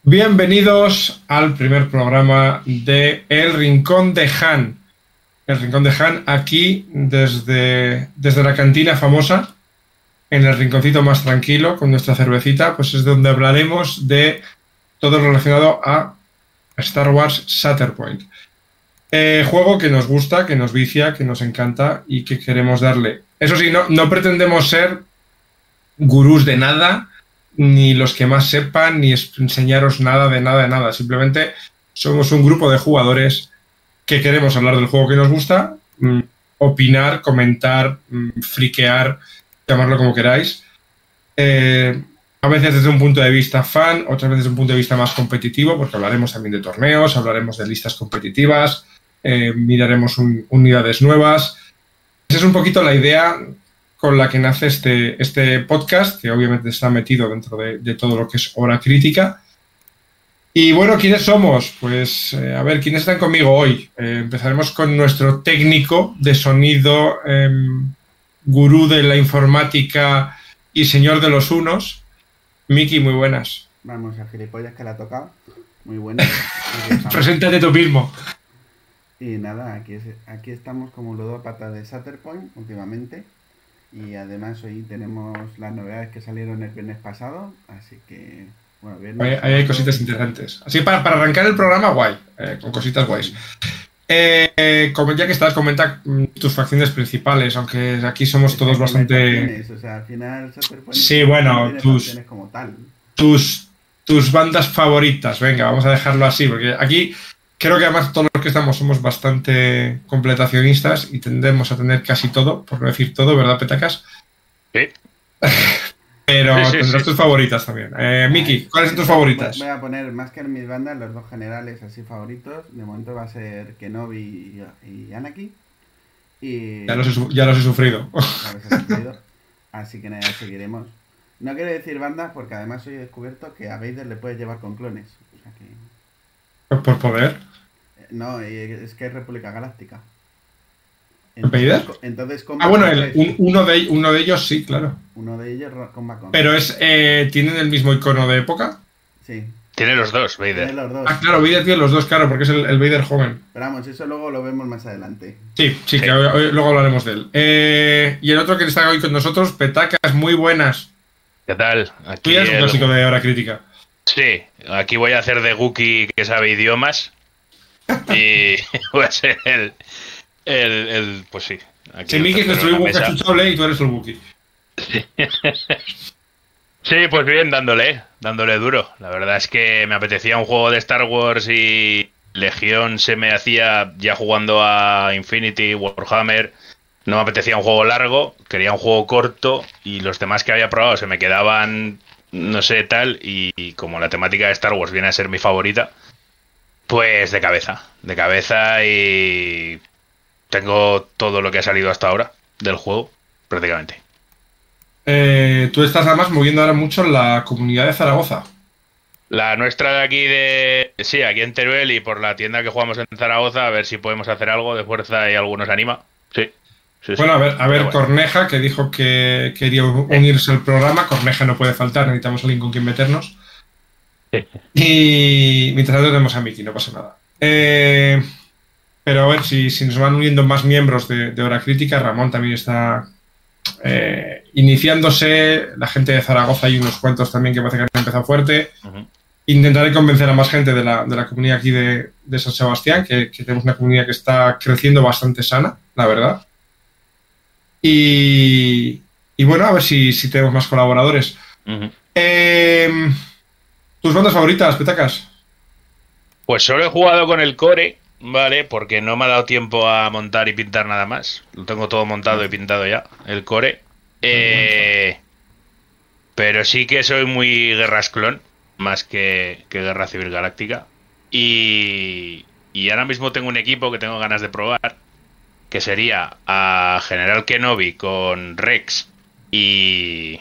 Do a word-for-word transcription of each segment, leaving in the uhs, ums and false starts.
Bienvenidos al primer programa de El Rincón de Han. El Rincón de Han aquí desde, desde la cantina famosa, en el rinconcito más tranquilo, con nuestra cervecita, pues es donde hablaremos de todo lo relacionado a Star Wars Shatterpoint. Eh, juego que nos gusta, que nos vicia, que nos encanta y que queremos darle. Eso sí, no, no pretendemos ser gurús de nada, ni los que más sepan, ni enseñaros nada de nada de nada. Simplemente somos un grupo de jugadores que queremos hablar del juego que nos gusta, mmm, opinar, comentar, mmm, friquear, llamarlo como queráis. Eh, a veces desde un punto de vista fan, otras veces desde un punto de vista más competitivo, porque hablaremos también de torneos, hablaremos de listas competitivas, eh, miraremos un, unidades nuevas. Esa es un poquito la idea con la que nace este, este podcast, que obviamente está metido dentro de, de todo lo que es Hora Crítica. Y bueno, ¿quiénes somos? Pues eh, a ver, ¿quiénes están conmigo hoy? Eh, empezaremos con nuestro técnico de sonido, eh, gurú de la informática y señor de los unos, Miki, muy buenas. Vamos, a gilipollas que la ha tocado. Muy buenas. Preséntate tú mismo. Y nada, aquí, es, aquí estamos como ludópatas de Shatterpoint últimamente. Y además hoy tenemos las novedades que salieron el viernes pasado, así que... bueno, viernes... Ahí hay cositas interesantes. Así para, para arrancar el programa, guay, eh, con cositas guays. Eh, eh, como ya que estás, comenta tus facciones principales, aunque aquí somos todos bastante... O sea, al final Shatterpoint... Sí, bueno, tus, como tal. tus, tus bandas favoritas, venga, vamos a dejarlo así, porque aquí... creo que además todos los que estamos somos bastante completacionistas y tendemos a tener casi todo, por no decir todo, ¿verdad, Petacas? Sí. Pero sí, sí, tendrás sí. tus favoritas también. Eh, Miki, ¿cuáles son tus favoritas? Voy a poner, más que en mis bandas, los dos generales así favoritos. De momento va a ser Kenobi y, y Anakin. Y... Ya los he, ya los he sufrido. Ya los he sufrido. Así que nada, seguiremos. No quiero decir bandas porque además hoy he descubierto que a Vader le puedes llevar con clones. O sea que... ¿Por poder? No, es que es República Galáctica. ¿Vader? Entonces, ah, bueno, el, un, uno, de, uno de ellos sí, claro. Uno de ellos comba con. Pero es, eh, ¿tienen el mismo icono de época? Sí. Tiene los dos, Vader. Tiene los dos. Ah, claro, Vader tiene los dos, claro, porque es el, el Vader joven. Pero vamos, eso luego lo vemos más adelante. Sí, sí, sí. que hoy, hoy, luego hablaremos de él. Eh, y el otro que está hoy con nosotros, Petacas, muy buenas. ¿Qué tal? Aquí Tú ya eres un el... clásico de Hora Crítica. Sí, aquí voy a hacer de Wookiee que sabe idiomas. Y voy a ser el... el, el pues sí. Si Miki es nuestro Wookiee cachuchole y tú eres el Wookiee. Sí. Sí, pues bien, dándole, dándole duro. La verdad es que me apetecía un juego de Star Wars y Legión se me hacía ya jugando a Infinity, Warhammer. No me apetecía un juego largo, quería un juego corto y los demás que había probado se me quedaban, no sé, tal. Y como la temática de Star Wars viene a ser mi favorita, pues de cabeza, de cabeza y tengo todo lo que ha salido hasta ahora del juego, prácticamente. Eh, tú estás además moviendo ahora mucho la comunidad de Zaragoza. La nuestra de aquí de... Sí, aquí en Teruel y por la tienda que jugamos en Zaragoza, a ver si podemos hacer algo de fuerza y algunos anima. Sí. sí bueno, sí. a ver, a ver bueno. Corneja, que dijo que quería unirse al programa. Corneja no puede faltar, necesitamos a alguien con quien meternos. Sí. Y mientras tanto tenemos a Miki, no pasa nada. Eh, pero a ver, si, si nos van uniendo más miembros de, de Hora Crítica, Ramón también está... Eh, iniciándose, la gente de Zaragoza hay unos cuantos también que parece que han empezado fuerte. Uh-huh. Intentaré convencer a más gente de la, de la comunidad aquí de, de San Sebastián, que, que tenemos una comunidad que está creciendo bastante sana, la verdad. Y, y bueno, a ver si, si tenemos más colaboradores. Uh-huh. Eh, ¿Tus bandas favoritas, Petacas? Pues solo he jugado con el Core, vale, porque no me ha dado tiempo a montar y pintar nada más. Lo tengo todo montado y pintado ya, el Core. Eh, pero sí que soy muy Guerras Clon, más que, que Guerra Civil Galáctica. Y, y ahora mismo tengo un equipo que tengo ganas de probar, que sería a General Kenobi con Rex y...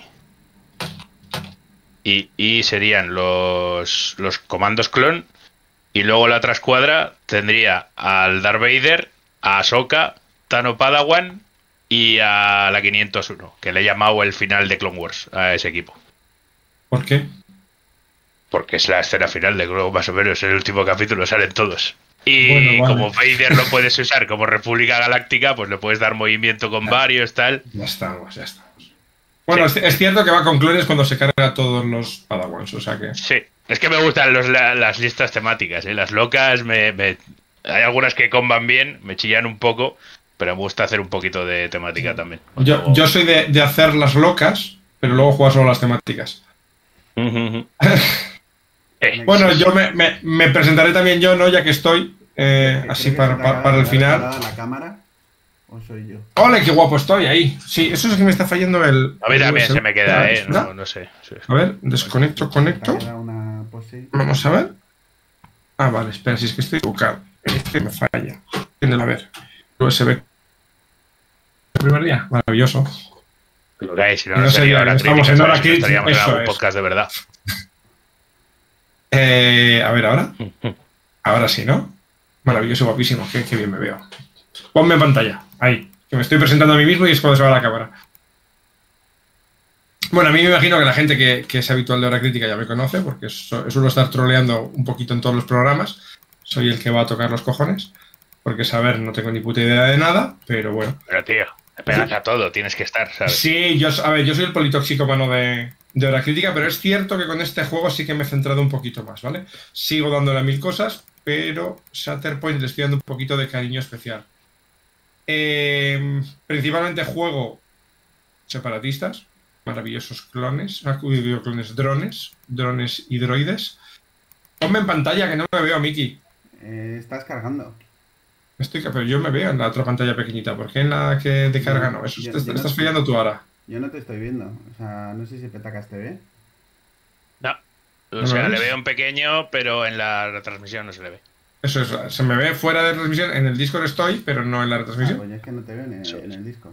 Y, y serían los, los comandos clon. Y luego la otra escuadra tendría al Darth Vader, a Ahsoka, Tano Padawan y a la quinientos uno, que le he llamado el final de Clone Wars a ese equipo. ¿Por qué? Porque es la escena final de juego, más o menos. En el último capítulo salen todos. Y Bueno, vale. como Vader lo puedes usar como República Galáctica, pues le puedes dar movimiento con Claro. varios, tal. Ya estamos, ya estamos. Bueno, Sí. es, es cierto que va con clones cuando se carga a todos los Padawans, o sea que... Sí. Es que me gustan los, la- las listas temáticas, ¿eh? Las locas, me, me- hay algunas que comban bien, me chillan un poco, pero me gusta hacer un poquito de temática también. Yo, yo soy de, de hacer las locas, pero luego jugar solo las temáticas. Ujú, ujú. Eh, Bueno, yo me, me- me presentaré también yo, ¿no? Ya que estoy, eh, ¿Creo así que para, se te para- ha para el quedado final. parada la cámara? ¿O soy yo? ¡Ole, qué guapo estoy ahí! Sí, eso es que me está fallando el... a mí el también U S B. se me queda, ¿eh? ¿Espera? No, no sé. Sí. A ver, desconecto, Se te conecto. ha quedado una pose. Vamos a ver. Ah, vale, espera, si es que estoy equivocado. Es que me falla. Tiene- A ver, U S B. El primer día, maravilloso. Lo que hay, si no, No no sé, sería ya, hora estamos crítica, en ¿sabes? hora Si no crítica, estaríamos en eso algún es. podcast de verdad. Eh, a ver, ahora. Ahora sí, ¿no? Maravilloso, guapísimo. Qué, qué bien me veo. Ponme en pantalla. Ahí. Que me estoy presentando a mí mismo y es cuando se va la cámara. Bueno, a mí me imagino que la gente que, que es habitual de Hora Crítica ya me conoce, porque so- suelo estar troleando un poquito en todos los programas. Soy el que va a tocar los cojones. Porque saber, no tengo ni puta idea de nada, pero bueno. Pero tío, te pegas a todo, tienes que estar, ¿sabes? Sí, yo, a ver, yo soy el politóxicomano de, de Hora Crítica, pero es cierto que con este juego sí que me he centrado un poquito más, ¿vale? Sigo dándole a mil cosas, pero Shatterpoint le estoy dando un poquito de cariño especial. Eh, principalmente juego separatistas, maravillosos clones, ah, uy, digo clones, drones, drones y droides. Ponme en pantalla que no me veo, Miki. Eh, estás cargando. Estoy, pero yo me veo en la otra pantalla pequeñita. ¿Por qué en la que de carga no? Eso Yo- te- yo te no estás estoy- fallando tú ahora. Yo no te estoy viendo. O sea, no sé si Petacas te ve. No. O ¿No sea, lo le ves? veo en pequeño, pero en la retransmisión no se le ve. Eso es, se me ve fuera de transmisión. En el Discord estoy, pero no en la Ah, retransmisión. pues yo es que no te veo en el, Eso en es. el Discord.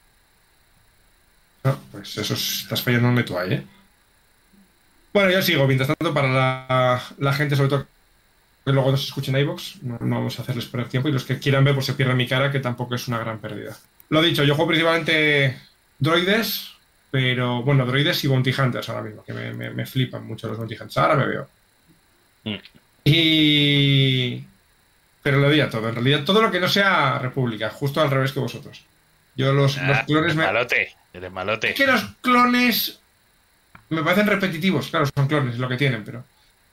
No, pues eso es- estás fallándome tú ahí, ¿eh? Bueno, yo sigo. Mientras tanto, para la, la gente, sobre todo que luego nos escuchen en iVoox, no, no vamos a hacerles perder tiempo. Y los que quieran ver, pues se pierdan mi cara, que tampoco es una gran pérdida. Lo dicho, yo juego principalmente droides, pero bueno, droides y bounty hunters ahora mismo, que me, me- me flipan mucho los bounty hunters. Ahora me veo. Mm. Y. Pero le doy a todo. En realidad, todo lo que no sea República, justo al revés que vosotros. Yo los, los Ah, clones eres me. malote, eres malote. Es que los clones me parecen repetitivos. Claro, son clones, es lo que tienen, pero.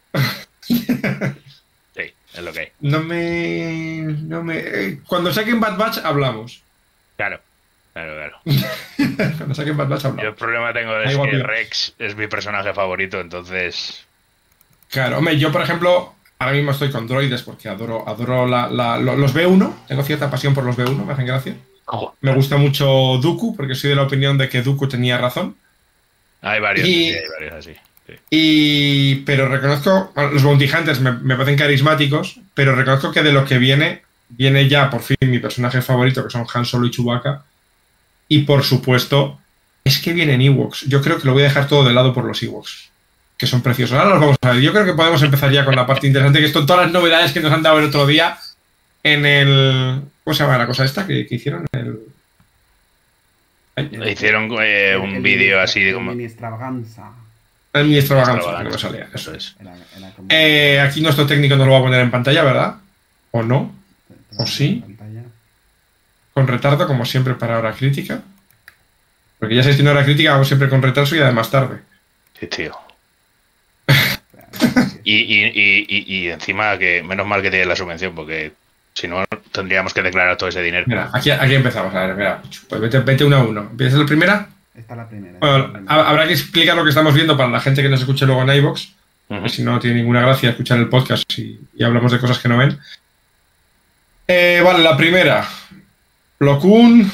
Sí, es lo que hay. No me. No me. eh, Cuando saquen Bad Batch, hablamos. Claro, claro, claro. Cuando saquen Bad Batch, Yo hablamos. el problema tengo Ahí es va, que tío. Rex es mi personaje favorito, entonces... Claro, hombre, yo, por ejemplo, ahora mismo estoy con droides porque adoro, adoro la, la- lo- los B uno. Tengo cierta pasión por los B uno, me hacen gracia. Ojo. Me gusta mucho Dooku, porque soy de la opinión de que Dooku tenía razón. Hay varios, Y- sí, hay varios así. Sí. Y, pero reconozco, bueno, los Bounty Hunters me, me parecen carismáticos, pero reconozco que de lo que viene, viene ya por fin mi personaje favorito, que son Han Solo y Chewbacca. Y por supuesto, es que vienen Ewoks. Yo creo que lo voy a dejar todo de lado por los Ewoks, que son preciosos. Ahora los vamos a ver. Yo creo que podemos empezar ya con la parte interesante, que son todas las novedades que nos han dado el otro día en el... ¿Cómo se llama la cosa esta que, que hicieron? El... Ay, Hicieron eh, El- un el vídeo mini- así de el como... mini extravaganza. el mi extravaganza, que no me Extravaganza, salía. Eso eso es. es. Era, era como- Eh, aquí nuestro técnico nos lo va a poner en pantalla, ¿verdad? ¿O no? te- te ¿o lo sí? en pantalla. Con retardo, como siempre, para hora crítica. Porque ya sabéis que en hora crítica vamos siempre con retraso y además tarde. Sí, tío. Espera, espera, que- Y, y, y, y, y encima que menos mal que tiene la subvención, porque si no tendríamos que declarar todo ese dinero. Mira, aquí, aquí empezamos. A ver, mira. Pues vete, vete uno a uno. ¿Empiezas la primera? Esta es la primera. esta es Bueno, la primera. ha- habrá que explicar lo que estamos viendo para la gente que nos escuche luego en iVoox. Ujú. Si no, no tiene ninguna gracia escuchar el podcast y, y hablamos de cosas que no ven. Eh, vale, la primera. Plo Koon.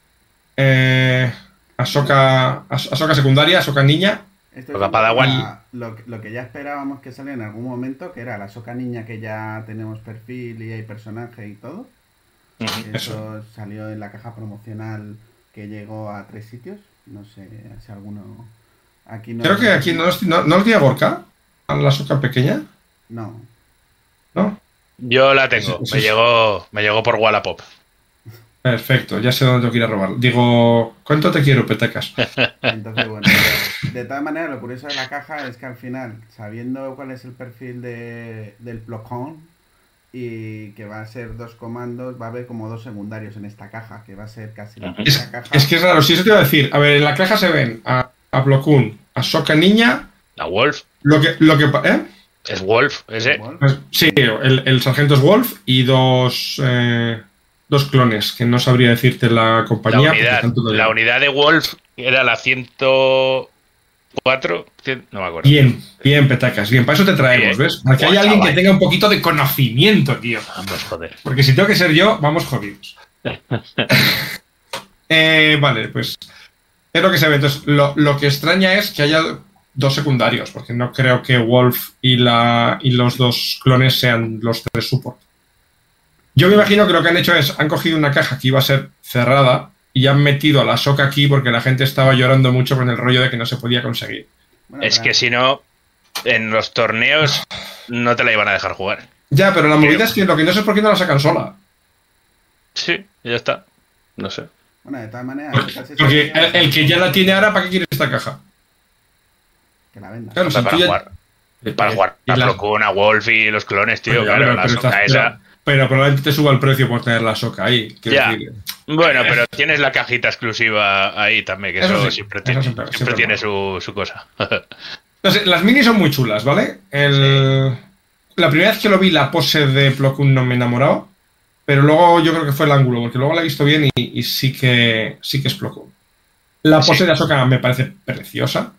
Eh, Ahsoka, Ahs- Ahsoka secundaria, Ahsoka niña. Esto Toca es Padawan. la- lo, lo que ya esperábamos que saliera en algún momento, que era la soca niña, que ya tenemos perfil y hay personaje y todo. Ujú. Que Eso. Eso salió en la caja promocional que llegó a tres sitios. No sé si alguno... Aquí no... Creo que aquí no, los- no, no los tiene Gorka. A la Ahsoka pequeña, No. ¿no? Yo la tengo, Eso- eso me es- llegó, me llegó por Wallapop. Perfecto, ya sé dónde tengo que ir a robar. Digo, ¿cuánto te quiero, petacas? Entonces, bueno, de todas maneras, lo curioso de la caja es que al final, sabiendo cuál es el perfil de, del Plo Koon y que va a ser dos comandos, va a haber como dos secundarios en esta caja, que va a ser casi la primera Es, caja. es que es raro, si eso te iba a decir. A ver, en la caja se ven a, a Plo Koon, a Sokka Niña. La Wolf. Lo que. Lo que ¿eh? Es Wolf, ese. Pues, sí, el, el sargento es Wolf y dos. Eh, dos clones, que no sabría decirte la compañía. La unidad, la unidad de Wolf era la ciento cuatro, no me acuerdo. Bien, bien, petacas, bien, para eso te traemos, bien. ¿Ves? Para que haya alguien que tenga un poquito de conocimiento, tío. Vamos, joder. Porque si tengo que ser yo, vamos jodidos. eh, vale, pues es lo que se ve. Entonces, lo, lo que extraña es que haya dos secundarios, porque no creo que Wolf y, la, y los dos clones sean los tres support. Yo me imagino que lo que han hecho es, han cogido una caja que iba a ser cerrada y han metido a la Sokka aquí porque la gente estaba llorando mucho con el rollo de que no se podía conseguir. Bueno, es que si no, en los torneos no te la iban a dejar jugar. Ya, pero la movida es que lo que no sé es por qué no la sacan sola. Sí, ya está. No sé. Bueno, de todas maneras... Porque, porque el, el que ya la tiene ahora, ¿para qué quiere esta caja? Que la venda. Claro, o sea, para, jugar, ya... para jugar. Para jugar a Plo Koon, a Wolf y los clones, tío. Bueno, claro, la Sokka esa... Pero probablemente te suba el precio por tener la Sokka ahí. Ya. Decir. Bueno, pero tienes la cajita exclusiva ahí también, que eso, eso sí, siempre, tiene, siempre, siempre, siempre tiene su, su cosa. Entonces, las minis son muy chulas, ¿vale? El... Sí. La primera vez que lo vi, la pose de Plo Koon no me enamoró, pero luego yo creo que fue el ángulo, porque luego la he visto bien y, y sí que sí que es Plo Koon. La pose sí. de Ahsoka me parece preciosa.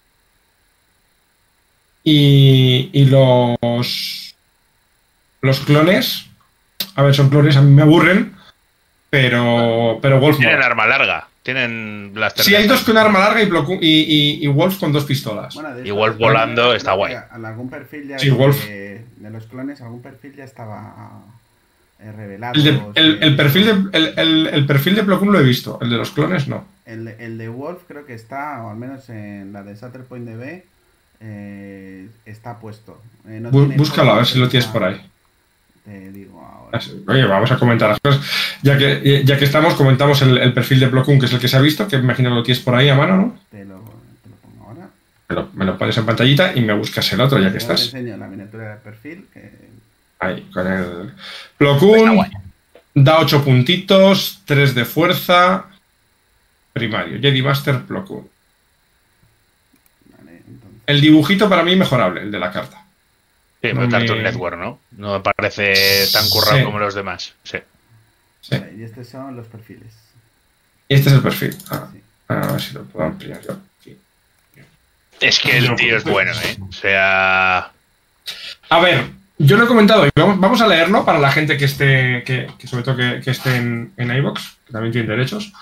Y, y los... Los clones... A ver, son clones, a mí me aburren, pero, pero Wolf tienen no. arma larga, tienen las Sí, hay dos con arma larga y, y, y, y Wolf con dos pistolas. Bueno, y Wolf volando creo, está guay. Algún perfil ya sí, de, Wolf. De, de los clones, algún perfil ya estaba eh, revelado. El, de, el, el, perfil de, el, el, el perfil de Plo Koon lo he visto, el de los clones no. El, el de Wolf creo que está, o al menos en la de Shatterpoint D B, eh, está puesto. Eh, no Búscalo a ver si lo tienes por ahí. Te digo ahora. Oye, vamos a comentar las cosas. Ya que, ya que estamos, comentamos el, el perfil de Plo Koon, que es el que se ha visto, que me imagino que lo tienes por ahí a mano, ¿no? Te lo, te lo pongo ahora. Me lo, me lo pones en pantallita y me buscas el otro, ya que Yo estás. Te enseño la miniatura del perfil. Que... Ahí, con el... Plo Koon da ocho puntitos, tres de fuerza. Primario, Jedi Master Plo Koon. Vale, entonces... El dibujito para mí mejorable, el de la carta. Sí, no Cartoon me... Network, ¿no? No me parece tan currado sí. como los demás. Sí. sí. Vale, y estos son los perfiles. Este es el perfil. Ah, sí. A ver si lo puedo ampliar yo. Sí. Es que el tío es bueno, ¿eh? O sea... A ver, yo lo he comentado y vamos, vamos a leerlo para la gente que esté, que, que sobre todo que, que esté en, en iVoox, que también tiene derechos.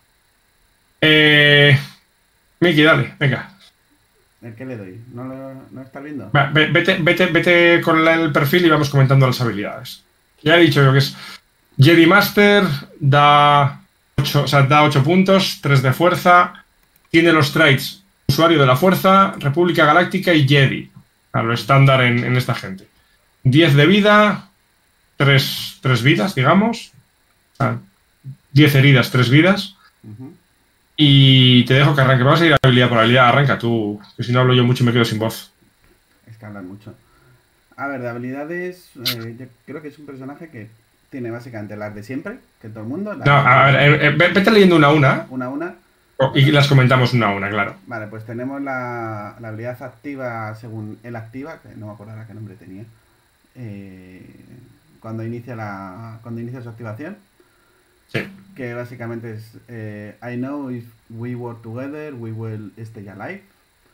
Eh... Miki, dale, venga. ¿El qué le doy? ¿No lo no está viendo? Va, vete, vete, vete con el perfil y vamos comentando las habilidades. Ya he dicho yo que es Jedi Master, da ocho, o sea, da ocho puntos, tres de fuerza, tiene los traits Usuario de la Fuerza, República Galáctica y Jedi, a lo estándar en, en esta gente. diez de vida, tres vidas, digamos. O sea, diez heridas, tres vidas. Uh-huh. Y te dejo que arranque. Vamos a ir habilidad por habilidad. Arranca tú, que si no hablo yo mucho me quedo sin voz. Es que hablan mucho. A ver, de habilidades, eh, yo creo que es un personaje que tiene básicamente las de siempre, que todo el mundo... No, a ver, eh, vete leyendo una a una. Una a una. Oh, y las comentamos una a una, claro. Vale, pues tenemos la, la habilidad activa según él activa, que no me acuerdo ahora qué nombre tenía. Eh, cuando inicia la cuando inicia su activación. Sí. Que básicamente es eh, I know if we work together, we will stay alive.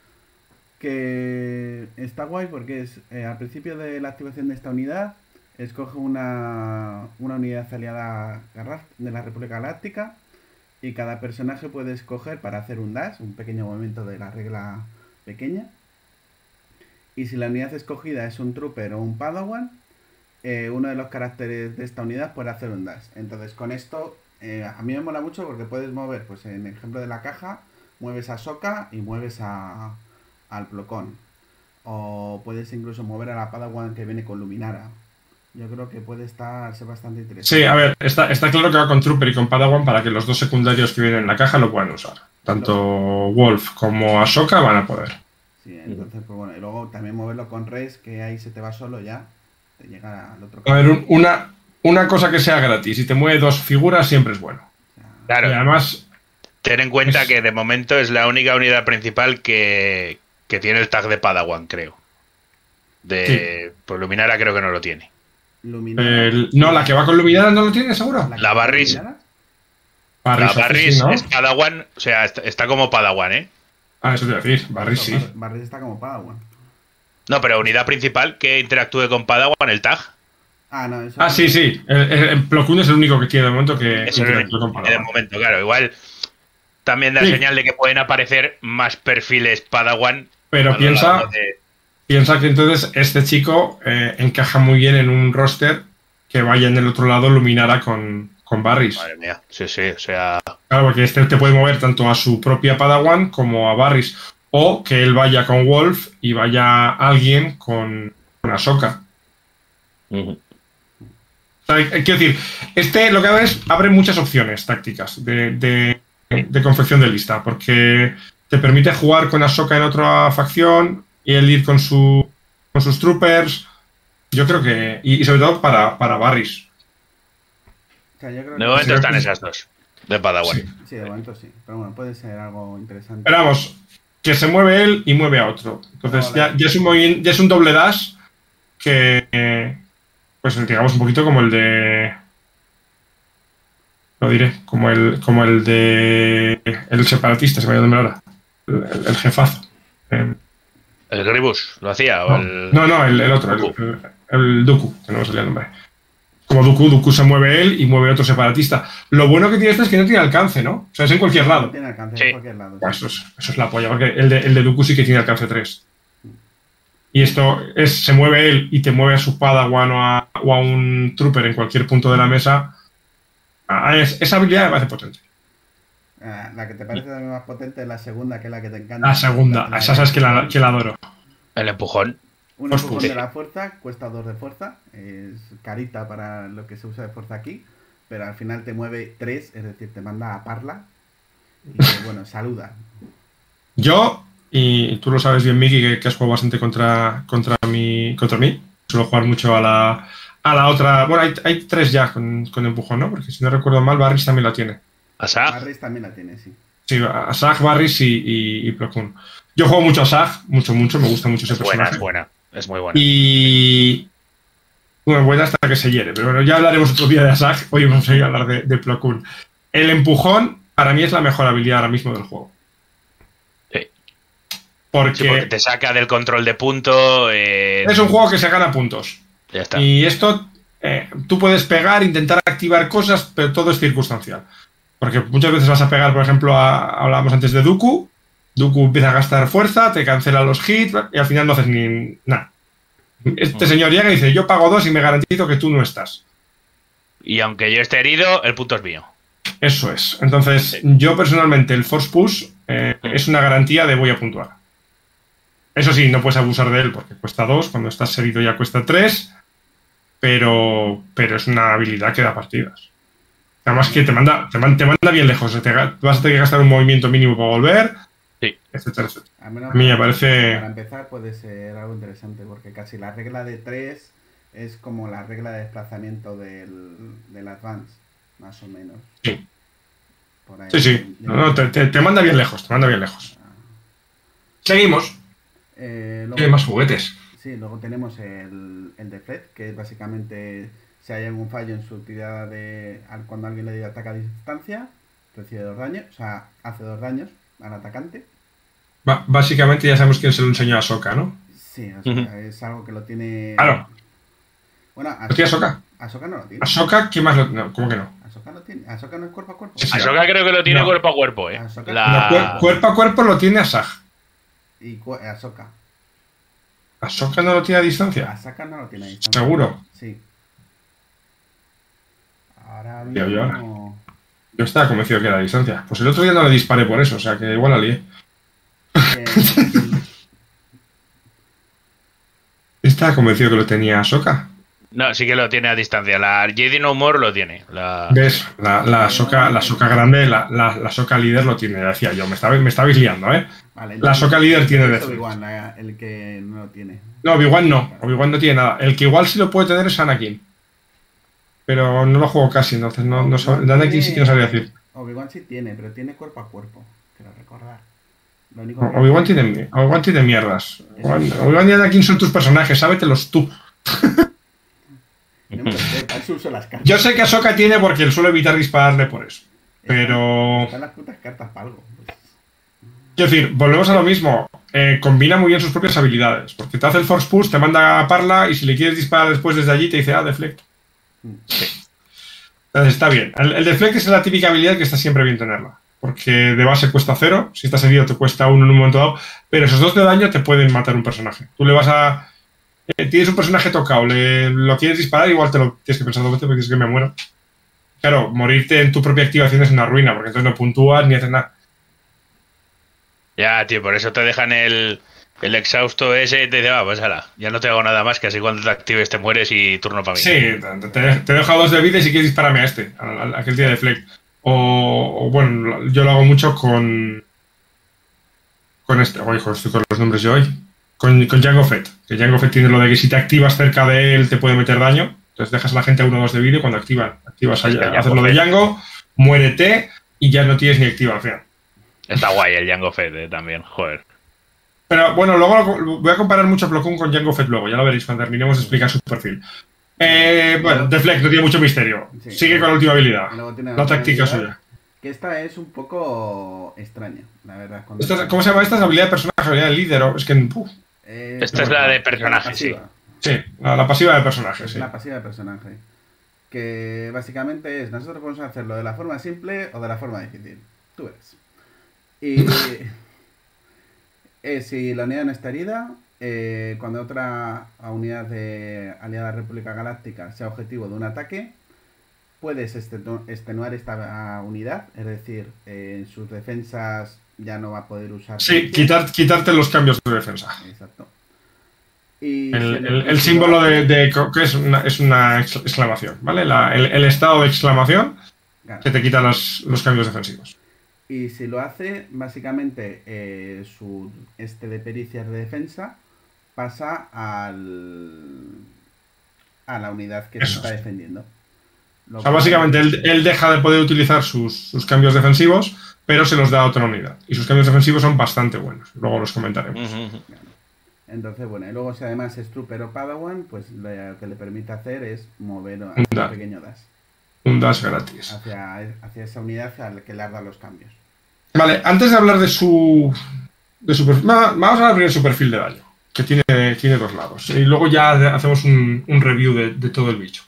Que está guay porque es eh, al principio de la activación de esta unidad, escoge una, una unidad aliada de la República Galáctica y cada personaje puede escoger para hacer un dash, un pequeño movimiento de la regla pequeña. Y si la unidad escogida es un trooper o un padawan, eh, uno de los caracteres de esta unidad puede hacer un dash. Entonces con esto... Eh, a mí me mola mucho porque puedes mover, pues en el ejemplo de la caja, mueves a Ahsoka y mueves a, al Plo Koon. O puedes incluso mover a la Padawan que viene con Luminara. Yo creo que puede estar ser bastante interesante. Sí, a ver, está, está claro que va con Trooper y con Padawan para que los dos secundarios que vienen en la caja lo puedan usar. Tanto Wolf como Ahsoka van a poder. Sí, entonces, pues bueno, y luego también moverlo con Rex, que ahí se te va solo ya, te llega al otro. A ver, un- una, una cosa que sea gratis y te mueve dos figuras siempre es bueno. O sea, Claro. Y además, Ten en cuenta Es- que de momento es la única unidad principal que, que tiene el tag de Padawan, creo. De pues Luminara creo que no lo tiene. Luminara. el- no, la que va con Luminara no lo tiene, seguro. que la va con Barris. Luminara. Barris, La sí, Barris sí, ¿no? es Padawan, o sea, está, está como Padawan, ¿eh? Ah, eso te iba a decir. Barris sí. Bar- Barris está como Padawan. No, pero unidad principal que interactúe con Padawan, el tag. Ah, no, eso. Ah, sí, sí. El, el, el Plo Koon es el único que tiene de momento que Eso es interactúa con de Padawan. momento, claro. Igual también da Sí. señal de que pueden aparecer más perfiles Padawan. Pero a lo piensa, largo de- piensa que entonces este chico eh, encaja muy bien en un roster que vaya en el otro lado Luminara con, con Barris. Madre mía, sí, sí, o sea... Claro, porque este te puede mover tanto a su propia Padawan como a Barris. O que él vaya con Wolf y vaya alguien con, con Ahsoka. O sea, eh, quiero decir, este lo que hace es abre muchas opciones tácticas de, de, de confección de lista, porque te permite jugar con Ahsoka en otra facción y él ir con, su, con sus troopers. Yo creo que. Y, y sobre todo para, para Barris. O sea, yo creo De que- momento sí, están sí. esas dos, de Padawan. Sí. Sí, de momento sí. Pero bueno, puede ser algo interesante. Pero vamos, que se mueve él y mueve a otro. Entonces ya, ya, es, un movimiento, ya es un doble dash que. eh, pues digamos un poquito como el de. Lo diré, como el, como el de. El separatista, se me ha ido el nombre ahora. El, el jefazo. Eh, ¿El Gribus lo hacía? ¿O no, el... no, no, el, el otro, el, Dooku? el, el Dooku, que no me salía el nombre. Como Dooku, Dooku se mueve él y mueve otro separatista. Lo bueno que tiene esto es que no tiene alcance, ¿no? O sea, es en cualquier No lado. tiene alcance Sí. en cualquier lado. Pues eso, es, eso es la polla, porque el de, el de Dooku sí que tiene alcance tres. Y esto es, se mueve él y te mueve a su Padawan o a, o a un Trooper en cualquier punto de la mesa. Ah, es- esa habilidad me parece potente. Ah, la que te parece también más potente es la segunda, que es la que te encanta. La segunda, esa sabes que la, que la adoro. El empujón. Un Pues, empujón pues. de la fuerza cuesta dos de fuerza. Es carita para lo que se usa de fuerza aquí. Pero al final te mueve tres, es decir, te manda a Parla. Y bueno, saluda. Yo, y tú lo sabes bien, Miki, que, que has jugado bastante contra, contra, mi, contra mí. Suelo jugar mucho a la, a la otra. Bueno, hay, hay tres ya con, con empujón, ¿no? Porque si no recuerdo mal, Barris también la tiene. Asaj. Barris también la tiene, sí. Sí, a Sag, Barris y, y, y Plo Koon. Yo juego mucho a Sag, mucho, mucho, me gusta mucho ese Es buena, personaje. es buena. Es muy buena. Y. Bueno, buena hasta que se hiere, pero bueno, ya hablaremos otro día de Asaj. Hoy vamos a ir a hablar de, de Plo Koon. El empujón, para mí, es la mejor habilidad ahora mismo del juego. Sí. Porque, Sí, porque te saca del control de punto. eh, es un juego que se gana puntos. Ya está. Y esto, eh, tú puedes pegar, intentar activar cosas, pero todo es circunstancial. Porque muchas veces vas a pegar, por ejemplo, a- hablábamos antes de Dooku. Dooku empieza a gastar fuerza, te cancela los hits y al final no haces ni nada. Este señor llega y dice, yo pago dos y me garantizo que tú no estás. Y aunque yo esté herido, el punto es mío. Eso es. Entonces, yo personalmente, el Force Push eh, es una garantía de voy a puntuar. Eso sí, no puedes abusar de él porque cuesta dos, cuando estás herido ya cuesta tres, pero, pero es una habilidad que da partidas. Además que te manda, te, man- te manda bien lejos, te ga- vas a tener que gastar un movimiento mínimo para volver, Sí. etcétera, etcétera. Al menos A mí me para- parece- Para empezar puede ser algo interesante, porque casi la regla de tres es como la regla de desplazamiento del, del Advance, más o menos. Sí. Por ahí. Sí, sí, no, no, te, te- te manda bien lejos, te manda bien lejos. Seguimos. Eh, luego- Tiene más juguetes. Sí, luego tenemos el, el Deflect, que es básicamente si hay algún fallo en su tirada de al- cuando alguien le ataca a distancia, recibe dos daños, o sea, hace dos daños al atacante. Ba- básicamente ya sabemos quién se lo enseñó a Ahsoka, ¿no? Sí, o sea, Ujú. es algo que lo tiene. Claro. Bueno, ¿Lo tiene Ahsoka? Ahsoka no lo tiene. Ahsoka, ¿quién más lo no, ¿cómo que no? Ahsoka no tiene. Ahsoka no es cuerpo a cuerpo. Sí, sí. Ahsoka creo que lo tiene No. cuerpo a cuerpo, eh. Ahsoka- No, La... cuer- cuerpo a cuerpo lo tiene Asaj. Y cu- Ahsoka. ¿Ahsoka no lo tiene a distancia? Ahsoka no lo tiene ahí. ¿Estamos? ¿Seguro? Sí. Ahora Ya, ya. mismo. Yo estaba convencido que era a distancia. Pues el otro día no le disparé por eso, o sea que igual la lié. eh, Estaba convencido que lo tenía Ahsoka. No, sí que lo tiene a distancia. La Jedi No More lo tiene. La... ¿Ves? La, la soca, la soca grande, la, la, la soca líder lo tiene, decía yo. Me estabais, me estabais liando, ¿eh? Vale, la soca líder tiene de Obi-Wan, el que no lo tiene. No, Obi-Wan no. Obi-Wan no tiene nada. El que igual sí lo puede tener es Anakin. Pero no lo juego casi, entonces no, no sabe, de Anakin sí que no sabría decir. Obi-Wan sí tiene, pero tiene cuerpo a cuerpo. Quiero recordar. Obi-Wan tiene, Obi-Wan tiene mierdas. Obi-Wan y Anakin son tus personajes, sábetelos tú. No, uso las cartas. Yo sé que Ahsoka tiene porque él suele evitar dispararle por eso. Pero. Están las putas cartas para algo. Quiero decir, volvemos a lo mismo. Eh, combina muy bien sus propias habilidades. Porque te hace el Force Push, te manda a Parla y si le quieres disparar después desde allí te dice, ah, deflect. Sí. Entonces está bien. El, el deflect es la típica habilidad que está siempre bien tenerla. Porque de base cuesta cero. Si estás herido te cuesta uno en un momento dado. Pero esos dos de daño te pueden matar un personaje. Tú le vas a. Eh, tienes un personaje tocado, le, lo quieres disparar, igual te lo tienes que pensar dos veces porque dices que me muero. Claro, morirte en tu propia activación es una ruina, porque entonces no puntúas ni haces nada. Ya, tío, por eso te dejan el, el exhausto ese y te dice, va, pues ala, ya no te hago nada más, que así cuando te actives te mueres y turno para mí. Sí, te, te, te dejo dos de vida y si quieres dispararme a este, a, a aquel día de Fleck. O, o, bueno, yo lo hago mucho con... Con este, oh, hijo, estoy con los nombres yo hoy. Con, con Jango Fett, que Jango Fett tiene lo de que si te activas cerca de él te puede meter daño, entonces dejas a la gente a uno o dos de vida y cuando activan, activas a, a hacer lo de Jango, muérete y ya no tienes ni activación. Está guay el Jango Fett eh, también, joder. Pero bueno, luego lo, voy a comparar mucho a Plo Koon con Jango Fett luego, ya lo veréis cuando terminemos de explicar su perfil. Eh, bueno, Deflect no tiene mucho misterio, sí, sigue con la última habilidad, la táctica suya. Que esta es un poco extraña, la verdad. Esta, ¿Cómo se llama esta? ¿Es habilidad de personaje, habilidad de líder? O es que... Uf. Eh, Esta es la de personaje, sí. Sí, la, la pasiva de personaje, sí. La pasiva de personaje. Que básicamente es, nosotros podemos hacerlo de la forma simple o de la forma difícil. Tú ves. Y eh, si la unidad no está herida, eh, cuando otra unidad de aliada República Galáctica sea objetivo de un ataque, puedes extenuar esta unidad, es decir, en eh, sus defensas ya no va a poder usar... Sí, quitar, quitarte los cambios de defensa. Exacto. Y el, el, el símbolo de, de que es una, es una exclamación, ¿vale? La, el, el estado de exclamación claro. Que te quita los, los cambios defensivos. Y si lo hace, básicamente eh, su este de pericias de defensa pasa al a la unidad que Eso. se está defendiendo. Lo o sea, básicamente él, él deja de poder utilizar sus, sus cambios defensivos, pero se los da a otra unidad. Y sus cambios defensivos son bastante buenos. Luego los comentaremos. Uh-huh. Entonces, bueno, y luego si además es Trooper o Padawan, pues lo que le permite hacer es mover a un, un pequeño dash. Un dash gratis. Hacia, hacia esa unidad a la que le da los cambios. Vale, antes de hablar de su... De su perfil, vamos a abrir su perfil de daño, que tiene, tiene dos lados. Y luego ya hacemos un, un review de, de todo el bicho.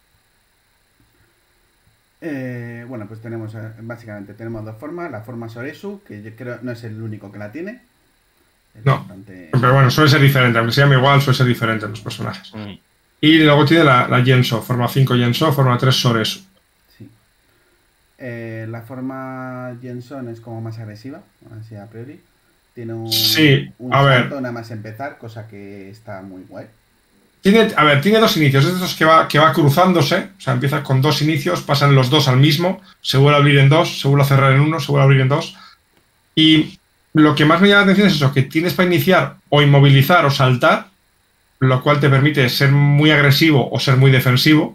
Eh, bueno, pues tenemos, básicamente, tenemos dos formas. La forma Soresu, que yo creo no es el único que la tiene. Es no, bastante... pero bueno, suele ser diferente. Aunque se llame igual, suele ser diferente en los personajes. Mm. Y luego tiene la, la Genso, forma cinco Genso, forma tres Soresu. Sí. Eh, la forma Genson es como más agresiva, así a priori. Tiene un, sí, un a salto ver. nada más empezar, cosa que está muy guay. Tiene, a ver, tiene dos inicios, es de esos que va, que va cruzándose, o sea, empieza con dos inicios, pasan los dos al mismo, se vuelve a abrir en dos, se vuelve a cerrar en uno, se vuelve a abrir en dos. Y lo que más me llama la atención es eso, que tienes para iniciar o inmovilizar o saltar, lo cual te permite ser muy agresivo o ser muy defensivo.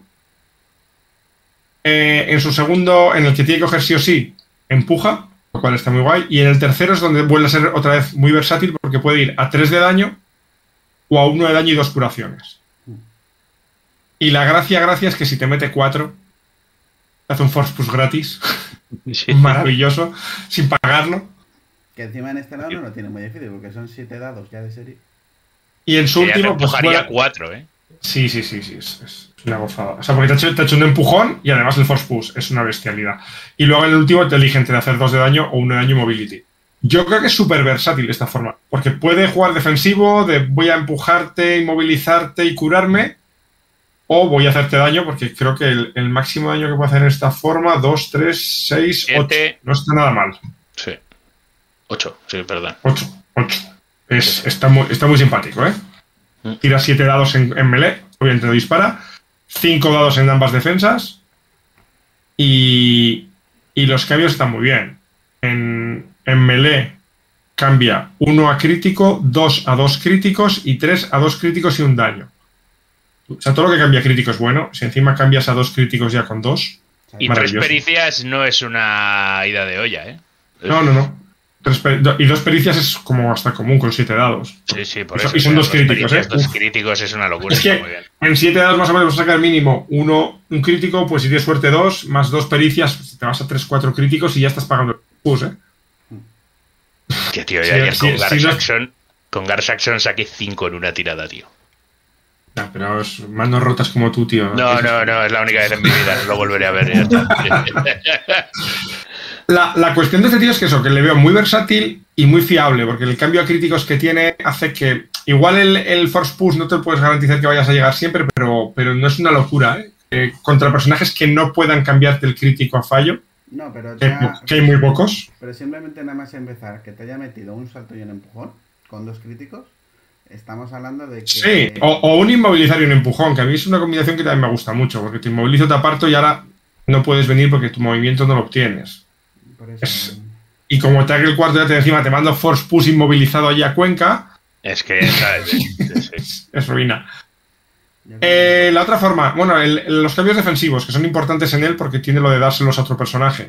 Eh, en su segundo, en el que tiene que coger sí o sí, empuja, lo cual está muy guay. Y en el tercero es donde vuelve a ser otra vez muy versátil porque puede ir a tres de daño o a uno de daño y dos curaciones. Y la gracia, gracia es que si te mete cuatro, te hace un Force Push gratis. Sí. Maravilloso, sin pagarlo. Que encima en este lado no lo tiene muy difícil, porque son siete dados ya de serie. Y en su sí, último... Pues empujaría cuatro, ¿eh? Sí, sí, sí, sí, es, es una gozada. O sea, porque te ha, hecho, te ha hecho un empujón y además el Force Push es una bestialidad. Y luego en el último te elige entre hacer dos de daño o uno de daño y mobility. Yo creo que es súper versátil de esta forma, porque puede jugar defensivo, de voy a empujarte, inmovilizarte y curarme, o voy a hacerte daño, porque creo que el, el máximo daño que puede hacer en esta forma, dos, tres, seis, ocho, no está nada mal. Sí, ocho, sí, perdón. ocho, ocho. Es, está, muy, está muy simpático, ¿eh? Mm. Tira siete dados en, en melee, obviamente no dispara, cinco dados en ambas defensas y, y los cambios están muy bien. En, en melee cambia uno a crítico, dos a dos críticos y tres a dos críticos y un daño. O sea, todo lo que cambia crítico es bueno. Si encima cambias a dos críticos ya con dos... Y tres pericias no es una ida de olla, ¿eh? No, no, no. Tres y dos pericias es como hasta común con siete dados. Sí, sí, por y eso. Y son dos, dos críticos, pericias, ¿eh? Dos Uf. críticos es una locura. Es que muy bien. En siete dados más o menos vas a sacar mínimo uno, un crítico, pues si tienes suerte dos, más dos pericias, pues te vas a tres, cuatro críticos y ya estás pagando el pus, ¿eh? Que tío, yo Sí, ayer sí, con Gar sí, no- Saxon, con Gar Saxon saqué cinco en una tirada, tío. No, pero es manos rotas como tú, tío. No, no, no, es la única vez en mi vida, no lo volveré a ver. Ya está. La, la cuestión de este tío es que eso, que le veo muy versátil y muy fiable, porque el cambio a críticos que tiene hace que igual el, el Force Push no te puedes garantizar que vayas a llegar siempre, pero, pero no es una locura, ¿eh? Eh, contra personajes que no puedan cambiarte el crítico a fallo, No, pero que, ya- que hay muy pocos. Pero simplemente nada más empezar, que te haya metido un salto y un empujón con dos críticos, estamos hablando de que... Sí, o, o un inmovilizar y un empujón, que a mí es una combinación que también me gusta mucho, porque te inmovilizo, te aparto y ahora no puedes venir porque tu movimiento no lo obtienes. Por eso, es- Y como te haga el cuarto ya te encima te mando Force Push inmovilizado allí a Cuenca, Es que, ¿sabes? Sí, sí. es ruina. yo creo Eh, la otra forma, bueno, el- el- los cambios defensivos, que son importantes en él porque tiene lo de dárselos a otro personaje.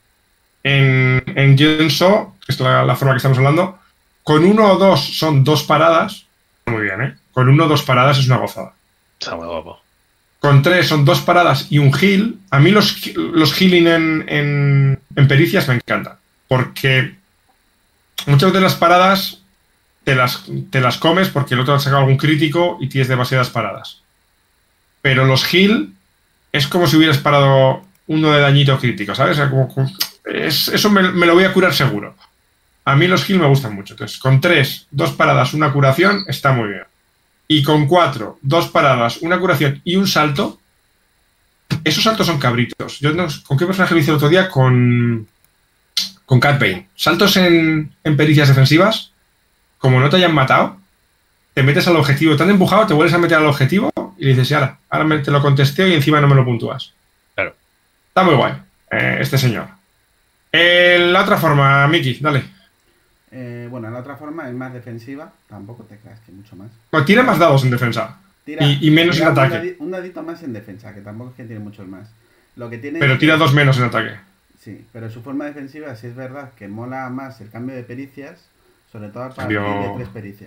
En, en Genso, que es la, la forma que estamos hablando, con uno o dos son dos paradas. Muy bien, ¿eh? Con uno o dos paradas es una gozada. Está muy guapo. Con tres son dos paradas y un heal. A mí los, los healing en, en, en pericias me encantan. Porque muchas de las paradas te las, te las comes porque el otro ha sacado algún crítico y tienes demasiadas paradas. Pero los heal es como si hubieras parado uno de dañito crítico, ¿sabes? O sea, como, como- es- eso me, me lo voy a curar seguro. A mí los heal me gustan mucho. Entonces, con tres, dos paradas, una curación, está muy bien. Y con cuatro, dos paradas, una curación y un salto, esos saltos son cabritos. Yo no, ¿con qué personaje lo hice el otro día? Con, con Cat Bane. Saltos en, en pericias defensivas, como no te hayan matado, te metes al objetivo, te han empujado, te vuelves a meter al objetivo y le dices, y ahora, ahora me, te lo contesteo y encima no me lo puntúas. Claro. Está muy guay, eh, este señor. Eh, la otra forma, Miki, dale. Eh, bueno, la otra forma es más defensiva, tampoco te creas que mucho más. Bueno, tiene más dados en defensa, Tira, Y- y menos tira en ataque. Un, dadi- un dadito más en defensa, que tampoco es que tiene muchos más. Lo que tiene pero es- tira dos menos en ataque. Sí, pero su forma defensiva sí es verdad que mola más el cambio de pericias, sobre todo a partir Cambio- de tres pericias.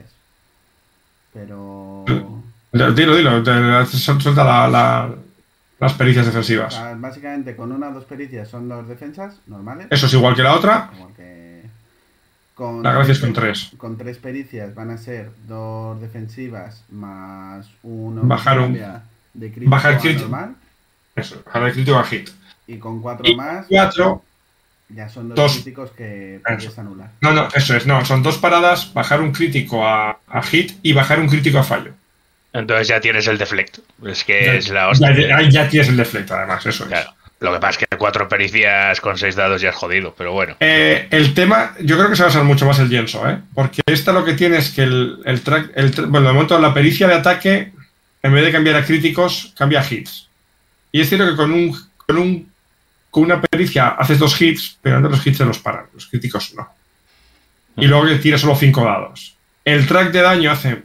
Pero... Dilo, dilo, te- sol- suelta la- la- las pericias o defensivas. sea, básicamente con una o dos pericias son dos defensas normales. Eso es igual que la otra. Como que con La gracia es con tres- tres. Con tres pericias van a ser dos defensivas más uno Bajar un- de crítico bajar a crítico. normal. Eso, ahora el crítico a hit. Y con cuatro Y más cuatro, ya son dos, dos. críticos que puedes anular. no, no, eso es, no, son dos paradas, bajar un crítico a, a hit y bajar un crítico a fallo. Entonces ya tienes el deflect. Es que Ya- es la hostia. ya, ahí ya tienes el deflecto, además, eso es. Claro. Lo que pasa es que cuatro pericias con seis dados ya es jodido, pero bueno. Eh, el tema, yo creo que se va a usar mucho más el Genso, ¿eh? Porque esta lo que tiene es que el, el track, el tra- bueno, de momento la pericia de ataque, en vez de cambiar a críticos, cambia a hits. Y es cierto que con un, con un con una pericia haces dos hits, pero antes los hits se los paran, los críticos no. Y luego que tira solo cinco dados. El track de daño hace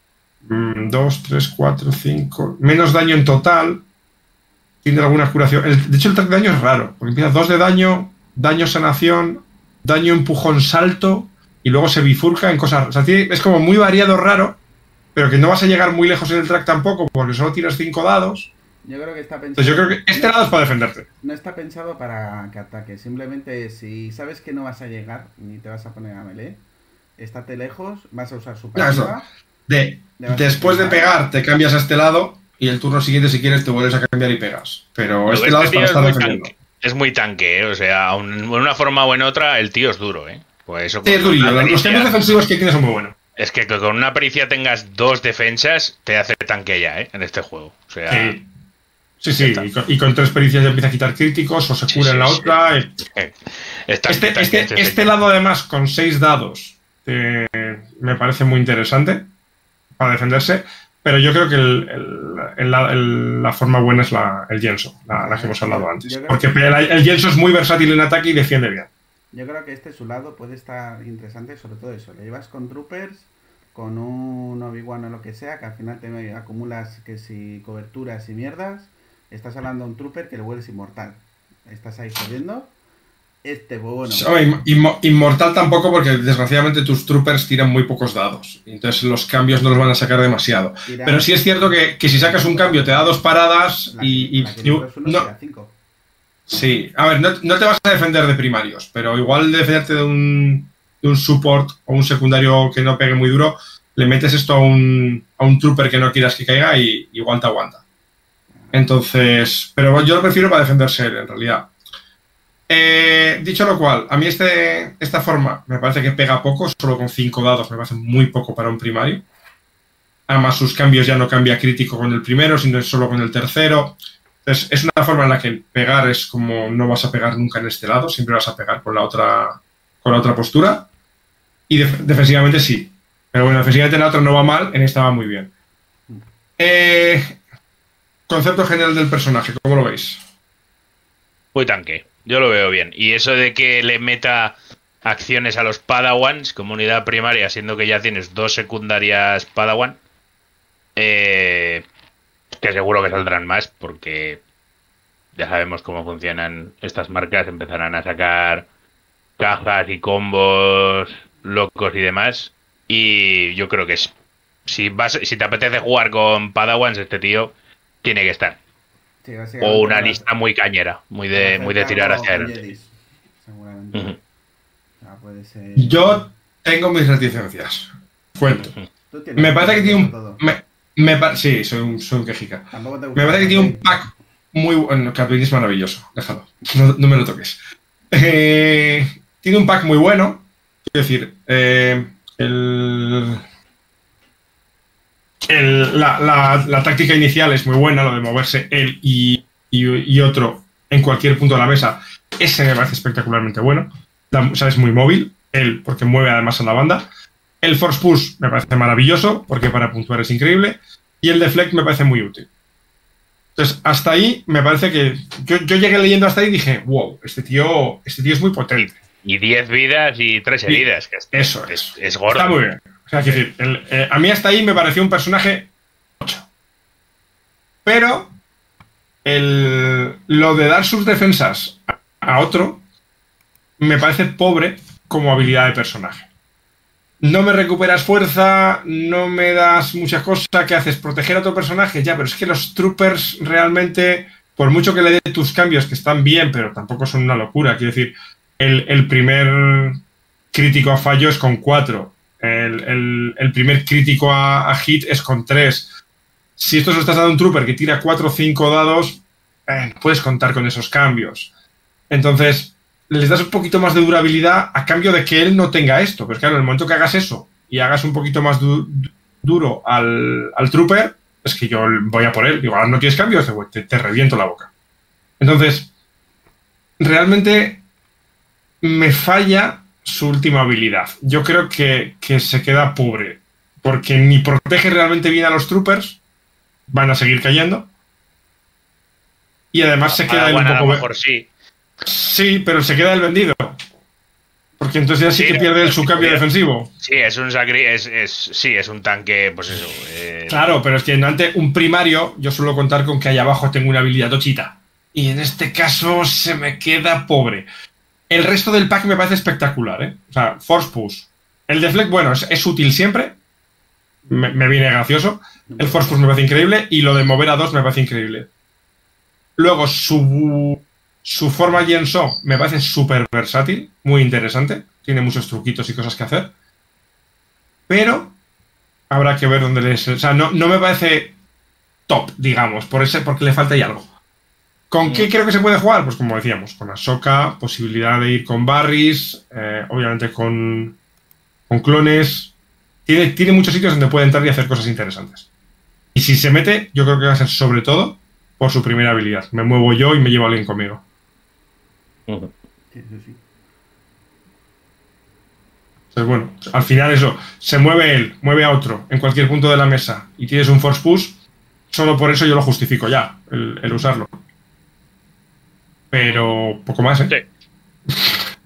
dos, tres, cuatro, cinco, menos daño en total. Tiene alguna curación. El- de hecho, el track de daño es raro, porque empieza dos de daño, daño sanación, daño empujón salto, y luego se bifurca en cosas. O sea, tiene- es como muy variado, raro, pero que no vas a llegar muy lejos en el track tampoco, porque solo tiras cinco dados. Yo creo que está pensado. Entonces yo creo que este no, lado es para defenderte. no está pensado para que ataque. Simplemente si sabes que no vas a llegar ni te vas a poner a melee, estate lejos, vas a usar su Ya, eso. pasiva. De, Le vas a después de pegar. pegar, te cambias a este lado, y el turno siguiente, si quieres, te vuelves a cambiar y pegas. Pero Pero este este lado es tío para es estar muy defendiendo. tanque. Es muy tanque, ¿eh? O sea, aun- en una forma o en otra, el tío es duro, ¿eh? Pues eso, Sí, es con durillo. una Los pericia- cambios defensivos que tiene son muy buenos. Es que con una pericia tengas dos defensas, te hace tanque ya, ¿eh? En este juego. O sea, Sí, sí, sí. Ya Y con, y con tres pericias ya empieza a quitar críticos o se Sí, cura en sí, la sí. otra. y- eh, es tanque, Este, tanque, este, este este señor. lado, además, con seis dados, eh, me parece muy interesante para defenderse. Pero yo creo que el, el- el- el- la forma buena es la, el Yenso, la, la que hemos hablado antes. Yo creo Porque que- el, el Yenso es muy versátil en ataque y defiende bien. Yo creo que este su lado puede estar interesante, sobre todo eso. Le llevas con troopers, con un Obi-Wan o lo que sea, que al final te acumulas que si coberturas y mierdas. Estás hablando de un trooper que le vuelves inmortal. Estás ahí jodiendo. Este, pues bueno. Hombre, inmo- inmortal tampoco, porque desgraciadamente tus troopers tiran muy pocos dados. Entonces los cambios no los van a sacar demasiado. tira- Pero sí es cierto que, que si sacas un cambio te da dos paradas la- y. y- la que y- número uno no, será cinco. sí, a ver, no, no te vas a defender de primarios, pero igual defenderte de un, de un support o un secundario que no pegue muy duro, le metes esto a un, a un trooper que no quieras que caiga y igual te aguanta. Entonces, pero yo lo prefiero para defenderse él, en realidad. Eh, dicho lo cual, a mí este, esta forma me parece que pega poco, solo con cinco dados me parece muy poco para un primario. Además, sus cambios ya no cambia crítico con el primero, sino es solo con el tercero. Entonces, es una forma en la que pegar es como no vas a pegar nunca en este lado, siempre vas a pegar con la otra, con la otra postura. Y def- defensivamente sí. Pero bueno, defensivamente la otra no va mal, en esta va muy bien. Eh, concepto general del personaje, ¿cómo lo veis? Muy tanque. Yo lo veo bien. Y eso de que le meta acciones a los Padawans como unidad primaria, siendo que ya tienes dos secundarias Padawan, eh, que seguro que saldrán más, porque ya sabemos cómo funcionan estas marcas. Empezarán a sacar cajas y combos locos y demás. Y yo creo que es, si vas, si te apetece jugar con Padawans, este tío tiene que estar. Sí, básicamente O una vas- lista muy cañera, muy de, vas a muy de tirar acercarlo hacia con adelante. Jedis, seguramente. Ujú. O sea, puede ser... Yo tengo mis reticencias. Cuento. Tú tienes Me parece que tiene todo. un. Me, me pa- sí, soy un, soy un quejica. Tampoco te gusta Me parece que tiene un Catherine. pack muy bueno. Catherine es maravilloso, déjalo. No, no me lo toques. Eh, tiene un pack muy bueno. Es decir, eh, el, el- la, la- la táctica inicial es muy buena, lo de moverse él y, y- y otro en cualquier punto de la mesa. Ese me parece espectacularmente bueno. La- o sea, es muy móvil, él porque mueve además a la banda. El Force Push me parece maravilloso, porque para puntuar es increíble. Y el Deflect me parece muy útil. Entonces, hasta ahí me parece que... Yo, yo llegué leyendo hasta ahí y dije, wow, este tío, este tío es muy potente. Y diez vidas y tres Sí, heridas. Que es, eso es, es. es gordo. Está muy bien. O sea, quiero decir, el- eh, a mí hasta ahí me pareció un personaje ocho. Pero el, lo de dar sus defensas a, a otro me parece pobre como habilidad de personaje. No me recuperas fuerza, no me das muchas cosas. ¿Qué haces? ¿Proteger a otro personaje? Ya, pero es que los troopers realmente, por mucho que le dé tus cambios, que están bien, pero tampoco son una locura. Quiero decir, el, el primer crítico a fallo es con cuatro. El, el- el primer crítico a, a hit es con tres. Si esto se lo estás dando a un trooper que tira cuatro o cinco dados, eh, no puedes contar con esos cambios. Entonces, les das un poquito más de durabilidad a cambio de que él no tenga esto. Pero claro, en el momento que hagas eso y hagas un poquito más du- duro al, al trooper, es que yo voy a por él. Digo, ahora no tienes cambios, te, te reviento la boca. Entonces, realmente me falla su última habilidad. Yo creo que, que se queda pobre, porque ni protege realmente bien a los troopers, van a seguir cayendo, y además se queda él un Padawan a poco... lo mejor sí. Sí, pero se queda el vendido. Porque entonces ya sí, Sí, que pierde pero su sí, cambio sí. defensivo. Sí, es un sacri es, es, sí, es un tanque, pues eso. eh, Claro, pero es que ante un primario yo suelo contar con que ahí abajo tengo una habilidad tochita. Y en este caso se me queda pobre. El resto del pack me parece espectacular, ¿eh? O sea, Force Push. El Deflect, bueno, es, es útil siempre. Me, me viene gracioso. El Force Push me parece increíble. Y lo de mover a dos me parece increíble. Luego, su, su forma Yenso me parece súper versátil. Muy interesante. Tiene muchos truquitos y cosas que hacer. Pero habrá que ver dónde les... O sea, no, no me parece top, digamos, por ese, porque le falta ahí algo. ¿Con qué creo que se puede jugar? Pues como decíamos, con Ahsoka, posibilidad de ir con Barris, eh, obviamente con, con clones. Tiene, tiene muchos sitios donde puede entrar y hacer cosas interesantes. Y si se mete, yo creo que va a ser sobre todo por su primera habilidad. Me muevo yo y me llevo a alguien conmigo. ujú. Sí, eso sí. Entonces, bueno, al final eso, se mueve él, mueve a otro en cualquier punto de la mesa y tienes un Force Push, solo por eso yo lo justifico ya, el, el usarlo. Pero poco más, ¿eh? Sí.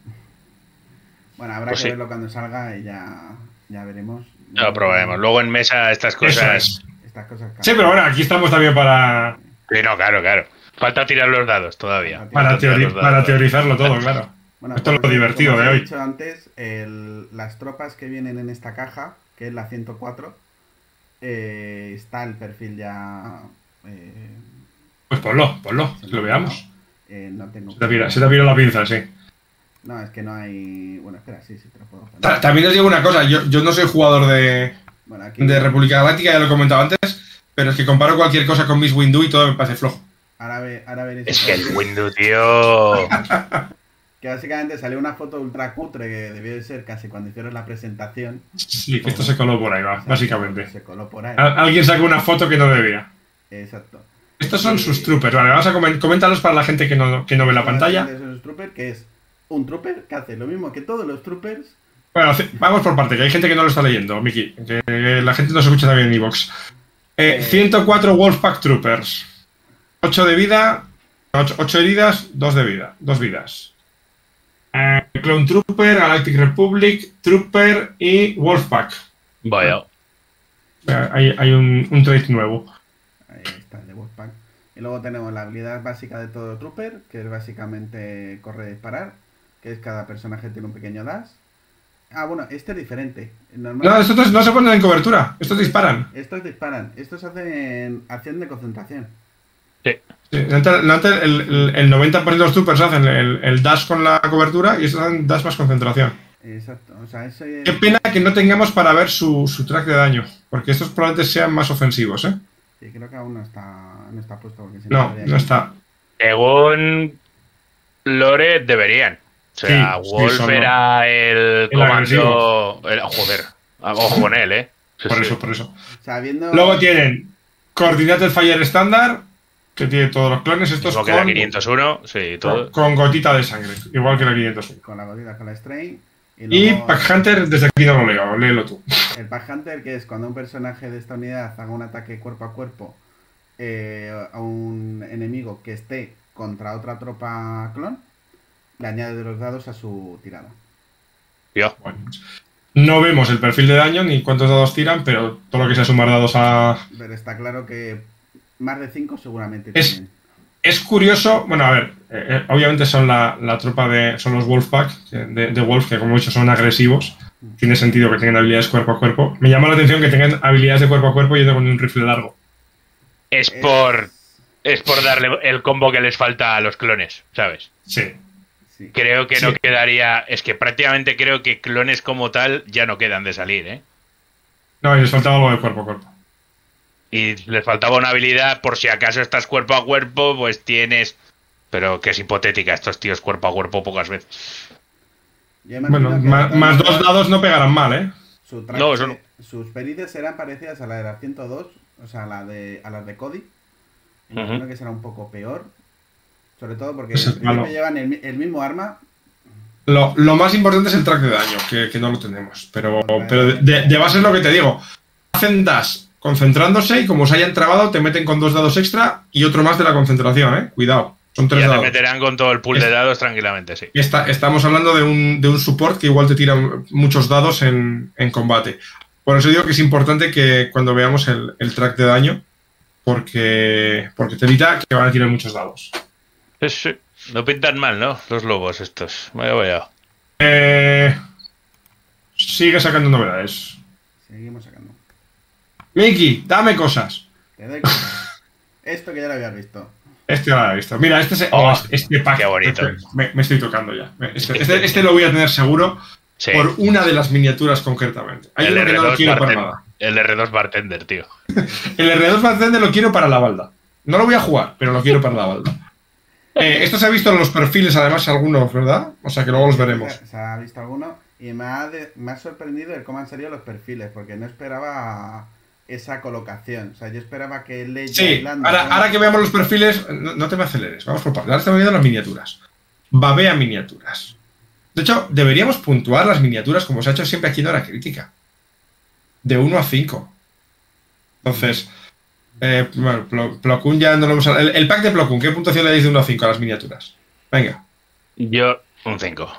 Bueno, habrá Pues que sí. verlo cuando salga y ya, ya veremos. Ya lo probaremos. Luego en mesa estas Eso cosas... es. Estas cosas Sí, pero bueno, aquí estamos también para, Sí, no, claro, claro. Falta tirar los dados todavía. para, Falta tirar teori- los dados para todavía. teorizarlo todo, claro. Bueno, Esto es como lo os- divertido como os de he hoy. dicho antes, el- las tropas que vienen en esta caja, que es la ciento cuatro, eh, está el perfil ya... Eh, Pues ponlo, ponlo, que lo seleccionado. veamos. Eh, no tengo... Se te pira, se te pira la pinza, sí. No, es que no hay... Bueno, espera, sí, sí te lo puedo poner. Ta- También os digo una cosa, yo, yo no soy jugador de, Bueno, aquí... de República Galáctica, ya lo he comentado antes, pero es que comparo cualquier cosa con Miss Windu y todo me parece flojo. Ahora, ve, ahora veréis... Es que el Windu, tío... Que básicamente salió una foto ultra cutre que debió de ser casi cuando hicieron la presentación. Sí, que esto se coló por ahí, va, O sea, básicamente. Se coló por ahí. Al- alguien sacó una foto que no debía. Exacto. Estos son sus troopers, vale, vamos a comen- coméntalos para la gente que no, que no ve la pantalla. Es un trooper que es un trooper que hace lo mismo que todos los troopers. Bueno, ce- vamos por parte, que hay gente que no lo está leyendo, Miki, que la gente no se escucha también en iVoox. Eh, Eh. ciento cuatro Wolfpack Troopers. ocho de vida, ocho heridas, dos de vida, dos vidas. Eh, Clone Trooper, Galactic Republic, Trooper y Wolfpack. Vaya. Eh, hay hay un, un trait nuevo. Ahí está el de Wolfpack. Y luego tenemos la habilidad básica de todo trooper, que es básicamente correr y disparar, que es cada personaje tiene un pequeño dash. Ah, bueno, este es diferente. Normalmente- No, estos no se ponen en cobertura, estos disparan. Estos disparan, estos hacen acción de concentración. Sí. Sí, antes, antes el, el- el noventa por ciento de los troopers hacen el, el dash con la cobertura y estos hacen dash más concentración. Exacto, o sea, ese... Qué pena que no tengamos para ver su, su track de daño, porque estos probablemente sean más ofensivos, ¿eh? Sí, creo que aún no está, no está puesto porque si No, estaría no aquí. está. Según Lore, deberían. O sea, Sí, sí, Wolf son los- era el comando... agresivo. el- joder, ojo con él, ¿eh? Sí, Por sí. eso, por eso. O sea, viendo... Luego tienen Coordinated Fire Standard, que tiene todos los clones, estos Mismo que la con, quinientos uno, sí, todo. con gotita de sangre, igual que la quinientos uno. Con la gotita, con la strain. Y, Y luego Pack Hunter, desde aquí no lo leo, léelo tú. el Pack Hunter, que es cuando un personaje de esta unidad haga un ataque cuerpo a cuerpo eh, a un enemigo que esté contra otra tropa clon, le añade los dados a su tirada. Tío, Bueno, no vemos el perfil de daño ni cuántos dados tiran, pero todo lo que sea sumar dados a... Pero está claro que más de cinco seguramente Es- tienen. Es curioso, bueno, a ver, eh, eh, obviamente son la, la tropa de... son los Wolfpack, que- de, de Wolf, que como he dicho son agresivos. Tiene sentido que tengan habilidades cuerpo a cuerpo. Me llama la atención que tengan habilidades de cuerpo a cuerpo yendo con un rifle largo. es Es- por... Es por darle el combo que les falta a los clones, ¿sabes? Sí. Sí. Creo que no Sí. quedaría... Es que prácticamente creo que clones como tal ya no quedan de salir, ¿eh? No, y les faltaba algo de cuerpo a cuerpo. Y les faltaba una habilidad, por si acaso estás cuerpo a cuerpo, pues tienes... Pero que es hipotética, estos tíos cuerpo a cuerpo pocas veces. Yo imagino Bueno, que ma- de todas más dos maneras, dados no pegarán mal, ¿eh? su track- No, eso no. sus perides serán parecidas a la de la ciento dos, o sea, a, la de, a las de Cody. Ujú. Imagino que será un poco peor. Sobre todo porque Ese en es principio malo. llevan el, mi- el mismo arma. Lo, lo más importante es el track de daño, que, que no lo tenemos. Pero, Vale. pero de, de- de base es lo que te digo. Hacen dash concentrándose y como se hayan trabado te meten con dos dados extra y otro más de la concentración, ¿eh? Cuidado. Son tres Ya te dados. meterán con todo el pool de Es- dados tranquilamente, sí. Y está- estamos hablando de un, de un support que igual te tira muchos dados en, en combate. Por eso digo que es importante que cuando veamos el, el track de daño, porque, porque te evita que van a tirar muchos dados. Sí, sí. No pintan mal, ¿no? Los lobos estos. Vaya, vaya. Eh, sigue sacando novedades. Seguimos sacando. Miki, dame cosas. Te doy cosas. Esto que ya lo habías visto. Este ya lo he visto. Mira, este, se- Oh, oh, este, este pack. qué bonito. Este- me, me estoy tocando ya. Este, este- este lo voy a tener seguro Sí. por una de las miniaturas concretamente. Hay El uno que no lo R dos, quiero para bartender, nada. el R dos Bartender, tío. El R dos Bartender lo quiero para la balda. No lo voy a jugar, pero lo quiero para la balda. Eh, esto se ha visto en los perfiles, además, algunos, ¿verdad? O sea que luego los veremos. Se, se ha visto alguno y me ha, de- me ha sorprendido el cómo han salido los perfiles, porque no esperaba esa colocación. O sea, yo esperaba que Leia Sí, y Lando- ahora, ahora que veamos los perfiles, no, no te me aceleres, vamos por partes. Ahora estamos viendo las miniaturas. Babea miniaturas. De hecho, deberíamos puntuar las miniaturas como se ha hecho siempre aquí en Hora Crítica. De uno a cinco. Entonces, Eh, bueno, Plo, Plo Koon ya no lo hemos... El, el pack de Plo Koon, ¿qué puntuación le dais de uno a cinco a las miniaturas? Venga. Yo, un cinco.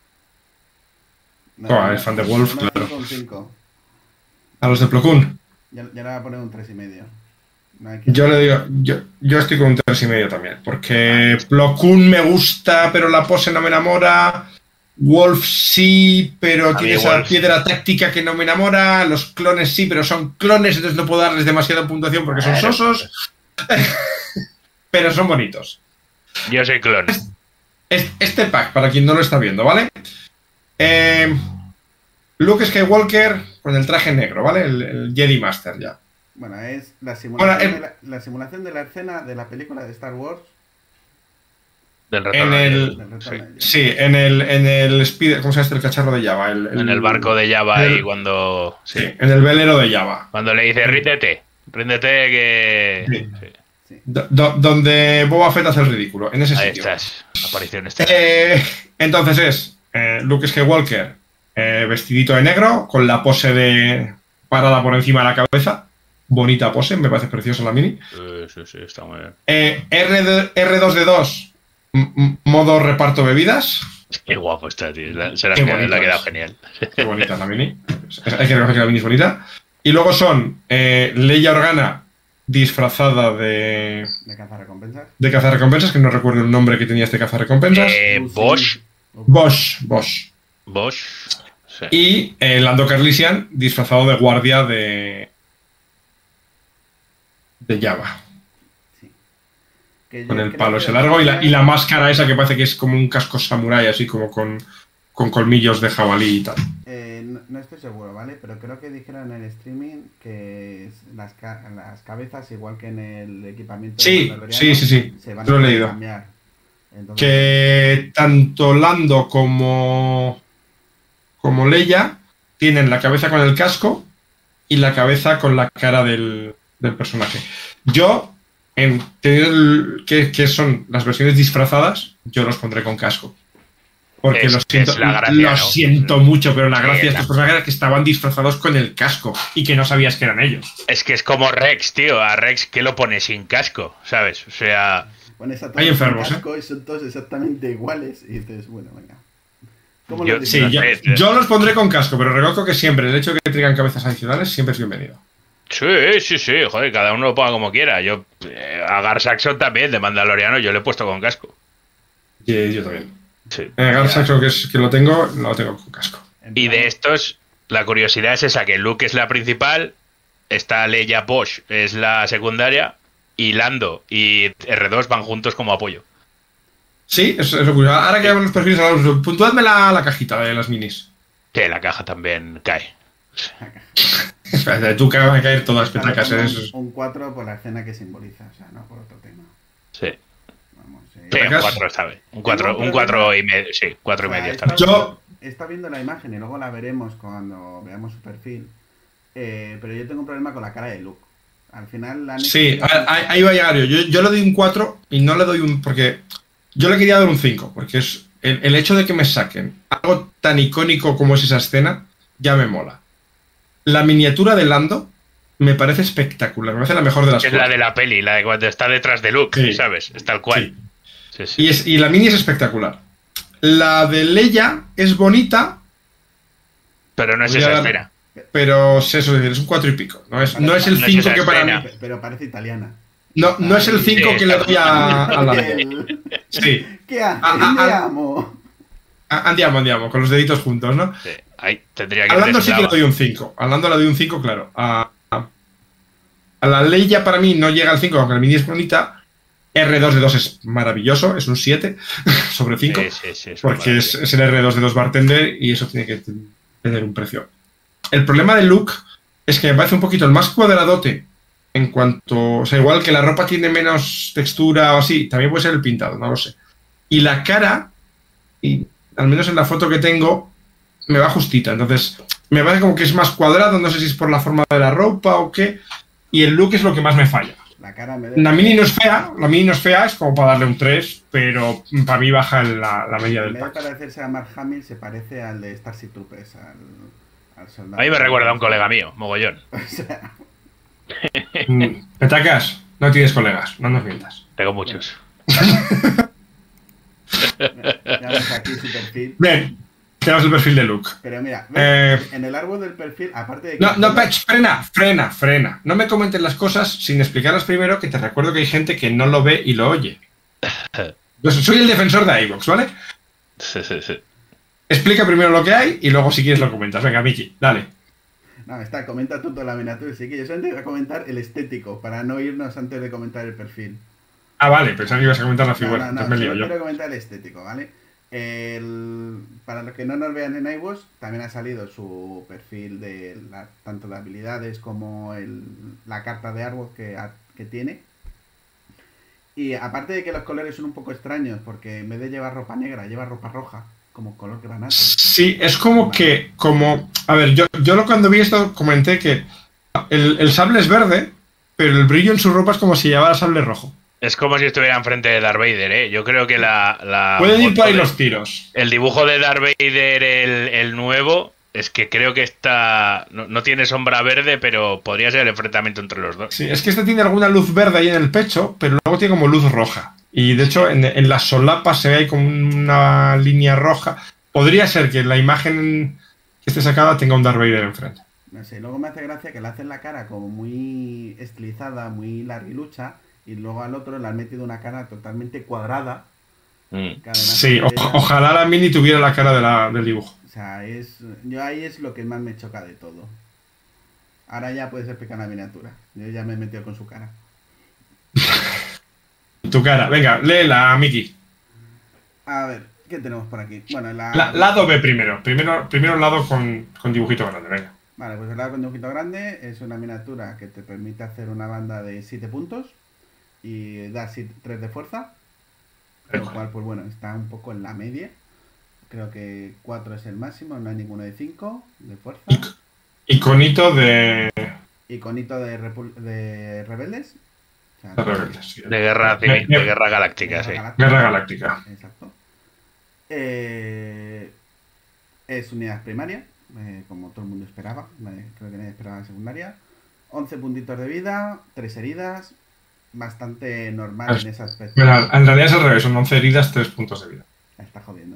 No, Oh, no, eres fan de Wolf, no, claro. cinco, un cinco. A los de Plo Koon. Ya, ya le voy a poner un tres y medio. No hay que- Yo le digo, yo, yo estoy con un tres y medio también, porque Plo Koon me gusta, pero la pose no me enamora. Wolf sí, pero A tiene mí esa Wolf. piedra táctica que no me enamora. Los clones sí, pero son clones, entonces no puedo darles demasiada puntuación porque son Claro. sosos. Pero son bonitos. Yo soy clon. Es- Este pack, para quien no lo está viendo, ¿vale? Eh, Luke Skywalker con el traje negro, ¿vale? El, el Jedi Master ya. Bueno, es la simulación, Ahora, el- de la, la simulación de la escena de la película de Star Wars. Del En retorno. el- del retorno Sí. de Jedi. Sí, en el, en el Spider, ¿cómo se llama este? El cacharro de Java. El, En el barco de Java el- ahí cuando. Sí, Sí. en el velero de Java. Cuando le dice, ríndete. Ríndete que. Sí. Sí. Do- do- donde Boba Fett hace el ridículo, en ese Ahí sitio. estás. Aparición esta. Eh, entonces es eh, Luke Skywalker eh, vestidito de negro, con la pose de parada por encima de la cabeza. Bonita pose, me parece preciosa la mini. Sí, sí, sí, está muy bien. Eh, R dos D dos, m- m- modo reparto bebidas. Qué guapo está, tío. La- Se la, Qué ha quedado- bonito le ha quedado es. genial. Qué bonita la mini. Hay que reconocer que la mini es bonita. Y luego son eh, Leia Organa disfrazada de, De cazarrecompensas. de cazarrecompensas, que no recuerdo el nombre que tenía este cazarrecompensas. Eh, Lucy- Bosch. o- Bosch, Bosch. Bosch. Sí. Y eh, Lando Calrissian disfrazado de guardia de de Java, sí. Que yo con el creo palo que ese largo y la, guardia- y la máscara esa que parece que es como un casco samurái, así como con, con colmillos de jabalí y tal. Eh, no, no estoy seguro, ¿vale? Pero creo que dijeron en el streaming que es- las, ca- las cabezas, igual que en el equipamiento Sí, mandaloriano, sí, sí, sí, se van lo he a poder leído. cambiar. Entonces, Que tanto Lando como, como Leia tienen la cabeza con el casco y la cabeza con la cara del, del personaje. Yo, en teniendo el- que, que son las versiones disfrazadas, yo los pondré con casco. Porque Es- lo siento, es la gracia, lo ¿no? siento mucho, pero la Sí, gracia de es la- estos personajes era que estaban disfrazados con el casco y que no sabías que eran ellos. Es que es como Rex, tío. A Rex, ¿qué lo pone sin casco? ¿Sabes? O sea. pones a todos hay con enfermos, casco y son todos exactamente iguales. Y dices, bueno, venga. ¿Cómo Yo- lo Sí, No yo, sé, tío. yo los pondré con casco, pero reconozco que siempre el hecho de que traigan cabezas adicionales siempre es bienvenido. Sí, sí, sí. Joder, cada uno lo ponga como quiera. Yo. eh, a Gar Saxon también, de Mandaloriano, yo le he puesto con casco. Y yo también. Sí. Eh, Gar Saxon, que, es, que lo tengo, lo tengo con casco. En Y plan, de estos, la curiosidad es esa, que Luke es la principal, está Leia Bosch, es la secundaria, y Lando y R dos van juntos como apoyo. Sí, eso es lo curioso. Ahora que vemos los perfiles, ahora, puntuadme la, la cajita de las minis. Que la caja también cae. Espera, tú que van a caer todas Claro, petacas. pongo ¿eh? un- Eso es- Un cuatro por la escena que simboliza, o sea, no por otro tema. Sí, Vamos, eh. sí un ¿Petacas? cuatro está bien. Un cuatro, Tengo un un cuatro y medio, sí, cuatro O y sea, medio está está bien. Yo- Está viendo la imagen y luego la veremos cuando veamos su perfil. Eh, pero yo tengo un problema con la cara de Luke. Al final la han Sí, hecho- a- a- ahí va a llegar yo. yo. Yo le doy un cuatro y no le doy un... Porque yo le quería dar un cinco, porque es el, el hecho de que me saquen algo tan icónico como es esa escena, ya me mola. La miniatura de Lando me parece espectacular, me parece la mejor de las Es la cuatro. de la peli, la de cuando está detrás de Luke, Sí. ¿sabes? Es tal cual. Sí, sí. Y, es, y la mini es espectacular. La de Leia es bonita, Pero no es Voy a esa dar- escena. pero es eso, es decir, es un cuatro y pico. No es, no es el No es cinco esa que para escena. mí... Pe- Pero parece italiana. No, no es el cinco Sí, que le doy a, a Lando. El- Sí, ¿Qué haces? Ah, ah, Te ah. amo. a- andiamo, andiamo, con los deditos juntos, ¿no? Sí. Ahí tendría que A ir Lando de sí que le esclava. doy un cinco. A Lando le doy un cinco, claro. A, a- a la Leia para mí no llega al cinco, aunque la mini es bonita. R dos D dos es maravilloso, es un siete sobre cinco. Sí, sí, sí, es Porque una es, es el R dos D dos bartender y eso tiene que t- tener un precio. El problema de Luke es que me parece un poquito el más cuadradote en cuanto... O sea, igual que la ropa tiene menos textura o así, también puede ser el pintado, no lo sé. Y la cara, y al menos en la foto que tengo, me va justita. Entonces, me parece como que es más cuadrado, no sé si es por la forma de la ropa o qué. Y el look es lo que más me falla. La cara me La mini no es fea, la mini no es fea, es como para darle un tres, pero para mí baja en la, la media En del vez de pack. parecerse a Mark Hamill, se parece al de Starship Troopers, al, al soldado. A mí me recuerda a un colega mío, mogollón. O sea, Mm, Petacas, no tienes colegas, no nos mientas. Tengo muchos. Ya ves aquí su perfil. Bien, tenemos el perfil de Luke. Pero mira, ¿ves? Eh, En el árbol del perfil, aparte de que... No, no, Pech, frena, frena, frena. No me comentes las cosas sin explicarlas primero, que te recuerdo que hay gente que no lo ve y lo oye. Yo soy el defensor de iVoox, ¿vale? Sí, sí, sí. Explica primero lo que hay y luego si quieres lo comentas. Venga, Miki, dale. No, está, comenta tú toda la miniatura. Sí que yo solamente voy a comentar el estético, para no irnos antes de comentar el perfil. Ah, vale, pensaba que ibas a comentar la No, figura. no, no, Entonces me solo lío yo. quiero comentar el estético, ¿vale? El- para los que no nos vean en iVoox, también ha salido su perfil de la- tanto de habilidades como el- la carta de árbol que, ha- que tiene. Y aparte de que los colores son un poco extraños, porque en vez de llevar ropa negra, lleva ropa roja, como color granate. Sí, es como que, como, a ver, yo, yo lo cuando vi esto comenté que el, el sable es verde, pero el brillo en su ropa es como si llevara sable rojo. Es como si estuviera enfrente de Darth Vader, ¿eh? Yo creo que la... la Pueden ir por ahí foto de- los tiros. El dibujo de Darth Vader, el, el nuevo, es que creo que está... No, no tiene sombra verde, pero podría ser el enfrentamiento entre los dos. Sí, es que este tiene alguna luz verde ahí en el pecho, pero luego tiene como luz roja. Y de hecho, en, en las solapas se ve ahí como una línea roja. Podría ser que la imagen que esté sacada tenga un Darth Vader enfrente. No sé, luego me hace gracia que le hacen la cara como muy estilizada, muy larguilucha, y luego al otro le han metido una cara totalmente cuadrada. Mm. Que además Sí, es o- bella. ojalá la Mini tuviera la cara de la- del dibujo. O sea, es, yo ahí es lo que más me choca de todo. Ahora ya puedes explicar la miniatura. Yo ya me he metido con su cara. Tu cara. Venga, léela, Miki. A ver, ¿qué tenemos por aquí? Bueno, la... La- lado B primero. Primero, primero el lado con, con dibujito grande, venga. Vale, pues el lado con dibujito grande es una miniatura que te permite hacer una banda de siete puntos y da tres de fuerza, lo cual, pues bueno, está un poco en la media. Creo que cuatro es el máximo, no hay ninguno de cinco de fuerza. Iconito de... Iconito de, repu- de rebeldes. O sea, de rebeldes, sí. De guerra civil, de guerra galáctica, sí. Guerra Galáctica. Exacto. Eh, es unidad primaria, eh, como todo el mundo esperaba. eh, creo que nadie esperaba la secundaria. once puntitos de vida, tres heridas. Bastante normal en ese aspecto. Bueno, en realidad es al revés, son once heridas, tres puntos de vida. La está jodiendo.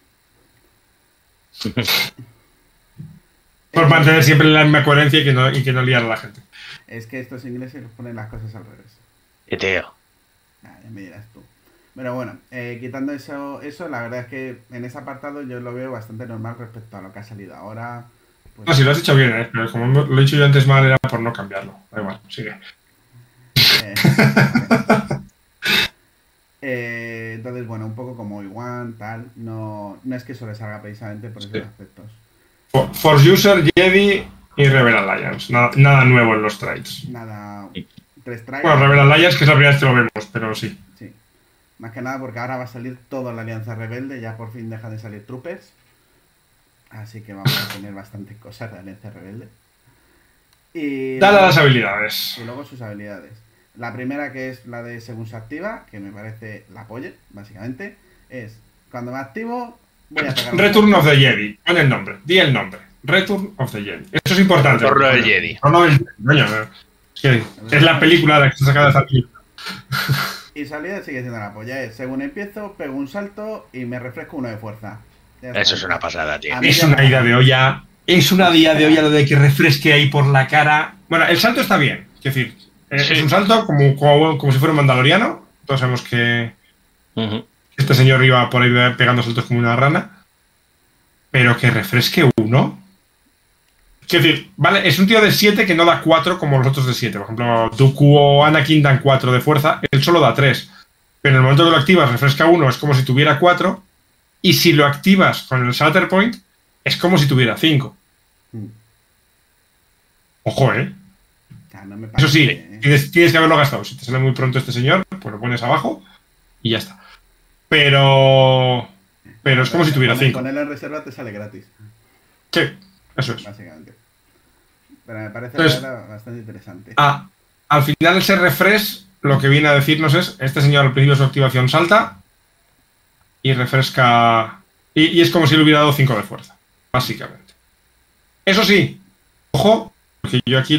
Por Eh, mantener siempre la misma coherencia y que no, y que no liar a la gente. Es que estos ingleses ponen las cosas al revés. Y tío. Ah, ya me dirás tú. Pero bueno, eh, quitando eso, eso, la verdad es que en ese apartado yo lo veo bastante normal respecto a lo que ha salido ahora. Pues, No, si lo has hecho bien, ¿eh? Pero como lo he dicho yo antes mal, era por no cambiarlo. Da igual, sigue. eh, eh, entonces, bueno, un poco como Iwan, tal. No, no es que sobresalga precisamente por esos Sí. aspectos. For- Force User, Jedi y Rebel Alliance. Nada, nada nuevo en los trades. Nada. Tres trailers. Bueno, Rebel Alliance, que es la primera vez que lo vemos, pero sí. Sí. Más que nada porque ahora va a salir toda la Alianza Rebelde, ya por fin deja de salir Troopers. Así que vamos a tener bastantes cosas de Alianza Rebelde. Y Dale a luego, las habilidades. y luego sus habilidades. La primera, que es la de según se activa, que me parece la polla, básicamente, es cuando me activo, voy a pegar. un- Return of the Jedi. Pon el nombre. Di el nombre. Return of the Jedi. Eso es importante. Retorno del Jedi. No, no, el- coño, es que es la película la que se ha sacado de esa película. Y salida sigue siendo la polla. Es según empiezo, pego un salto y me refresco uno de fuerza. Ya está. Eso es una pasada, tío. A mí Es ya una me- idea de olla. Es una idea de olla lo de que refresque ahí por la cara. Bueno, el salto está bien. Es decir, eh, Sí. es un salto como, como, como si fuera un mandaloriano. Todos sabemos que Ujú. este señor iba por ahí pegando saltos como una rana. Pero que refresque uno. Es decir, vale, es un tío de siete que no da cuatro como los otros de siete. Por ejemplo, Dooku o Anakin dan cuatro de fuerza. Él solo da tres. Pero en el momento que lo activas, refresca uno, es como si tuviera cuatro. Y si lo activas con el Shatter Point, es como si tuviera cinco. Mm. Ojo, ¿eh? O sea, no me Eso sí, parece, ¿eh? tienes, tienes que haberlo gastado. Si te sale muy pronto este señor, pues lo pones abajo y ya está. Pero... Pero es como si tuviera Con- cinco. Con él en reserva te sale gratis, Sí, eso es. básicamente. Pero me parece Entonces- la verdad bastante interesante. Ah, al final ese refresh lo que viene a decirnos es, este señor al principio de su activación salta y refresca... Y, y es como si le hubiera dado cinco de fuerza, básicamente. Eso sí, ojo, porque yo aquí lo...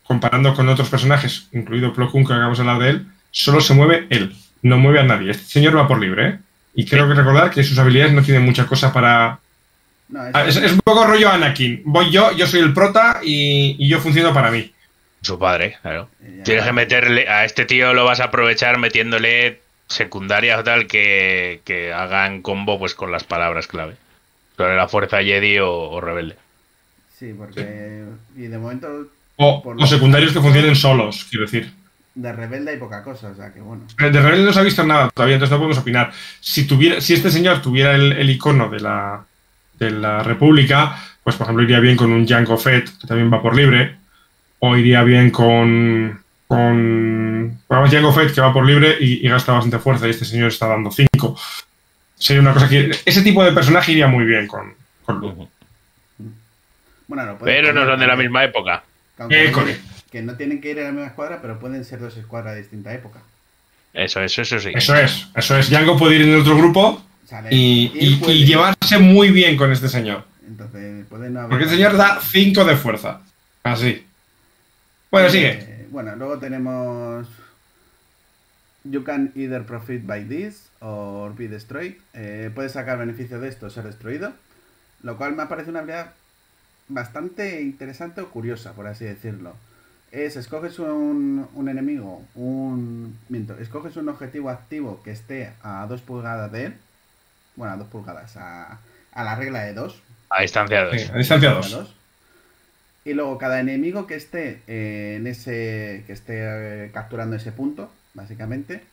comparando con otros personajes, incluido Plo Koon, que acabamos de hablar de él, solo se mueve él, no mueve a nadie. Este señor va por libre, ¿eh? Y creo que recordar que sus habilidades no tienen mucha cosa para... No, es, Ah, Es, es un poco rollo Anakin. Voy yo, yo soy el prota y, y yo funciono para mí. Su padre, claro. eh, ya- Tienes que meterle... A este tío lo vas a aprovechar metiéndole secundarias o tal que, que hagan combo pues con las palabras clave. Sobre la fuerza Jedi o, o rebelde. Sí, porque... Y de momento O, Por o lo secundarios que tanto- funcionen solos, quiero decir. de rebelde hay poca cosa, o sea que bueno. De Rebelde no se ha visto nada todavía, entonces no podemos opinar. Si tuviera, si este señor tuviera el, el icono de la, de la República, pues por ejemplo iría bien con un Jango Fett, que también va por libre, o iría bien con, con bueno, Jango Fett, que va por libre y, y gasta bastante fuerza, y este señor está dando cinco. Sería una cosa que... Ese tipo de personaje iría muy bien con, con Luke. Bueno, lo pueden Pero no poner son de la también, misma época. que aunque École. que no tienen que ir a la misma escuadra, pero pueden ser dos escuadras de distinta época. Eso, eso, eso sí. Eso es, eso es. Jango puede ir en otro grupo O sea, y, él y- puede- y llevarse muy bien con este señor. Entonces, pueden no haber... Porque este señor da cinco de fuerza. Así. Bueno, sigue. Eh, bueno, luego tenemos... You can either profit by this or be destroyed. Eh, puedes sacar beneficio de esto o ser destruido. Lo cual me parece una habilidad bastante interesante o curiosa, por así decirlo. Es, escoges un, un enemigo, un... Miento, escoges un objetivo activo que esté a dos pulgadas de él. Bueno, a dos pulgadas, a, a la regla de dos. A distanciados. Sí, a distancia dos. Dos. Y luego cada enemigo que esté eh, en ese. que esté eh, capturando ese punto, básicamente,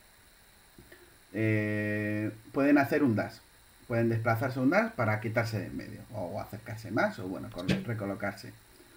eh, pueden hacer un dash. Pueden desplazarse un dash para quitarse de en medio. O acercarse más, o bueno, col- recolocarse.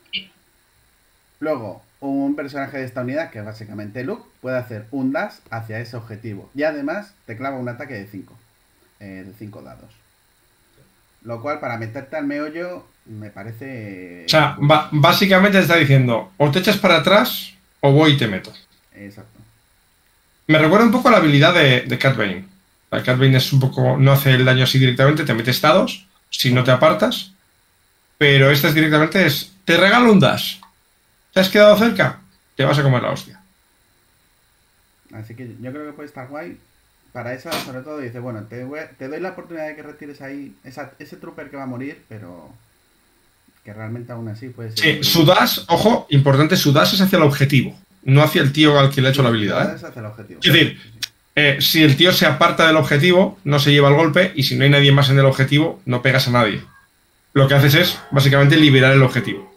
Luego, un personaje de esta unidad, que es básicamente Luke, puede hacer un dash hacia ese objetivo. Y además te clava un ataque de cinco. Eh, de cinco dados. Lo cual, para meterte al meollo, me parece... O sea, ba- básicamente te está diciendo, o te echas para atrás o voy y te meto. Exacto. Me recuerda un poco a la habilidad de, de Cat Bane. La Cat Bane es un poco, no hace el daño así directamente, te mete estados, si no te apartas. Pero esta es directamente, es, te regalo un dash. ¿Te has quedado cerca? Te vas a comer la hostia. Así que yo creo que puede estar guay. Para esa, sobre todo, dice, bueno, te, voy a- te doy la oportunidad de que retires ahí esa- ese trooper que va a morir, pero que realmente aún así puede ser... Sí, su dash, ojo, importante, su dash es hacia el objetivo, no hacia el tío al que le ha hecho la habilidad. ¿eh? Es hacia el objetivo. Es decir, Sí, sí. Eh, si el tío se aparta del objetivo, no se lleva el golpe, y si no hay nadie más en el objetivo, no pegas a nadie. Lo que haces es, básicamente, liberar el objetivo.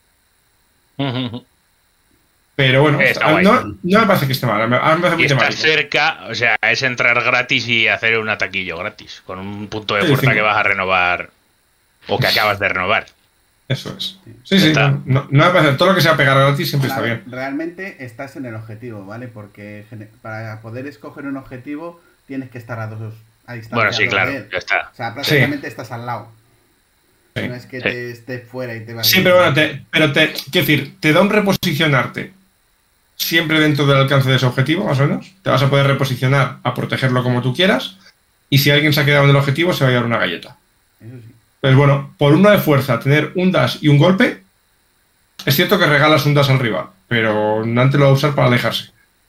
Pero bueno, Está no, guay. no me parece que esté mal. me- A mí me parece Y muy está temático. cerca, o sea, es entrar gratis y hacer un ataquillo gratis, con un punto de Sí, fuerza cinco. que vas a renovar o que acabas de renovar. Eso es. Sí, Ya sí, está. no, no- no me parece. Todo lo que sea pegar gratis siempre está Claro, bien. realmente estás en el objetivo, ¿vale? Porque gene- para poder escoger un objetivo tienes que estar a dos a distancia. Bueno, sí, dos claro, de él. ya está. O sea, prácticamente estás al lado. Sí. No es que Sí. te esté fuera y te vayas. Sí, pero bueno, te, pero te, quiero decir, te da un reposicionarte siempre dentro del alcance de ese objetivo, más o menos. Te vas a poder reposicionar a protegerlo como tú quieras. Y si alguien se ha quedado en el objetivo, se va a llevar una galleta. Eso sí. Pues bueno, por uno de fuerza, tener un dash y un golpe, es cierto que regalas un dash al rival, pero antes lo va a usar para alejarse.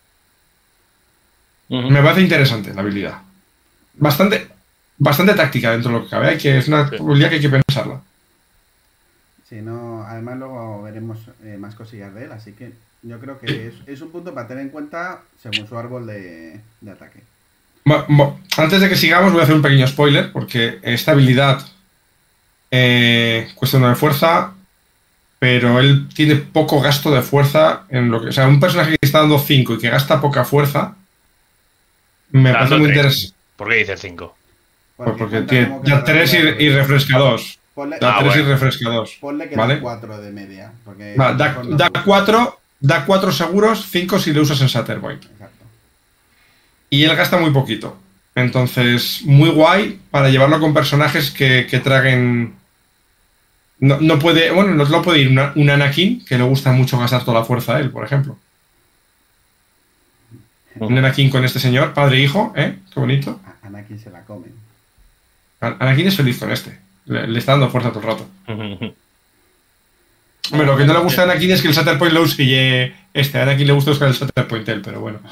Me parece interesante la habilidad. Bastante, bastante táctica dentro de lo que cabe. Hay que, es una Sí. habilidad que hay que pensarla. Sí, no, además luego veremos eh, más cosillas de él, así que yo creo que es, es un punto para tener en cuenta según su árbol de, de ataque. Bueno, bueno, antes de que sigamos, voy a hacer un pequeño spoiler, porque esta habilidad eh, cuesta uno de fuerza, pero él tiene poco gasto de fuerza en lo que. O sea, un personaje que está dando cinco y que gasta poca fuerza, me Dando parece muy tres. interesante. ¿Por qué dices cinco? Pues porque cuenta tiene como que da te tres y, refresca- y refresca dos. Ponle, Da Ah, tres bueno. y refresca dos. ponle que ¿vale? da cuatro de media. Porque Va, da, mejor no da gusta. cuatro, da cuatro seguros, cinco si le usas en Shatterpoint. Exacto. Y él gasta muy poquito. Entonces, muy guay para llevarlo con personajes que, que traguen. No, no puede. Bueno, no, no puede ir una- un Anakin, que le gusta mucho gastar toda la fuerza a él, por ejemplo. Un Anakin con este señor, padre e hijo, ¿eh? Qué bonito. A Anakin se la comen. Anakin es feliz con este. Le, le está dando fuerza todo el rato. Hombre, lo que no le gusta a Anakin es que el Shatterpoint lo use este. A Anakin le gusta usar el Shatterpoint él, pero bueno.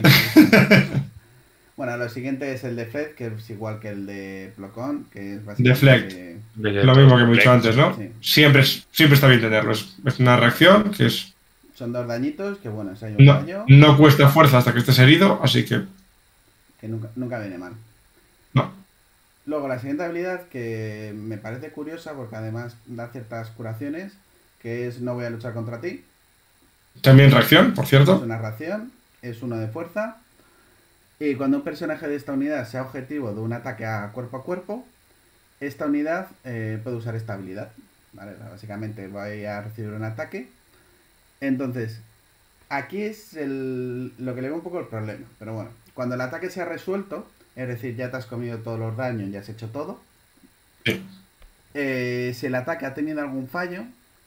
Bueno, lo siguiente es el Deflect, que es igual que el de Plocón, que es básicamente... Deflect. Lo mismo que hemos dicho antes, ¿no? Sí. Siempre, siempre está bien tenerlo. Es, es una reacción que es... Son dos dañitos, que bueno, si hay un No, daño... no cuesta fuerza hasta que estés herido, así que... Que nunca, nunca viene mal. No. Luego, la siguiente habilidad que me parece curiosa, porque además da ciertas curaciones, que es no voy a luchar contra ti. También reacción, por Es cierto. una reacción, es uno de fuerza. Y cuando un personaje de esta unidad sea objetivo de un ataque a cuerpo a cuerpo, esta unidad eh, puede usar esta habilidad. ¿Vale? Básicamente voy a recibir un ataque. Entonces, aquí es el, lo que le veo un poco el problema. Pero bueno, cuando el ataque se ha resuelto, es decir, ya te has comido todos los daños, ya has hecho todo. Sí. Eh, si el ataque ha tenido algún fallo,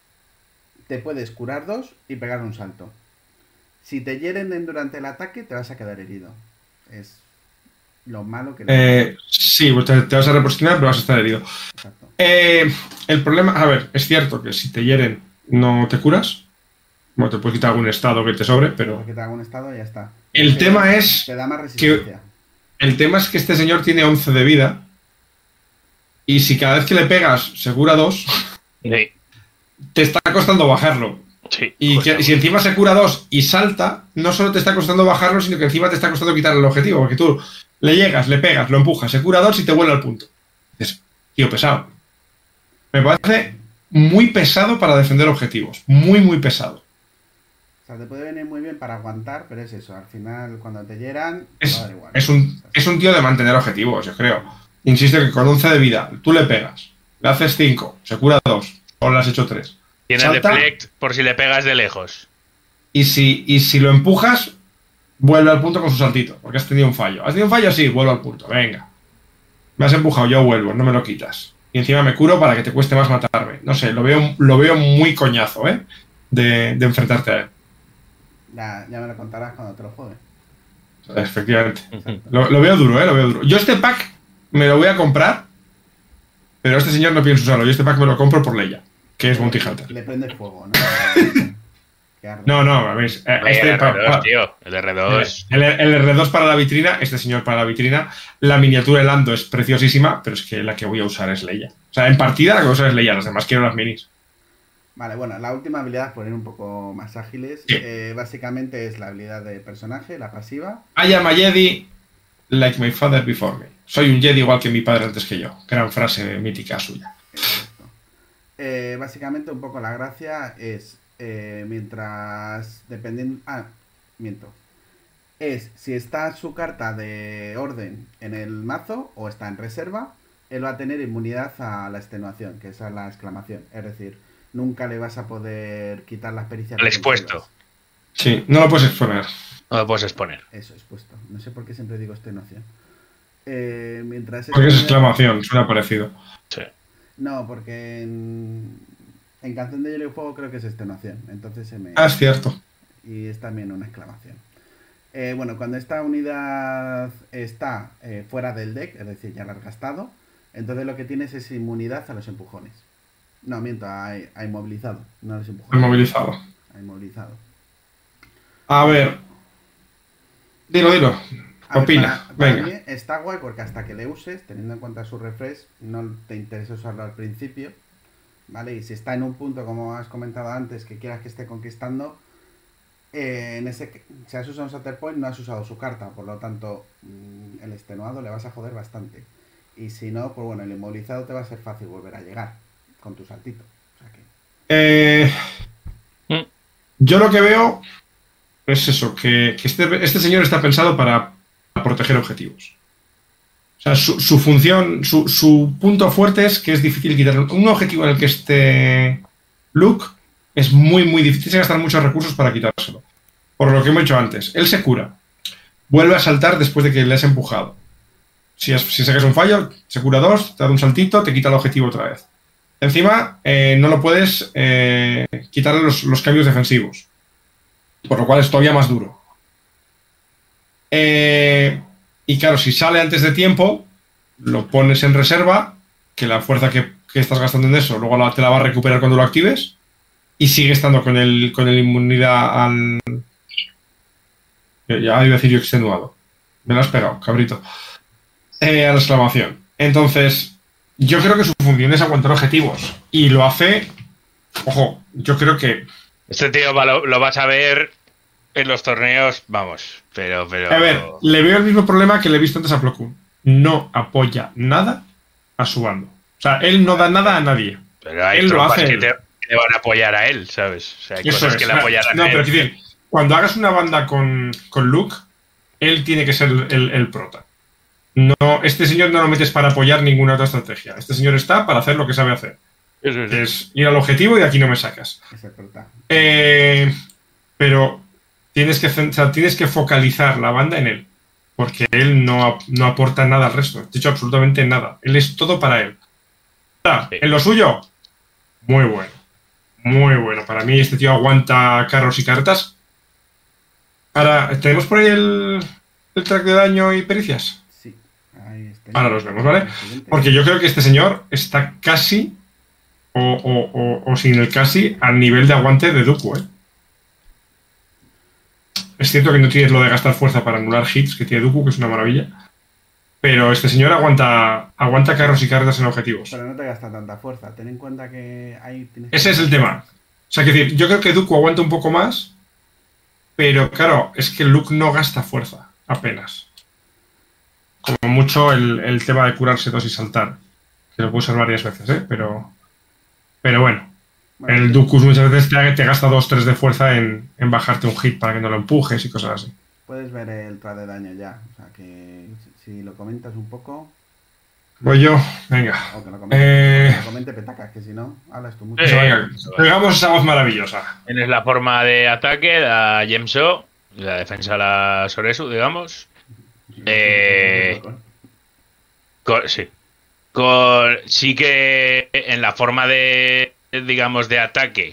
te puedes curar dos y pegar un salto. Si te hieren durante el ataque, te vas a quedar herido. Es lo malo que... Eh, sí, te, te vas a reposicionar, pero vas a estar herido. Exacto. Eh, el problema, a ver, es cierto que si te hieren no te curas. Bueno, te puedes quitar algún estado que te sobre, pero... Porque te haga un estado y ya está. El te, tema es te da más resistencia. El tema es que este señor tiene once de vida. Y si cada vez que le pegas se cura dos, Sí. te está costando bajarlo. Sí. Y Pues que, no. si encima se cura dos y salta, no solo te está costando bajarlo, sino que encima te está costando quitar el objetivo. Porque tú le llegas, le pegas, lo empujas, se cura dos y te vuelve al punto. Dices, tío, pesado. Me parece muy pesado para defender objetivos. Muy, muy pesado. O sea, te puede venir muy bien para aguantar, pero es eso. Al final, cuando te hieran, Es, te va a dar igual. es, un, es un tío de mantener objetivos, yo creo. Insisto que con once de vida, tú le pegas, le haces cinco, se cura dos, o le has hecho tres. Tiene Salta, deflect por si le pegas de lejos. y si, y si lo empujas, vuelve al punto con su saltito, porque has tenido un fallo. ¿Has tenido un fallo? Sí, vuelvo al punto, venga. Me has empujado, yo vuelvo, no me lo quitas. Y encima me curo para que te cueste más matarme. No sé, lo veo, lo veo muy coñazo, ¿eh? De, de enfrentarte a él. Ya, ya me lo contarás cuando te lo juegues. Efectivamente. Lo, lo veo duro, ¿eh? Lo veo duro. Yo este pack me lo voy a comprar, pero este señor no pienso usarlo. Yo este pack me lo compro por Leia, que es Bounty Hunter. Le prendes fuego, ¿no? Qué arde. No, no, veis. eh, Oye, Este el pa- R dos, pa- tío. El R dos. el, el R dos para la vitrina, este señor para la vitrina. La miniatura de Lando es preciosísima, pero es que la que voy a usar es Leia. O sea, en partida la que voy a usar es Leia, las demás quiero las minis. Vale, bueno, la última habilidad, por ir un poco más ágiles, Sí. eh, básicamente es la habilidad de personaje, la pasiva. I am a Jedi like my father before me. Soy un Jedi igual que mi padre antes que yo. Gran frase mítica suya. Exacto. Eh, básicamente un poco la gracia es, eh, mientras, dependiendo... Ah, miento. Es, si está su carta de orden en el mazo o está en reserva, él va a tener inmunidad a la extenuación, que esa es la exclamación. Es decir, nunca le vas a poder quitar las pericias. Al expuesto. defensivas. Sí, no lo puedes exponer. No lo puedes exponer. Eso, expuesto. No sé por qué siempre digo extenuación. Eh, mientras Porque es esta- exclamación, suena parecido. Sí. No, porque en, en Canción de Hielo y Fuego creo que es extenuación. Entonces se me... Ah, es cierto. Y es también una exclamación. Eh, bueno, cuando esta unidad está eh, fuera del deck, es decir, ya la has gastado, entonces lo que tienes es inmunidad a los empujones. No, miento, a, a inmovilizado, no a los empujones. Inmovilizado. A inmovilizado. A ver. Dilo, dilo. A ver, Opina. para, para Venga. mí está guay porque hasta que le uses, teniendo en cuenta su refresh, no te interesa usarlo al principio, ¿vale? Y si está en un punto, como has comentado antes, que quieras que esté conquistando, eh, en ese, si has usado un Shatterpoint, no has usado su carta, por lo tanto, mm, el extenuado le vas a joder bastante. Y si no, pues bueno, el inmovilizado te va a ser fácil volver a llegar con tu saltito. O sea que... Eh, Mm. yo lo que veo es eso, que, que este, este señor está pensado para, para proteger objetivos. O sea, su, su función, su, su punto fuerte es que es difícil quitar un objetivo en el que esté Luke. Es muy, muy difícil, se gastan muchos recursos para quitárselo. Por lo que hemos dicho antes, él se cura, vuelve a saltar después de que le has empujado. Si, es, si sacas un fallo, se cura dos, te da un saltito, te quita el objetivo otra vez. Encima, eh, no lo puedes eh, quitarle los, los cambios defensivos, por lo cual es todavía más duro. Eh, y claro, si sale antes de tiempo, lo pones en reserva, que la fuerza que, que estás gastando en eso luego la, te la va a recuperar cuando lo actives. y sigue estando con el con el inmunidad al... Ya iba a decir yo extenuado. Me lo has pegado, cabrito. Eh, a la exclamación. Entonces, yo creo que su función es aguantar objetivos. Y lo hace... Ojo, yo creo que... Este tío va- lo, lo vas a ver en los torneos, vamos, pero... pero... A ver, le veo el mismo problema que le he visto antes a Plo Koon. No apoya nada a su bando. O sea, él no da nada a nadie. Pero hay él lo tropas hace que él. te, que van a apoyar a él, ¿sabes? O sea, hay Eso cosas es. que le apoyarán No, a pero él. quiero decir, cuando hagas una banda con, con Luke, él tiene que ser el, el prota. No, este señor no lo metes para apoyar ninguna otra estrategia. Este señor está para hacer lo que sabe hacer. Eso es. Es ir al objetivo y de aquí no me sacas. Ese prota. Eh, pero tienes que, cen- o sea, tienes que focalizar la banda en él. Porque él no, ap- no aporta nada al resto. De hecho, absolutamente nada. Él es todo para él. Ah, Sí. en lo suyo, muy bueno. Muy bueno. Para mí este tío aguanta carros y carretas. Ahora, ¿tenemos por ahí el, el track de daño y pericias? Sí, ahí está. Ahora los vemos, ¿vale? El siguiente. Porque yo creo que este señor está casi, o, o- o- o sin el casi, al nivel de aguante de Dooku, ¿eh? Es cierto que no tienes lo de gastar fuerza para anular hits que tiene Dooku, que es una maravilla. Pero este señor aguanta, aguanta carros y carretas en objetivos. Pero no te gasta tanta fuerza. Ten en cuenta que ahí tienes que- Ese es el tema. O sea, que decir, yo creo que Dooku aguanta un poco más, pero claro, es que Luke no gasta fuerza, apenas. Como mucho el, el tema de curarse dos y saltar, que lo puedo usar varias veces, ¿eh? Pero, pero bueno, Bueno, el sí. Dooku muchas veces te, te gasta dos tres de fuerza en, en bajarte un hit para que no lo empujes y cosas así. Puedes ver el track de daño ya. O sea que si, si lo comentas un poco. Voy yo, venga. O que lo comente, Eh. que lo comente Petacas, que si no, hablas tú mucho. Eh, Eso, venga, eso. pegamos esa voz maravillosa. Tienes la forma de ataque, la Yemso, y la defensa la Soresu, digamos. Eh, Con- sí. Con, sí que en la forma de, digamos, de ataque,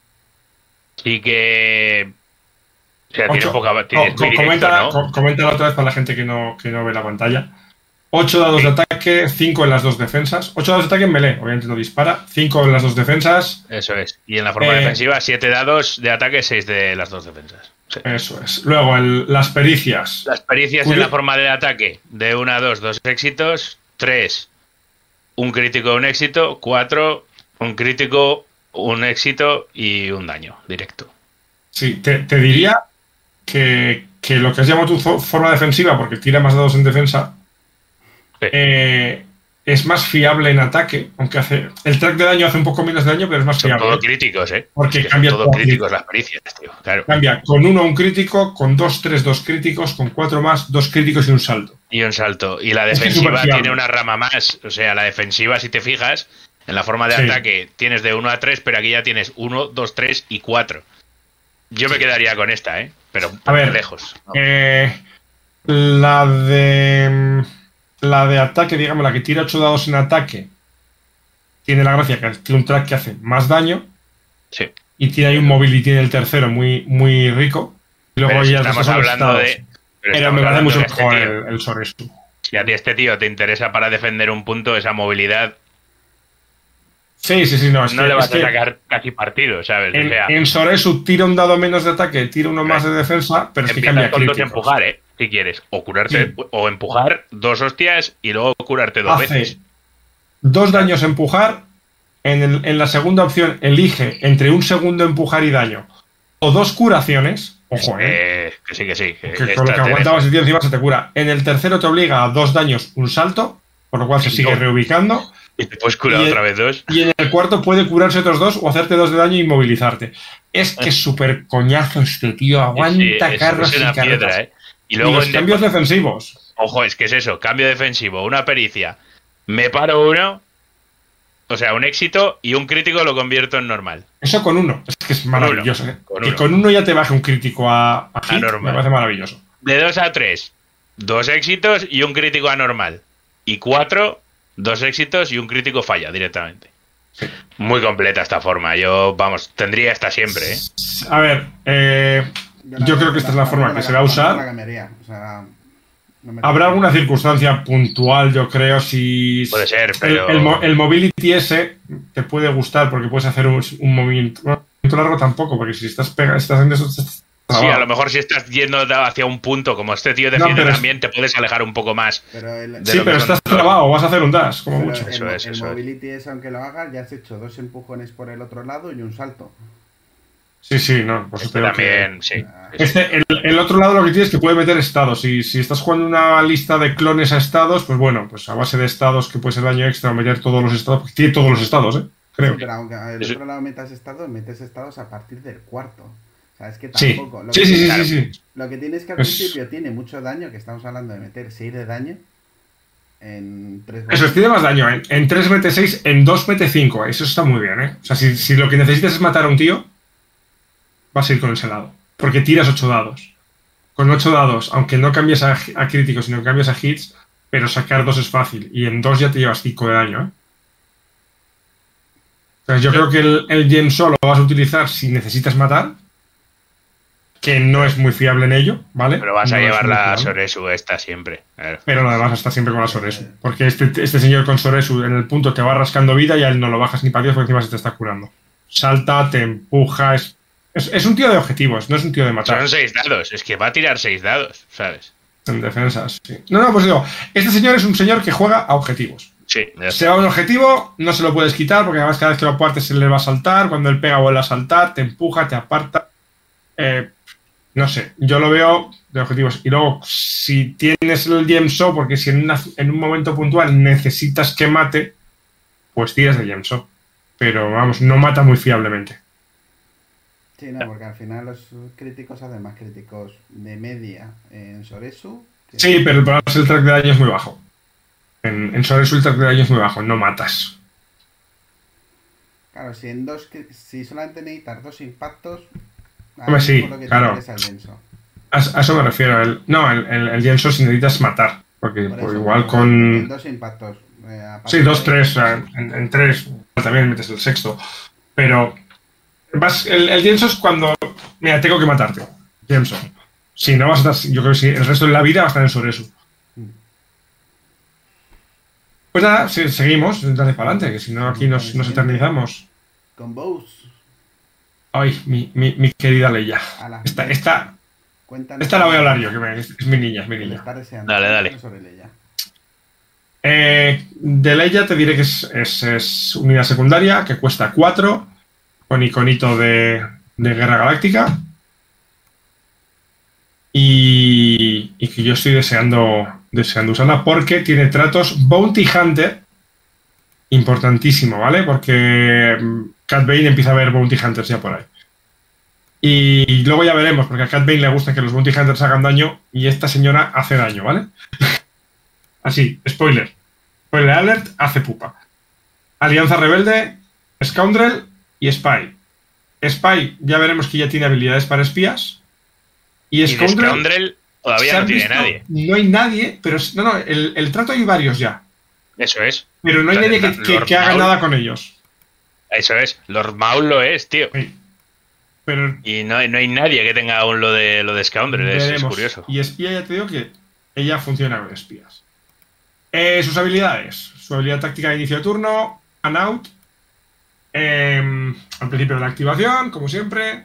sí que... O sea, tiene Ocho- poca... Tiene co- co- directo, coméntala, ¿no? co- coméntala otra vez para la gente que no, que no ve la pantalla. ocho dados Sí. de ataque, cinco en las dos defensas. ocho dados de ataque en melee, obviamente no dispara. cinco en las dos defensas. Eso es. Y en la forma Eh, defensiva, siete dados de ataque, seis de las dos defensas. Sí. Eso es. Luego, el- las pericias. Las pericias Curi- en la forma de ataque, de uno a dos, dos éxitos. tres, un crítico, un éxito. cuatro, un crítico, un éxito y un daño directo. Sí, te, te diría que, que lo que has llamado tu fo- forma defensiva, porque tira más dados en defensa, Sí. eh, es más fiable en ataque. Aunque hace. El track de daño hace un poco menos de daño, pero es más Son fiable. todo críticos, ¿eh? Porque Es que cambia son todo todo. críticos las pericias, tío. Claro. Cambia con uno un crítico, con dos, tres, dos críticos, con cuatro más, dos críticos y un salto. Y un salto. Y la Es que es defensiva superfiable. tiene una rama más. O sea, la defensiva, si te fijas, en la forma de Sí. ataque tienes de uno a tres, pero aquí ya tienes uno, dos, tres y cuatro. Yo me quedaría con esta, ¿eh? Pero un poco ver, lejos. ¿no? Eh, la de. La de ataque, digamos, la que tira ocho dados en ataque, tiene la gracia que tiene un track que hace más daño. Sí. Y tiene ahí un mobility en el tercero muy, muy rico. Y luego Pero si ya estamos son los hablando estados. de... Pero, Pero estamos me parece hablando mucho de este mejor tío. el, el Soresu. Si a ti este tío te interesa para defender un punto, esa movilidad, Sí, sí, sí, no. Es no que, le es vas a que sacar casi partido, ¿sabes? en, o sea, en Soresu tira un dado menos de ataque, tira uno más de defensa, pero es que empiezas cambia con dos críticos. empujar, ¿eh? Si quieres. O curarte, Sí. o empujar dos hostias y luego curarte dos Hace veces. dos daños empujar. En, el- en la segunda opción elige entre un segundo empujar y daño o dos curaciones. Ojo, eh. Eh, que sí, que sí. que Que esta con lo que te aguantabas dejo. el tío encima se te cura. En el tercero te obliga a dos daños, un salto, por lo cual se Sí, sigue no. reubicando. Y te puedes curar y el- otra vez dos. Y en el cuarto puede curarse otros dos o hacerte dos de daño y inmovilizarte. Es que es súper coñazo este tío. Aguanta Sí, es- carros es una y carretas. piedra, ¿eh? Y Y luego los en cambios defensivos. Ojo, es que es eso, cambio defensivo, una pericia. Me paro uno, o sea, un éxito y un crítico lo convierto en normal. Eso con uno. Es que es maravilloso. ¿eh? Con que uno. con uno ya te baje un crítico a, a hit, normal. me parece maravilloso. De dos a tres, dos éxitos y un crítico anormal. Y cuatro, dos éxitos y un crítico falla directamente. Sí. Muy completa esta forma. Yo, vamos, tendría esta siempre, ¿eh? A ver, eh, yo creo que esta es la forma que se va a usar. La cambiaría. O sea, no me- Habrá alguna circunstancia puntual, yo creo, si... Puede ser, el, pero- el mo- el mobility ese te puede gustar porque puedes hacer un, un movimiento movimiento largo tampoco, porque si estás pega, estás en eso, estás sí, a lo mejor si estás yendo hacia un punto, como este tío defiende no, también, es... te puedes alejar un poco más. Pero el... Sí, pero estás trabado, vas a hacer un dash, como pero mucho. El, eso es, el eso mobility es. es, aunque lo hagas, ya has hecho dos empujones por el otro lado y un salto. Sí, sí, no, por este también, que... sí. Este, el, el otro lado lo que tienes es que puede meter estados. Y si estás jugando una lista de clones a estados, pues bueno, pues a base de estados que puede ser daño extra, meter todos los estados, porque tiene todos los estados, ¿eh? Creo. Sí, pero aunque al otro lado metas estados, metes estados a partir del cuarto. O sea, es que tampoco. Sí, lo sí, que sí, tienes, sí, sí, sí. Lo que tienes que al es... principio tiene mucho daño, que estamos hablando de meter seis de daño en tres golpes. Eso, tiene más daño. En, en tres mete seis, en dos mete cinco. Eso está muy bien, ¿eh? O sea, si, si lo que necesitas es matar a un tío, vas a ir con ese lado. Porque tiras ocho dados. Con ocho dados, aunque no cambies a, a críticos, sino que cambias a hits, pero sacar dos es fácil. Y en dos ya te llevas cinco de daño, ¿eh? Entonces yo creo que el, el gem solo lo vas a utilizar si necesitas matar, que no es muy fiable en ello, ¿vale? Pero vas a no llevar la Soresu esta siempre. Pero lo demás está siempre con la Soresu. Porque este, este señor con Soresu en el punto te va rascando vida y a él no lo bajas ni para Dios porque encima se te está curando. Salta, te empuja, es, es, es un tío de objetivos, no es un tío de matar. Son seis dados, es que va a tirar seis dados, ¿sabes? En defensas, sí. No, no, pues digo, este señor es un señor que juega a objetivos. Sí, se va a un objetivo, no se lo puedes quitar porque además cada vez que lo partes se le va a saltar, cuando él pega vuelve a saltar, te empuja, te aparta. Eh, no sé, yo lo veo de objetivos. Y luego, si tienes el Gem Show, porque si en, una, en un momento puntual necesitas que mate, pues tiras el Gem Show. Pero vamos, no mata muy fiablemente. Sí, no, porque al final los críticos hacen más críticos de media en Soresu. Que... Sí, pero el problema es el track de daño es muy bajo. En, en Soresu el track de daño es muy bajo, no matas. Claro, si en dos, si solamente necesitas dos impactos, hombre, sí, claro. A, a eso me refiero. El, no, el, el, el Genso si necesitas matar. Porque Por pues, igual con. En dos impactos. Eh, sí, dos, de... tres. En, en tres también metes el sexto. Pero vas, el, el Genso es cuando. Mira, tengo que matarte. Genso. Si no vas a estar. Yo creo que sí, el resto de la vida va a estar en Soresu. Pues nada, sí, seguimos, dale para adelante, que si no aquí nos, nos eternizamos. Con Bose. Ay, mi, mi, mi querida Leia. Esta, esta, esta la voy a hablar yo, que me, es, es mi niña, es mi niña. Dale, dale. Eh, de Leia te diré que es, es, es unidad secundaria, que cuesta cuatro, con iconito de, de Guerra Galáctica. Y, y que yo estoy deseando, deseando usarla porque tiene tratos Bounty Hunter importantísimo, ¿vale? Porque Cat Bane empieza a ver Bounty Hunters ya por ahí. Y luego ya veremos, porque a Cat Bane le gusta que los Bounty Hunters hagan daño y esta señora hace daño, ¿vale? Así, spoiler. Spoiler alert, hace pupa. Alianza Rebelde, Scoundrel y Spy. Spy, ya veremos que ya tiene habilidades para espías. Y, y Scoundrel, Scoundrel todavía no tiene visto, nadie. No hay nadie, pero no, no, el, el trato hay varios ya. Eso es. Pero no hay nadie que, que, que haga nada con ellos. Eso es. Lord Maul lo es, tío. Sí. Pero y no, no hay nadie que tenga aún lo de lo de Scoundrel. Es, es curioso. Y espía, ya te digo que ella funciona con espías. Eh, sus habilidades. Su habilidad táctica de inicio de turno. An out. Eh, al principio de la activación, como siempre.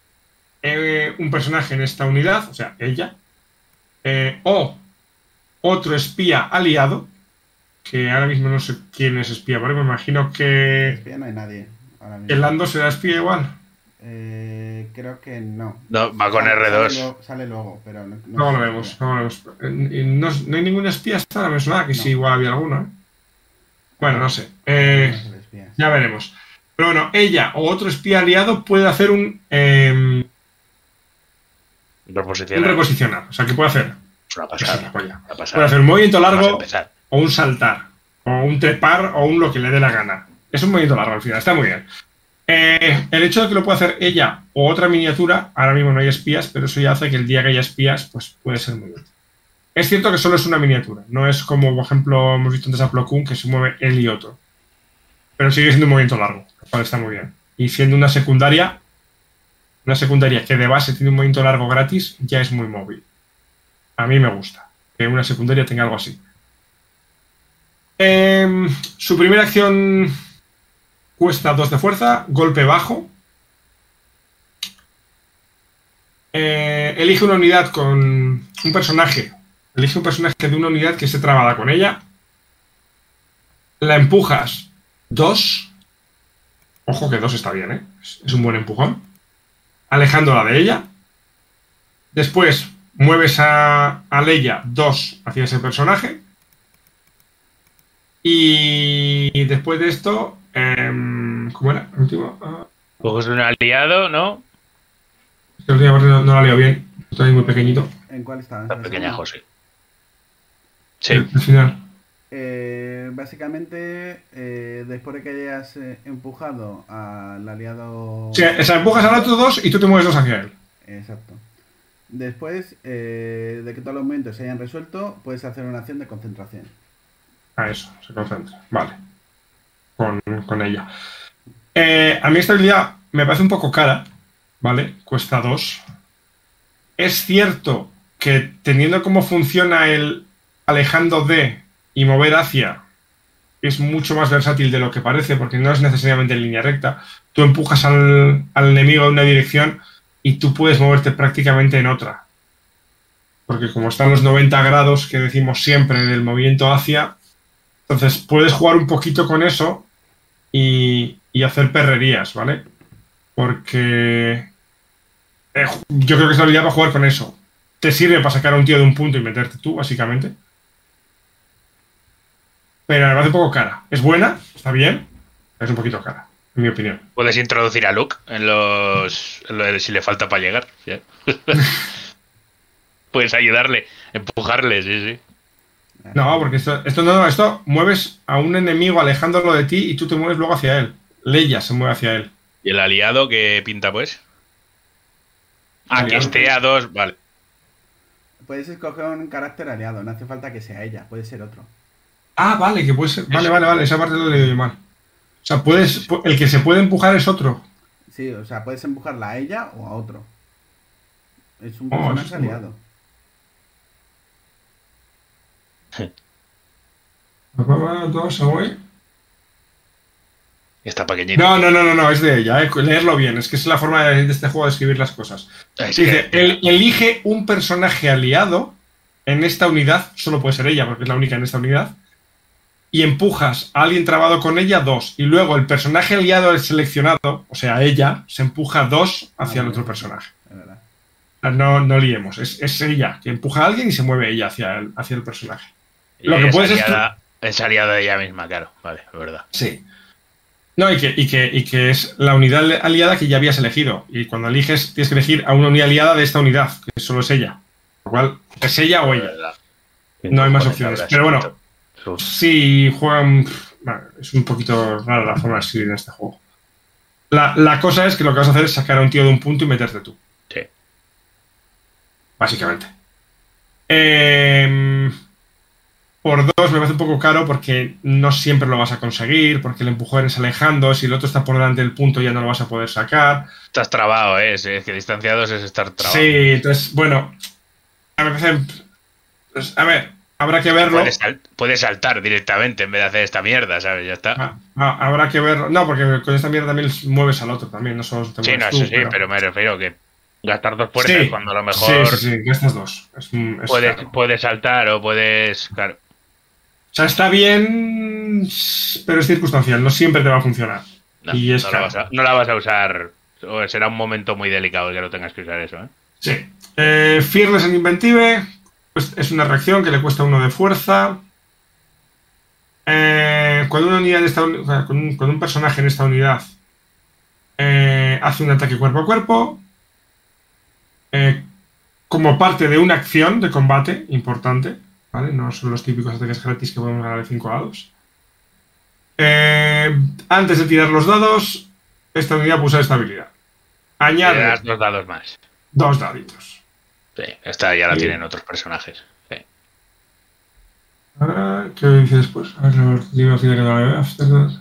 Eh, un personaje en esta unidad, o sea, ella, eh, o otro espía aliado, que ahora mismo no sé quién es espía, pero me imagino que... Espía no hay nadie. Ahora mismo. ¿El Lando será espía igual? Eh, creo que no. No, va con R dos. Sale, sale luego, pero no, no, no lo vemos. No, lo vemos. No, no hay ningún espía hasta ahora, me suena que no. Sí, igual había alguno. ¿eh? Bueno, no sé. Eh, ya veremos. Pero bueno, ella o otro espía aliado puede hacer un... Eh, Reposicionar. Un reposicionar. O sea, ¿qué puede hacer? Una pasada, pues sí, una pasada. Puede hacer un movimiento largo, o un saltar, o un trepar, o un lo que le dé la gana. Es un movimiento largo al final, está muy bien. Eh, el hecho de que lo pueda hacer ella o otra miniatura, ahora mismo no hay espías, pero eso ya hace que el día que haya espías, pues puede ser muy útil. Es cierto que solo es una miniatura, no es como, por ejemplo, hemos visto antes a Plo Koon, que se mueve él y otro. Pero sigue siendo un movimiento largo, lo cual está muy bien. Y siendo una secundaria... Una secundaria que de base tiene un movimiento largo gratis, ya es muy móvil. A mí me gusta que una secundaria tenga algo así. Eh, su primera acción cuesta dos de fuerza, golpe bajo. Eh, elige una unidad con un personaje. Elige un personaje de una unidad que esté trabada con ella. La empujas dos. Ojo que dos está bien, ¿eh? Es, es un buen empujón. Alejándola de ella. Después mueves a, a Leia dos hacia ese personaje. Y después de esto, eh, ¿cómo era? El último. Ah, Coges un aliado, ¿no? es que la última parte no, no la leo bien. Estoy muy pequeñito. ¿En cuál estaba? La pequeña José. Sí. El, el final. Eh, básicamente, eh, después de que hayas eh, empujado al aliado... O sea, esa empujas al otro dos y tú te mueves dos hacia él. Exacto. Después eh, de que todos los momentos se hayan resuelto, puedes hacer una acción de concentración. A eso, se concentra. Vale. Con, con ella. Eh, a mí esta habilidad me parece un poco cara. ¿Vale? Cuesta dos. Es cierto que teniendo cómo funciona el alejando de y mover hacia, es mucho más versátil de lo que parece, porque no es necesariamente en línea recta. Tú empujas al, al enemigo en una dirección y tú puedes moverte prácticamente en otra. Porque como están los noventa grados que decimos siempre del movimiento hacia, entonces puedes jugar un poquito con eso y, y hacer perrerías, ¿vale? Porque eh, yo creo que es la habilidad para jugar con eso. Te sirve para sacar a un tío de un punto y meterte tú, básicamente. Pero me parece un poco cara. Es buena, está bien, pero es un poquito cara, en mi opinión. Puedes introducir a Luke en los, en lo de si le falta para llegar. ¿Sí? Puedes ayudarle, empujarle, sí, sí. No, porque esto, esto no, no, esto mueves a un enemigo alejándolo de ti y tú te mueves luego hacia él. Leia se mueve hacia él. ¿Y el aliado qué pinta, pues? Ah, que Aliado. esté a dos, vale. Puedes escoger un carácter aliado, no hace falta que sea ella, puede ser otro. Ah, vale, que puede ser. Vale, Eso. vale, vale, esa parte lo he leído mal. O sea, puedes. El que se puede empujar es otro. Sí, o sea, puedes empujarla a ella o a otro. Es un Oh, personaje eso está aliado. Dos, away. Está pequeñito. No, no, no, no, no, es de ella, eh. Leerlo bien, es que es la forma de, de este juego de escribir las cosas. Es Dice, que- el- elige un personaje aliado en esta unidad, solo puede ser ella, porque es la única en esta unidad, y empujas a alguien trabado con ella dos, y luego el personaje aliado es seleccionado, o sea, ella, se empuja dos hacia Ah, el otro vale. personaje. Es verdad. No, no liemos, es, es ella que empuja a alguien y se mueve ella hacia el, hacia el personaje. y Lo que es puedes es aliada, es aliada de ella misma, claro. Vale, es verdad. Sí. No, y que, y, que, y que es la unidad aliada que ya habías elegido. Y cuando eliges, tienes que elegir a una unidad aliada de esta unidad, que solo es ella. Lo cual, es ella o Es ella. verdad. No hay más Cojones opciones. habrá Pero bueno, escrito? Uf. si juegan. Bueno, es un poquito rara la forma de escribir en este juego. La, la cosa es que lo que vas a hacer es sacar a un tío de un punto y meterte tú. Sí. Básicamente. Eh, por dos me parece un poco caro porque no siempre lo vas a conseguir, porque el empujón es alejando, si el otro está por delante del punto ya no lo vas a poder sacar. Estás trabado, ¿eh? Es, es que distanciados es estar trabado. Sí, entonces, bueno, a mí me parece, pues, a ver, habrá que verlo. Puedes, sal- puedes saltar directamente en vez de hacer esta mierda, ¿sabes? Ya está. Ah, ah, habrá que verlo. No, porque con esta mierda también mueves al otro también, no solo te Sí, mueves no, tú, eso sí, pero... me refiero que gastar dos puertas Sí, cuando a lo mejor sí, sí, sí, que estas dos. Es, un- es puedes, caro. puedes saltar o puedes... Claro. O sea, está bien, pero es circunstancial, no siempre te va a funcionar. No, y es no, la caro. vas a, no la vas a usar. O será un momento muy delicado el que no tengas que usar eso, ¿eh? Sí. Eh, Fearless en Inventive, pues es una reacción que le cuesta uno de fuerza. Eh, cuando una unidad de esta uni- o sea, con, un, con un personaje en esta unidad eh, hace un ataque cuerpo a cuerpo, eh, como parte de una acción de combate importante, ¿vale? No son los típicos ataques gratis que podemos ganar de cinco dados. Eh, antes de tirar los dados, esta unidad puede usar esta habilidad. Le Añade das dos dados más. dos daditos. Sí, esta ya la Sí. tienen otros personajes. Sí. Ahora, ¿qué dice después? A ver, lo digo así de que no la veo. After that.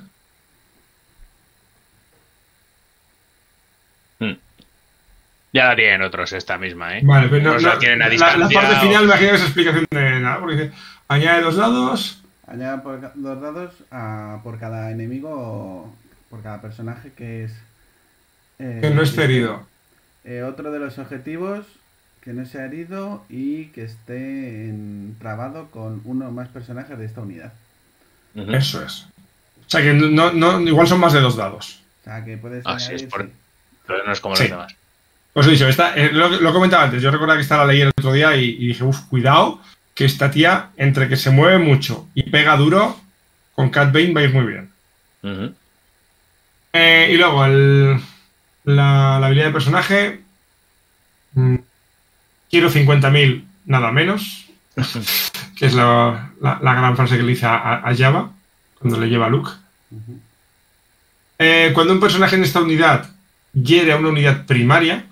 Hmm. Ya la tienen otros esta misma, ¿eh? Vale, pero no, Unos no, la tienen a la, distancia. la parte o- final me imagino que es explicación de nada, porque dice, añade dos dados. Añada por ca- dos dados a- por cada enemigo o por cada personaje que es. eh, Que no esté herido. Eh, otro de los objetivos, que no sea herido y que esté en- trabado con uno o más personajes de esta unidad. Ujú. Eso es. O sea que no, no, igual son más de dos dados. O sea, que puedes Ah, sí, es añadir, por- sí. Pero no es como Sí. los demás. Os he dicho, esta, eh, lo, lo comentaba antes. Yo recuerdo que esta la leí el otro día y, y dije, uff, cuidado, que esta tía, entre que se mueve mucho y pega duro, con Cat Bane va a ir muy bien. Ujú. Eh, y luego, el, la, la habilidad de personaje. mm, Quiero cincuenta mil, nada menos. Que es la, la- la gran frase que le dice a, a- a Java cuando le lleva a Luke. Ujú. Eh, cuando un personaje en esta unidad hiere a una unidad primaria,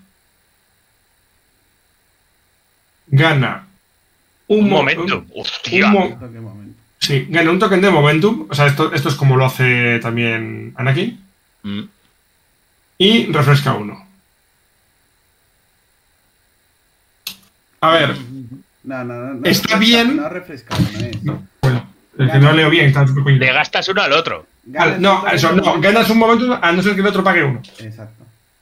gana un, Un mo- momento. un- Hostia. un mo- Esto, qué momento. sí, gana un token de momentum. O sea, esto, esto es como lo hace también Anakin. Mm. Y refresca uno. A ver, No, no, no. no Está refresca- bien. No refrescado, no es. no, bueno, es que no leo bien. Está un poco- Le gastas uno al otro. Vale, Ganas no, un token eso de no. momento. Ganas un momento a no ser que el otro pague uno. Exacto.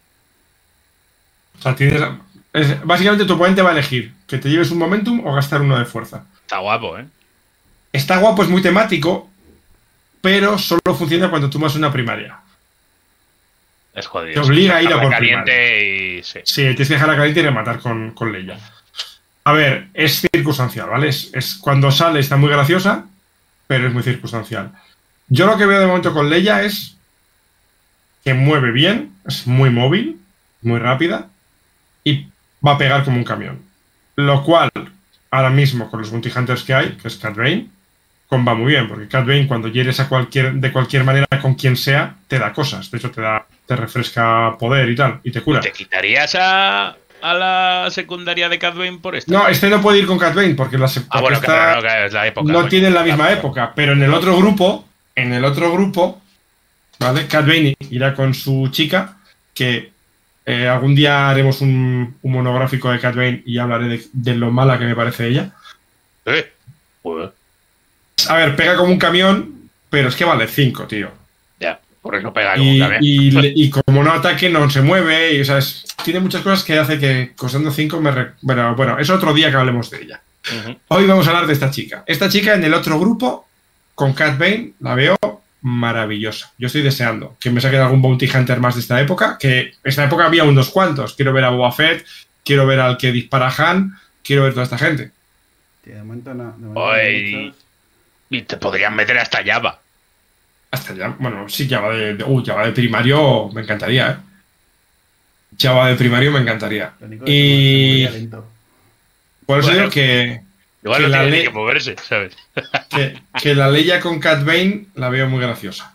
O sea, tienes. es- básicamente tu oponente va a elegir que te lleves un momentum o gastar uno de fuerza. Está guapo, ¿eh? Está guapo, es muy temático, pero solo funciona cuando tomas una primaria. Es jodido. Te obliga a ir a Dejarla por caliente y... Sí. Sí, tienes que dejar a caliente y rematar con, con Leia. A ver, es circunstancial, ¿vale? Es, es cuando sale está muy graciosa, pero es muy circunstancial. Yo lo que veo de momento con Leia es que mueve bien, es muy móvil, muy rápida y va a pegar como un camión. Lo cual, ahora mismo con los Bounty Hunters que hay, que es Cat Bane, comba muy bien, porque Cat Bane cuando hieres a cualquier, de cualquier manera con quien sea, te da cosas. De hecho, te da, te refresca poder y tal, y te cura. ¿Te quitarías a, a la secundaria de Cat Bane por esto? No, este no puede ir con Cat Bane porque, la, porque Ah, bueno, esta claro, no, claro, es la época. no coño. tienen la misma Claro. época, pero en el otro grupo, en el otro grupo, ¿vale? Cat Bane irá con su chica, que eh, algún día haremos un, un monográfico de Cat Bane y hablaré de, de lo mala que me parece ella. Eh, joder. A ver, pega como un camión, pero es que vale cinco, tío. Ya, por eso pega como Y, un camión. y, le- y como no ataque, no se mueve. Y, o sea, es- tiene muchas cosas que hace que costando cinco me... re- bueno, bueno, es otro día que hablemos de ella. Ujú. Hoy vamos a hablar de esta chica. Esta chica en el otro grupo, con Cat Bane, la veo maravillosa. Yo estoy deseando que me saquen algún Bounty Hunter más de esta época, que esta época había unos cuantos. Quiero ver a Boba Fett, quiero ver al que dispara Han, quiero ver toda esta gente. Sí, de momento no. De momento no hay Oye, muchos. y te podrían meter hasta Java. Hasta ya, bueno, sí, Java de, de, uh, Java de primario me encantaría, ¿eh? Java de primario me encantaría. Lo único que Y se movía lento. por eso Bueno. digo que, Igual Que no la tiene ni ley- que moverse, ¿sabes? que, que la Leia con Cat Bane la veo muy graciosa.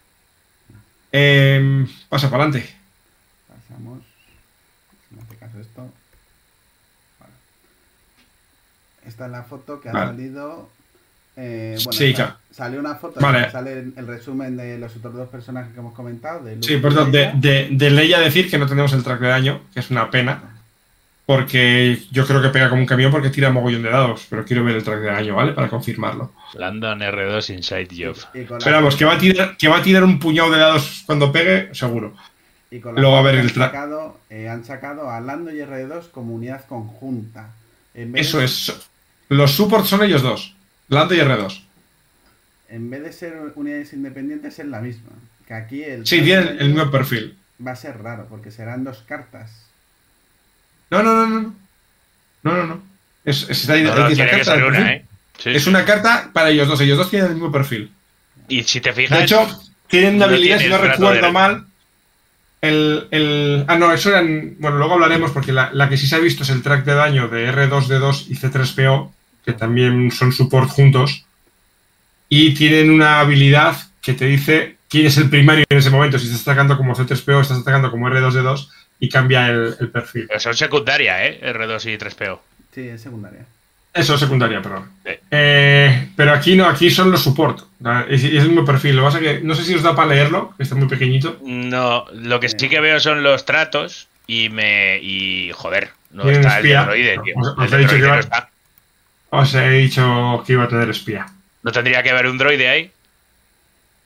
Em, pasa para adelante. Pasamos. Si me hace caso esto. Vale. Esta es la foto que ha Vale. salido. Eh, bueno, Sí, sa- claro. salió una foto Vale. que sale el resumen de los otros dos personajes que hemos comentado. De Luke Sí, y perdón, de, Leia. de, de Leia decir que no tenemos el track de daño, que es una pena, porque yo creo que pega como un camión porque tira mogollón de dados, pero quiero ver el track de daño, ¿vale? Para confirmarlo. Landon R dos Inside Job. Y con la Pero vamos, foto- que va a tirar, que va a tirar un puñado de dados cuando pegue, seguro. Y con la Luego a foto ver que el han tra- sacado, eh, han sacado a Lando y R dos como unidad conjunta. En vez Eso de, es. Los supports son ellos dos, Lando y R dos. En vez de ser unidades independientes, es la misma. Que aquí el. Sí, tienen el mismo perfil. Va a ser raro, porque serán dos cartas. No, no, no, no. No, no, no. Es, es- está ahí- No, ahí no, tienes la tiene que carta ser del una, perfil. ¿eh? Sí, Es sí. una carta para ellos dos. Ellos dos tienen el mismo perfil. Y si te fijas... De hecho, tienen una no habilidad, si tiene no el trato recuerdo de- mal. El, el- Ah, no, eso eran. Bueno, luego hablaremos porque la, la que sí se ha visto es el track de daño de R dos D dos y C tres P O, que también son support juntos. Y tienen una habilidad que te dice quién es el primario en ese momento. Si estás atacando como C tres P O, estás atacando como R dos D dos y cambia el, el perfil. Pero son secundaria, ¿eh? R dos y tres P O. Sí, es secundaria. Eso es secundaria, perdón. Sí. Eh, pero aquí no, aquí son los support. Es, es el mismo perfil. Lo que pasa es que no sé si os da para leerlo, que está muy pequeñito. No, lo que sí que veo son los tratos y me... Y, joder, no Tienen está espía. el de droide, tío. Os- os El he de dicho droide que no va- está. Os he dicho que iba a tener espía. ¿No tendría que haber un droide ahí?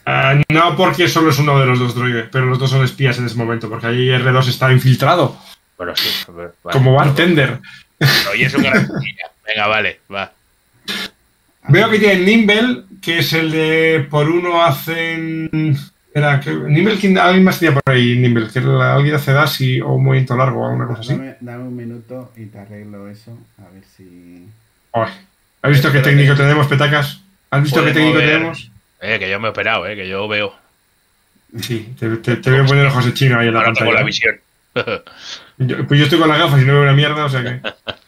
Uh, no porque solo es uno de los dos droides, pero los dos son espías en ese momento, porque ahí R dos está infiltrado. Bueno, sí. Vale, como bartender. Oye, es un gran... Venga, vale, va. Veo que tiene Nimble, que es el de por uno hacen... Era, que Nimble, ¿quién, alguien más tenía por ahí Nimble, que era, alguien hace dash y, o un movimiento largo o alguna cosa así. Dame, dame un minuto y te arreglo eso, a ver si... Oye, ¿has visto qué técnico que... tenemos, Petacas? ¿Has visto qué técnico ver... tenemos? Eh, que yo me he operado, eh, que yo veo. Sí, te, te, te voy a poner el José Chino ahí en la Ahora pantalla. tengo la visión. yo, pues yo estoy con las gafas y no veo una mierda, o sea que...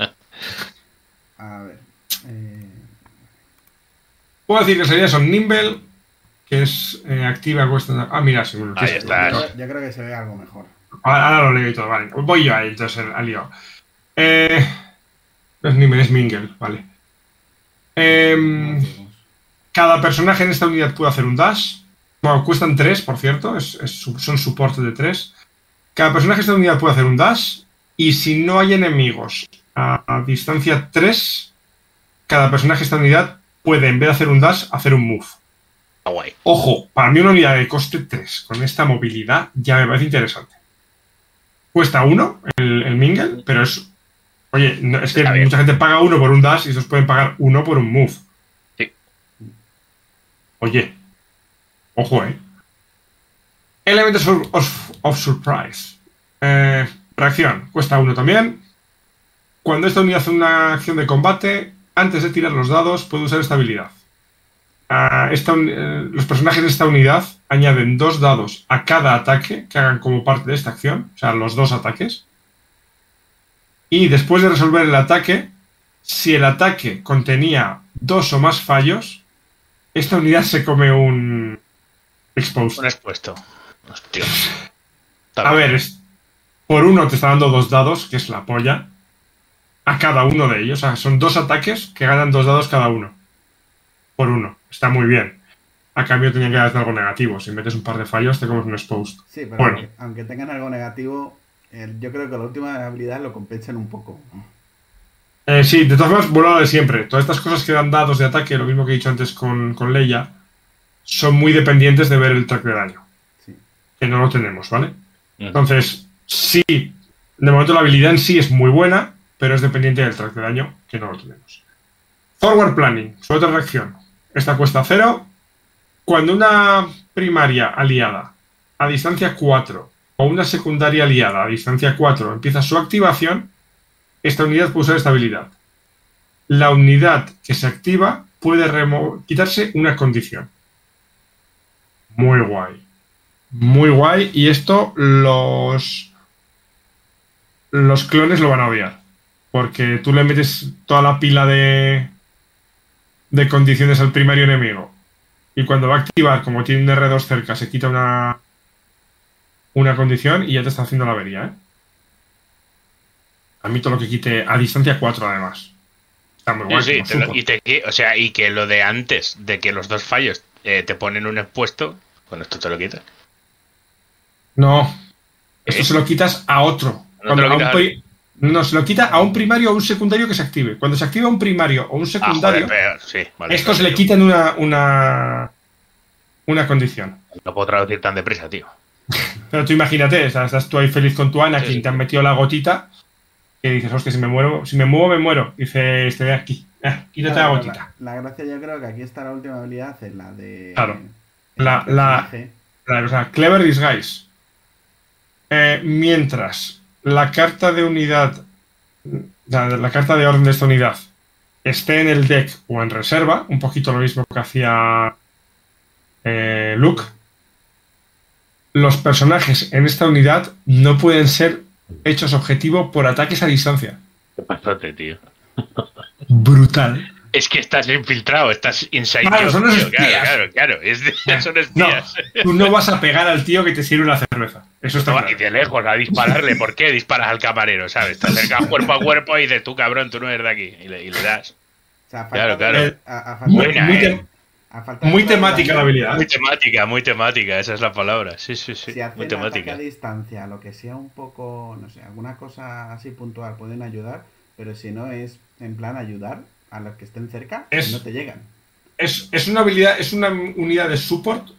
A ver... Eh... Puedo decir que sería son Nimble, que es eh, activa, cuesta... Ah, mira, seguro. Ahí está. Yo, yo creo que se ve algo mejor. Ahora, ahora lo leo y todo, vale. Voy yo ahí, entonces, al lío. Eh... No es Nimble, es Mingle, vale. Eh... Cada personaje en esta unidad puede hacer un dash. Bueno, cuestan tres, por cierto. Es, es, son soporte de tres. Cada personaje en esta unidad puede hacer un dash. Y si no hay enemigos a, a distancia tres, cada personaje en esta unidad puede, en vez de hacer un dash, hacer un move. Oh, guay. Ojo, para mí una unidad de coste tres con esta movilidad ya me parece interesante. Cuesta uno el, el Mingle, pero es... Oye, no, es que mucha gente paga uno por un dash y estos pueden pagar uno por un move. Oye, ojo, ¿eh? Elementos of, of, of Surprise. Eh, reacción, cuesta uno también. Cuando esta unidad hace una acción de combate, antes de tirar los dados, puede usar esta habilidad. Uh, esta, eh, los personajes de esta unidad añaden dos dados a cada ataque que hagan como parte de esta acción, o sea, los dos ataques. Y después de resolver el ataque, si el ataque contenía dos o más fallos, esta unidad se come un exposed. Un expuesto. Hostia. A ver, es, por uno te está dando dos dados, que es la polla, a cada uno de ellos. O sea, son dos ataques que ganan dos dados cada uno. Por uno. Está muy bien. A cambio tenían que darte algo negativo. Si metes un par de fallos, te comes un exposed. Sí, pero bueno. aunque, aunque tengan algo negativo, eh, yo creo que la última habilidad lo compensan un poco. Eh, sí, de todas formas, vuelvo a lo de siempre. Todas estas cosas que dan dados de ataque, lo mismo que he dicho antes con, con Leia, son muy dependientes de ver el track de daño. Sí. Que no lo tenemos, ¿vale? Mm. Entonces, sí, de momento la habilidad en sí es muy buena, pero es dependiente del track de daño, que no lo tenemos. Forward Planning, su otra reacción. Esta cuesta cero. Cuando una primaria aliada a distancia cuatro o una secundaria aliada a distancia cuatro empieza su activación, esta unidad puede usar esta habilidad. La unidad que se activa puede quitarse una condición. Muy guay. Muy guay. Y esto los, los clones lo van a odiar. Porque tú le metes toda la pila de, de condiciones al primario enemigo. Y cuando va a activar, como tiene un R dos cerca, se quita una, una condición y ya te está haciendo la avería, ¿eh? A mí todo lo que quite a distancia cuatro, además. Está muy guay. Sí, sí, te lo, y te, o sea, y que lo de antes, de que los dos fallos eh, te ponen un expuesto, con esto te lo quitas. No. Esto ¿Eh? se lo quitas a otro. ¿No, te lo quitas a un no, se lo quita a un primario o un secundario que se active. Cuando se activa un primario o un secundario, ah, joder, pero, sí, vale, estos le quitan una, una, una condición. No puedo traducir tan deprisa, tío. Pero tú imagínate, estás, estás tú ahí feliz con tu Anakin, sí, sí. Te han metido la gotita, que dices, hostia, si me muero, si me muevo, me muero. Dice, este de aquí, eh, quítate claro, la gotita. La, la gracia yo creo que aquí está la última habilidad, es la de... Claro. La, la, la, o sea, Clever Disguise. Eh, mientras la carta de unidad, la, la carta de orden de esta unidad esté en el deck o en reserva, un poquito lo mismo que hacía eh, Luke, los personajes en esta unidad no pueden ser hechos objetivo por ataques a distancia. Qué pasote, tío. Brutal. Es que estás infiltrado, estás inside. Claro, son los tío, espías. Claro, claro, claro. Es de, son espías. No, tú no vas a pegar al tío que te sirve la cerveza. Eso está no, claro. Y de lejos a dispararle. ¿Por qué disparas al camarero? ¿Sabes? Te acercas cuerpo a cuerpo y dices, tú cabrón, tú no eres de aquí. Y le, y le das. O sea, claro, claro. De, a, a muy buena, muy, eh. te, muy temática la habilidad. Muy temática, muy temática. Esa es la palabra. Sí, sí, sí. Si muy temática. A distancia, lo que sea un poco, no sé, alguna cosa así puntual pueden ayudar, pero si no es en plan ayudar a los que estén cerca, es, no te llegan. Es, es una habilidad, es una unidad de support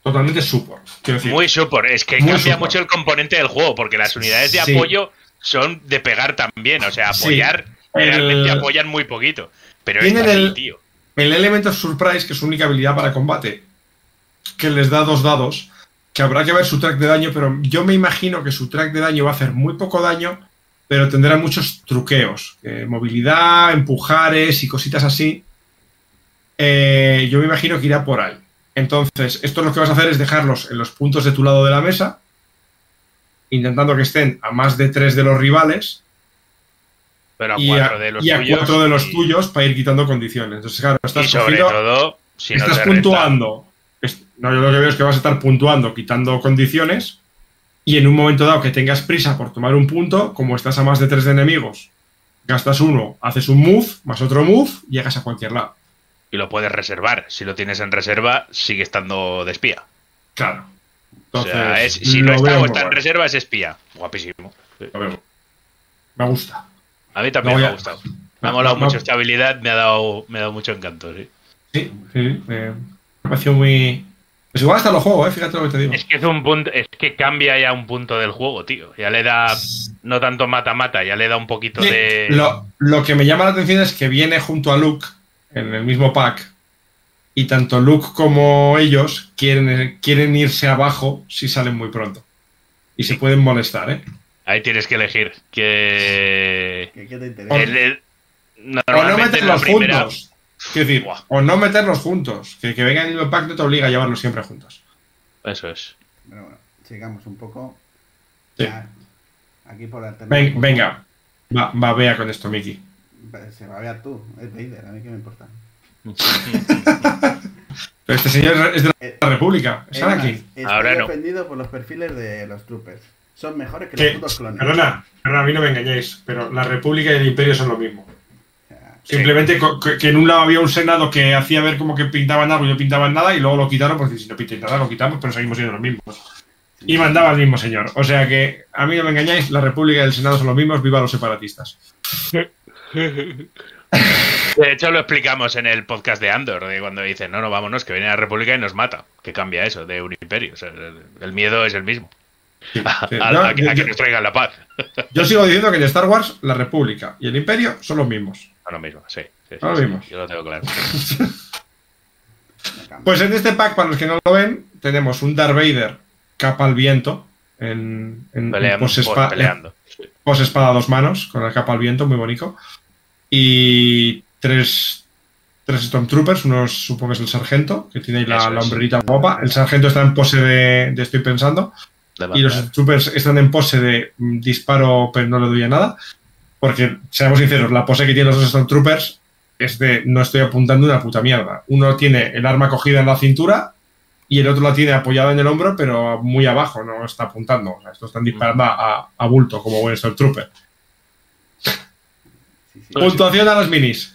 totalmente support. Quiero decir, muy support. Es que muy cambia support. mucho el componente del juego, porque las unidades de Sí. apoyo son de pegar también. O sea, apoyar, Sí. realmente El- apoyan muy poquito. Pero Tienen esta sí, el- tío. El Element of Surprise, que es su única habilidad para combate, que les da dos dados, que habrá que ver su track de daño, pero yo me imagino que su track de daño va a hacer muy poco daño, pero tendrá muchos truqueos, eh, movilidad, empujares y cositas así. Eh, yo me imagino que irá por ahí. Entonces, esto lo que vas a hacer es dejarlos en los puntos de tu lado de la mesa, intentando que estén a más de tres de los rivales Pero a y cuatro a, de los y a tuyos. cuatro de los y- tuyos para ir quitando condiciones. Entonces, claro, estás Y sobre cogiendo- todo, si no estás te renta- puntuando. Es- No, yo lo que veo es que vas a estar puntuando, quitando condiciones, y en un momento dado que tengas prisa por tomar un punto, como estás a más de tres de enemigos, gastas uno, haces un move, más otro move, y llegas a cualquier lado. Y lo puedes reservar. Si lo tienes en reserva, sigue estando de espía. Claro. O Entonces, sea, es- si lo no está veo o muy está en bueno. reserva, es espía. Guapísimo. Lo veo. Me gusta. A mí también No voy me a- ha gustado. Me ha no, molado no, mucho no. esta habilidad, me ha dado, me ha dado mucho encanto, sí. Sí, sí. eh, me pareció muy. Pues igual hasta lo juego, eh, fíjate lo que te digo. Es que es un punto, es que cambia ya un punto del juego, tío. Ya le da no tanto mata-mata, ya le da un poquito Sí, de. lo, lo que me llama la atención es que viene junto a Luke en el mismo pack, y tanto Luke como ellos quieren, quieren irse abajo si salen muy pronto. Y se pueden molestar, ¿eh? Ahí tienes que elegir. Que. ¿Qué, qué te interesa? el- el- O no normalmente en la meterlos primera. juntos. Quiero decir, Buah. o no meterlos juntos. Que, que venga en el mismo pack no te obliga a llevarlos siempre juntos. Eso es. Pero bueno, sigamos un poco. Sí. Ya, aquí por alternar. Ven- un poco. venga, va, va, vea con esto, Miki. Se va a ver tú, es Vader, a mí qué me importa. Pero este señor es de Eh, la República, es Es más, Anakin. estoy Ahora no. ofendido por los perfiles de los troopers. Son mejores que Que, los putos clones. perdona, perdona, a mí no me engañéis, pero la República y el Imperio son lo mismo. O sea, Simplemente co- que, que en un lado había un senado que hacía ver como que pintaban algo y no pintaban nada, y luego lo quitaron, porque si no pintáis nada lo quitamos, pero seguimos siendo los mismos. Y mandaba el mismo señor. O sea que a mí no me engañáis, la República y el Senado son los mismos, viva los separatistas. De hecho, lo explicamos en el podcast de Andor, de cuando dicen, no, no, vámonos, que viene la República y nos mata. Que cambia eso de un imperio. O sea, el, el miedo es el mismo. Sí, A, sí. a- Yo- a que, a que yo- nos traigan la paz. yo sigo diciendo que en Star Wars la República y el Imperio son los mismos. No, lo mismo, sí. sí, sí, Son los sí, mismos. yo lo tengo claro. no cambia. Pues en este pack, para los que no lo ven, tenemos un Darth Vader capa al viento en, en, Peleamos, en posespa- peleando. pos espada a dos manos, con la capa al viento, muy bonito. Y tres, tres Stormtroopers, uno supongo que es el sargento, que tiene ahí la, Eso la es. hombrerita guapa. El sargento está en pose de, de estoy pensando. Y los Stormtroopers están en pose de mm, disparo, pero no le doy a nada. Porque, seamos sinceros, la pose que tienen los dos Stormtroopers es de no estoy apuntando una puta mierda. Uno tiene el arma cogida en la cintura y el otro la tiene apoyada en el hombro, pero muy abajo, no está apuntando. O sea, estos están disparando a, a bulto, como buen Stormtrooper. Sí, sí. Puntuación a las minis.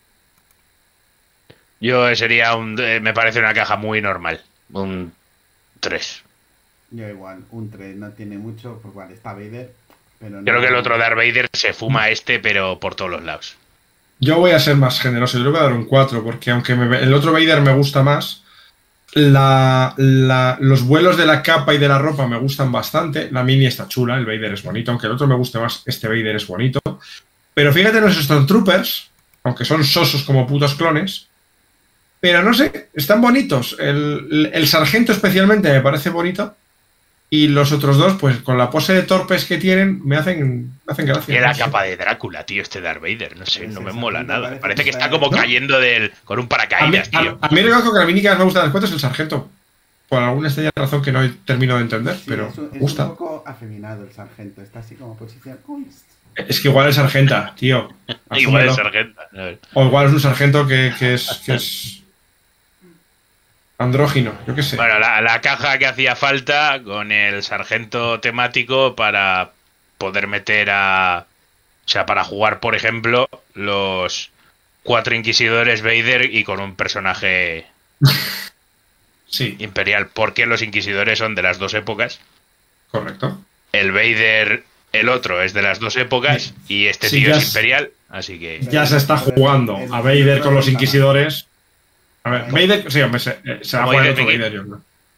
Yo sería un. eh, me parece una caja muy normal. Un tres. Yo igual, un tres no tiene mucho, pues vale, está Vader. Pero no- Creo que el otro Darth Vader se fuma a este, pero por todos los lados. Yo voy a ser más generoso, yo le voy a dar un cuatro, porque aunque me- el otro Vader me gusta más, la, la- los vuelos de la capa y de la ropa me gustan bastante. La mini está chula, el Vader es bonito, aunque el otro me guste más, este Vader es bonito. Pero fíjate en los Stormtroopers, aunque son sosos como putos clones, pero no sé, están bonitos. El, el sargento especialmente me parece bonito. Y los otros dos, pues con la pose de torpes que tienen, me hacen, me hacen gracia. Y la No sé. capa de Drácula, tío, este Darth Vader. No sé, Pues no me esa mola pinta nada. parece Parece que que está está- como ¿no? cayendo del con un A mí, paracaídas, tío. a, a mí reconozco que la mini que más me gusta de las cuentas es el sargento. Por alguna extraña razón que no termino de entender, Sí, pero es, un, me es gusta. un poco afeminado el sargento, está así como posición. Uy, Es que igual es sargenta, tío. Igual es Asúmelo. sargenta. A ver. O igual es un sargento que, que es, que es andrógino, yo qué sé. Bueno, la, la caja que hacía falta con el sargento temático para poder meter a. O sea, para jugar, por ejemplo, los cuatro inquisidores Vader y con un personaje Sí, imperial. Porque los inquisidores son de las dos épocas. correcto. El Vader, el otro, es de las dos épocas. Y este Sí, tío ya es es- imperial. Así que. Ya se está jugando a Vader con los inquisidores. A ver, Vader, sí, hombre, se, eh, se va a Como jugar el dice otro Miki. Vader, yo creo.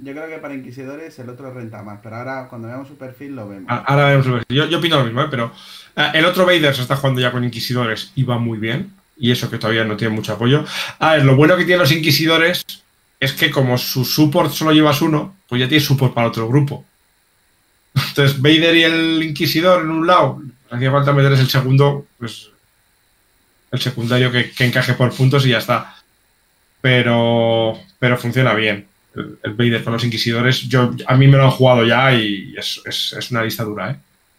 yo creo que para Inquisidores el otro renta más, pero ahora cuando veamos su perfil lo vemos. Ah, Ahora vemos su perfil. Yo, yo opino lo mismo, ¿eh? Pero ah, el otro Vader se está jugando ya con Inquisidores y va muy bien. Y eso que todavía no tiene mucho apoyo. A ver, lo bueno que tienen los Inquisidores es que como su support solo llevas uno, pues ya tienes support para otro grupo. Entonces, Vader y el Inquisidor en un lado, hacía falta meterles el segundo, pues el secundario que, que encaje por puntos y ya está. Pero, pero funciona bien. El, el Vader con los Inquisidores, yo, a mí me lo han jugado ya y es, es, es una lista dura, ¿eh?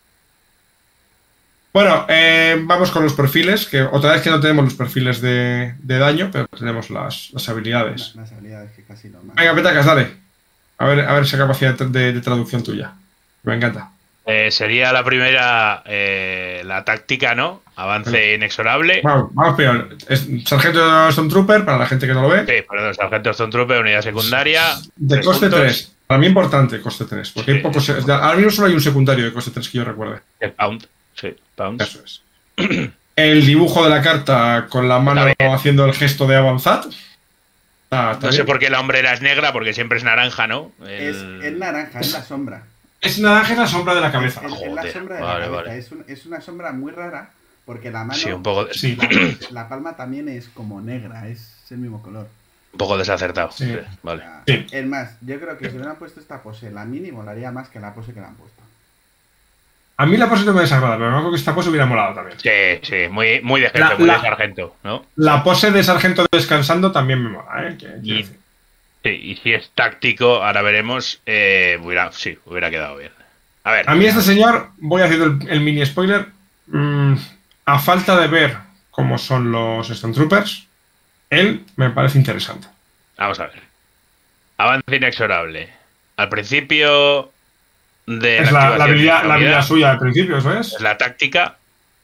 Bueno, eh, vamos con los perfiles, que otra vez que no tenemos los perfiles de, de daño, pero tenemos las, las habilidades. Las habilidades que casi no más. Venga, Petacas, dale. A ver, a ver esa capacidad de, de traducción tuya. Me encanta. Eh, sería la primera, eh, la táctica, ¿no? Avance inexorable. Vamos, vamos peor. Es Sargento Stormtrooper, para la gente que no lo ve. Sí, perdón, Sargento Stormtrooper, unidad secundaria. De tres coste puntos. tres. Para mí importante, coste tres. Porque Sí. hay pocos. Ahora mismo solo hay un secundario de coste tres que yo recuerde. El pound. Sí, pounds. Eso es. El dibujo de la carta con la mano Está bien. haciendo el gesto de avanzad. Está- está No sé bien. por qué la hombrera es negra, porque siempre es naranja, ¿no? Es, El- es naranja, es la sombra. Es naranja en la sombra de la cabeza. Es, es la Joder, sombra de vale, la cabeza. vale. Es, un- es una sombra muy rara porque la mano, Sí, un poco, Sí. la, la palma también es como negra, es el mismo color. un poco desacertado. Sí. Sí, vale. O sea, Sí. Es más, yo creo que si hubieran puesto esta pose, la mini molaría más que la pose que le han puesto. A mí la pose no me desagrada, pero me acuerdo que esta pose hubiera molado también. Sí, sí, muy, muy de jefe, La- muy la- de sargento, ¿no? La pose de sargento descansando también me mola, ¿eh? Que- quiero Y, decir. sí, y si es táctico, ahora veremos, eh, hubiera, sí, hubiera quedado bien. A ver. A mí este señor, voy haciendo el, el mini spoiler, mm, a falta de ver cómo son los Stormtroopers, él me parece interesante. Vamos a ver. Avance inexorable. Al principio de Es la, la activación de habilidad, esta la habilidad unidad, suya al principio, ¿eso es? es la táctica.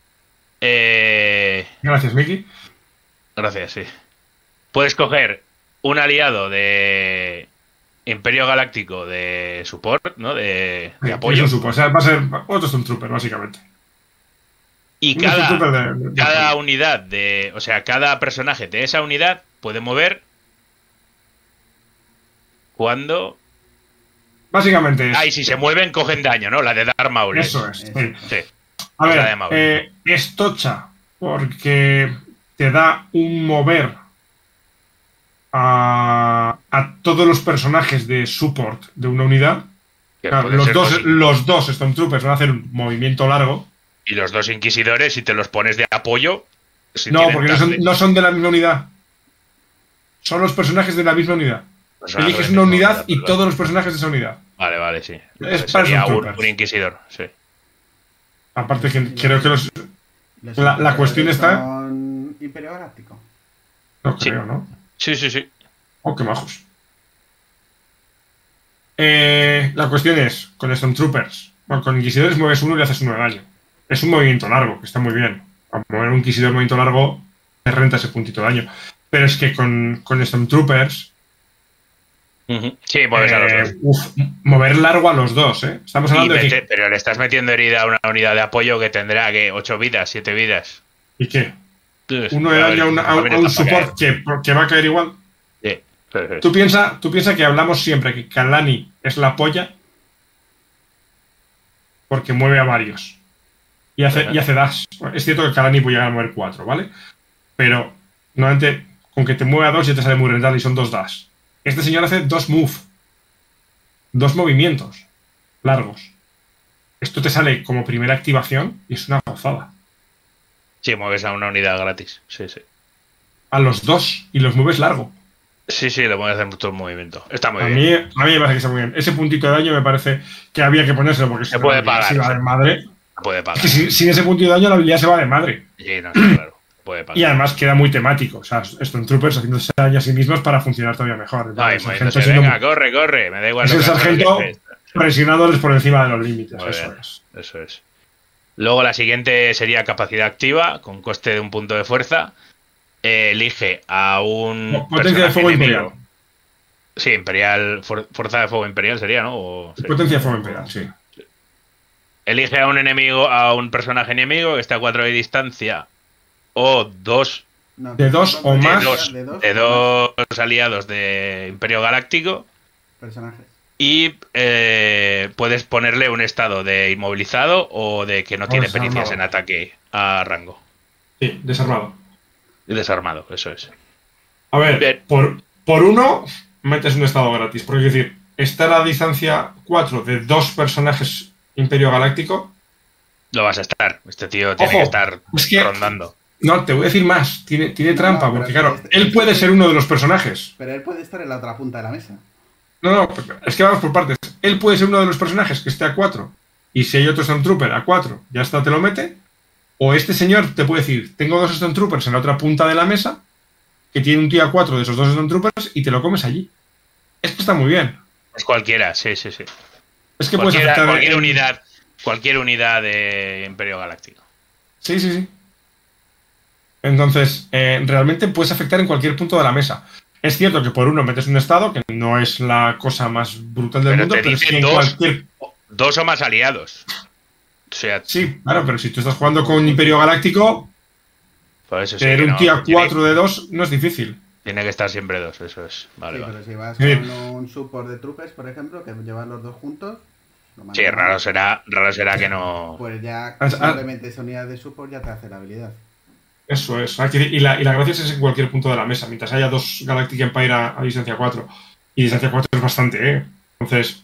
Eh, Gracias, Miki. gracias, sí. Puedes coger un aliado de Imperio Galáctico de support, ¿no? De, de apoyo. Eso supo, o sea, va a ser otro Stormtrooper, básicamente. Y Un cada, Stormtrooper de- de- cada unidad de. O sea, cada personaje de esa unidad puede mover cuando. Básicamente es. Ah, y si se mueven, cogen daño, ¿no? La de Darth Maul. Eso es. Eso. sí. Sí. A Es la de ver, Maul. eh, es tocha porque te da un mover a, a todos los personajes de support de una unidad. Que Claro, puede los, ser dos, dos- los dos Stormtroopers van a hacer un movimiento largo. Y los dos inquisidores, si te los pones de apoyo. Si No, tienen porque no son, tarde, no son de la misma unidad. Son los personajes de la misma unidad. pues son Eliges algo una de unidad mismo, y ¿verdad? todos los personajes de esa unidad. Vale, vale, sí. Es para Sería un, Stormtroopers. un inquisidor, sí. Aparte que creo que los... Los La- la inquisidores cuestión está- son Imperio Galáctico. No Sí. creo, ¿no? Sí, sí, sí. Oh, qué majos. Eh, la cuestión es, con Stormtroopers, bueno, con Inquisidores mueves uno y le haces uno de daño. Es un movimiento largo, que está muy bien. A mover un Inquisidor movimiento largo, te renta ese puntito de daño. Pero es que con, con Stormtroopers, Ujú. Sí, mueves a los eh, dos. uf, mover largo a los dos, ¿eh? Estamos Y hablando de mete- que... Pero le estás metiendo herida a una unidad de apoyo que tendrá que ocho vidas, siete vidas. ¿Y qué? Pues, Uno de a daño a, ver, una- a- también a un está para support que, que va a caer igual. caer. Sí, sí, sí. Tú piensas tú piensa que hablamos siempre que Kalani es la polla porque mueve a varios y hace, Ajá. y hace dash. Es cierto que Kalani puede llegar a mover cuatro, ¿vale? Pero normalmente con que te mueva dos ya te sale muy rentable y son dos dash. Este señor hace dos move, dos movimientos largos. Esto te sale como primera activación y es una gozada. Sí, mueves a una unidad gratis. Sí, sí. A los dos y los mueves largo. Sí, sí, le puedes hacer todo el movimiento. Está muy A bien. mí, a mí me parece que está muy bien. Ese puntito de daño me parece que había que ponérselo porque Se si no, puede la habilidad pagar, se va sí. de madre. Puede Es pagar. que sin, sin ese puntito de daño la habilidad se va de madre. Sí, no, está claro. Puede pagar. Y además queda muy temático. O sea, Stormtroopers haciéndose daño a sí mismos para funcionar todavía mejor. Ay, El sargento moviéndose, siendo venga, corre, corre. Me da igual Es lo el que hagas, sargento lo que haces. presionándoles por encima de los límites. Muy Eso bien. es. Eso es. Luego la siguiente sería capacidad activa, con coste de un punto de fuerza. Eh, elige a un. No, potencia de personaje fuego enemigo. imperial. Sí, imperial. fuer- Fuerza de fuego imperial sería, ¿no? O- sí. Potencia de fuego imperial, sí. Elige a un enemigo, a un personaje enemigo que está a cuatro de distancia. O dos, No, De dos o de más. dos, de dos de o dos aliados de Imperio Galáctico. personajes. Y eh, puedes ponerle un estado de inmovilizado o de que no O tiene desarmado. pericias en ataque a rango. Sí, desarmado. Desarmado, eso es. A ver, Bien. por, por uno metes un estado gratis. Porque es decir, estar a distancia cuatro de dos personajes Imperio Galáctico. Lo vas a estar. Este tío tiene Ojo, que estar es que- rondando. No, te voy a decir más. Tiene, tiene No, trampa, no, pero porque es que claro, este- él puede ser uno de los personajes. Pero él puede estar en la otra punta de la mesa. No, no, es que vamos por partes. Él puede ser uno de los personajes que esté a cuatro. Y si hay otro Stormtrooper a cuatro, ya está, te lo mete. O este señor te puede decir, tengo dos Stormtroopers en la otra punta de la mesa, que tiene un tío a cuatro de esos dos Stormtroopers, y te lo comes allí. Es que está muy bien. Es cualquiera, sí, sí, sí. Es que puedes Cualquiera- afectar cualquier en- unidad, cualquier unidad de Imperio Galáctico. Sí, sí, sí. Entonces, eh, realmente puedes afectar en cualquier punto de la mesa. Es cierto que por uno metes un estado, que no es la cosa más brutal del Pero mundo, te pero es dice que en dos. cualquier... Dos o más aliados. O sea, Sí, claro, pero si tú estás jugando con Imperio Galáctico, por eso sí tener que un no, tío a tiene- cuatro de dos no es difícil. Tiene que estar siempre dos, eso es. Vale, Sí, vale. pero si vas Sí. con un support de troopers, por ejemplo, que llevan los dos juntos, lo mandas Sí, a- raro será, raro será que no. Pues ya Ah, ah. simplemente esa unidad de support ya te hace la habilidad. Eso es. Hay que- Y la, y la gracia es en cualquier punto de la mesa, mientras haya dos Galactic Empire a, a distancia cuatro. Y distancia cuatro es bastante, ¿eh? Entonces...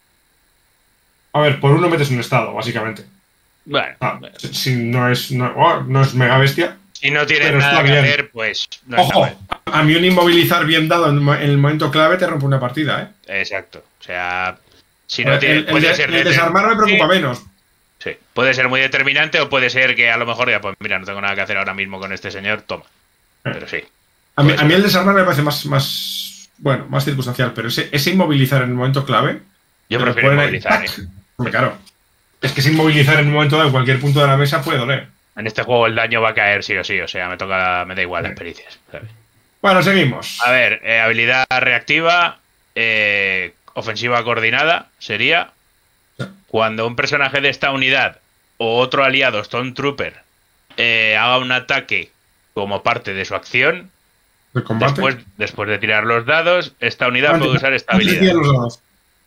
A ver, por uno metes un estado, básicamente. Bueno, Ah, si si no es, no, oh, no es mega bestia. si no tienes pero nada está que bien. hacer, pues no está Ojo, mal. a mí un inmovilizar bien dado en, mo- en el momento clave te rompe una partida, ¿eh? Exacto. O sea, si A no ver, tiene, el, el puede de- ser el deter- desarmar me preocupa menos. Sí, puede ser muy determinante o puede ser que a lo mejor ya, pues mira, no tengo nada que hacer ahora mismo con este señor, toma. Pero sí. A mí, Puede a mí ser. el desarmar me parece más, más bueno, más circunstancial, pero ese, ese inmovilizar en el momento clave. Yo te lo prefiero ponen ahí, inmovilizar. ¡tac! ¿eh? Hombre, claro. Es que ese inmovilizar en un momento dado en cualquier punto de la mesa puede doler. En este juego el daño va a caer sí o sí, o sea, me toca, me da igual las pericias. ¿sabes? Bueno, seguimos. A ver, eh, habilidad reactiva, eh, ofensiva coordinada, sería Sí. cuando un personaje de esta unidad o otro aliado Stormtrooper eh, haga un ataque como parte de su acción, De combate. después, después de tirar los dados, esta unidad Antes- puede usar esta antes de habilidad. tirar los dados.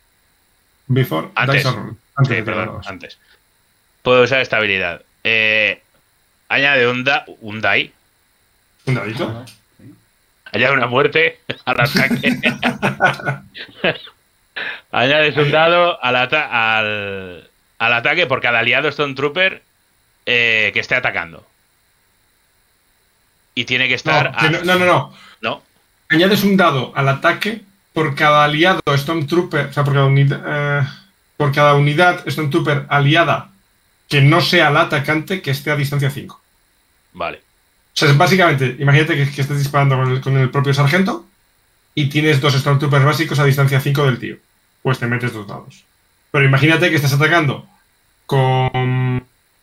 Before Antes. dice roll. Antes Sí, de tirar perdón, los dados. antes. Puede usar esta habilidad. Eh, añade un, da, un die, Un dadito. Claro, sí. añade una muerte al ataque. Añades un dado al, ata- al, al ataque por cada aliado Stormtrooper eh, que esté atacando. Y tiene que estar... No, que no, a- no, no, no. ¿no? Añades un dado al ataque por cada aliado Stormtrooper, o sea, por cada unidad, eh, por cada unidad Stormtrooper aliada que no sea la atacante que esté a distancia cinco. Vale. O sea, es básicamente, imagínate que, que estés disparando con el, con el propio sargento y tienes dos Stormtroopers básicos a distancia cinco del tío. Pues te metes dos dados. Pero imagínate que estás atacando con...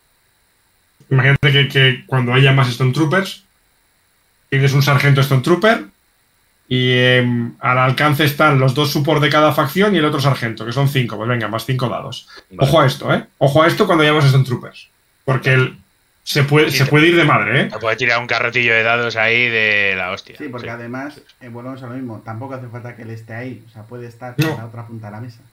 Imagínate que, que cuando haya más Stormtroopers, tienes un sargento Stormtrooper y eh, al alcance están los dos support de cada facción y el otro sargento, que son cinco. Pues venga, más cinco dados. Vale. Ojo a esto, ¿eh? Ojo a esto cuando hayamos Stormtroopers. Porque el, se, puede, Sí, se te- puede ir de madre, ¿eh? Te puede tirar un carretillo de dados ahí de la hostia. Sí, porque Sí. además, eh, volvemos a lo mismo, tampoco hace falta que él esté ahí, o sea, puede estar No. en la otra punta de la mesa.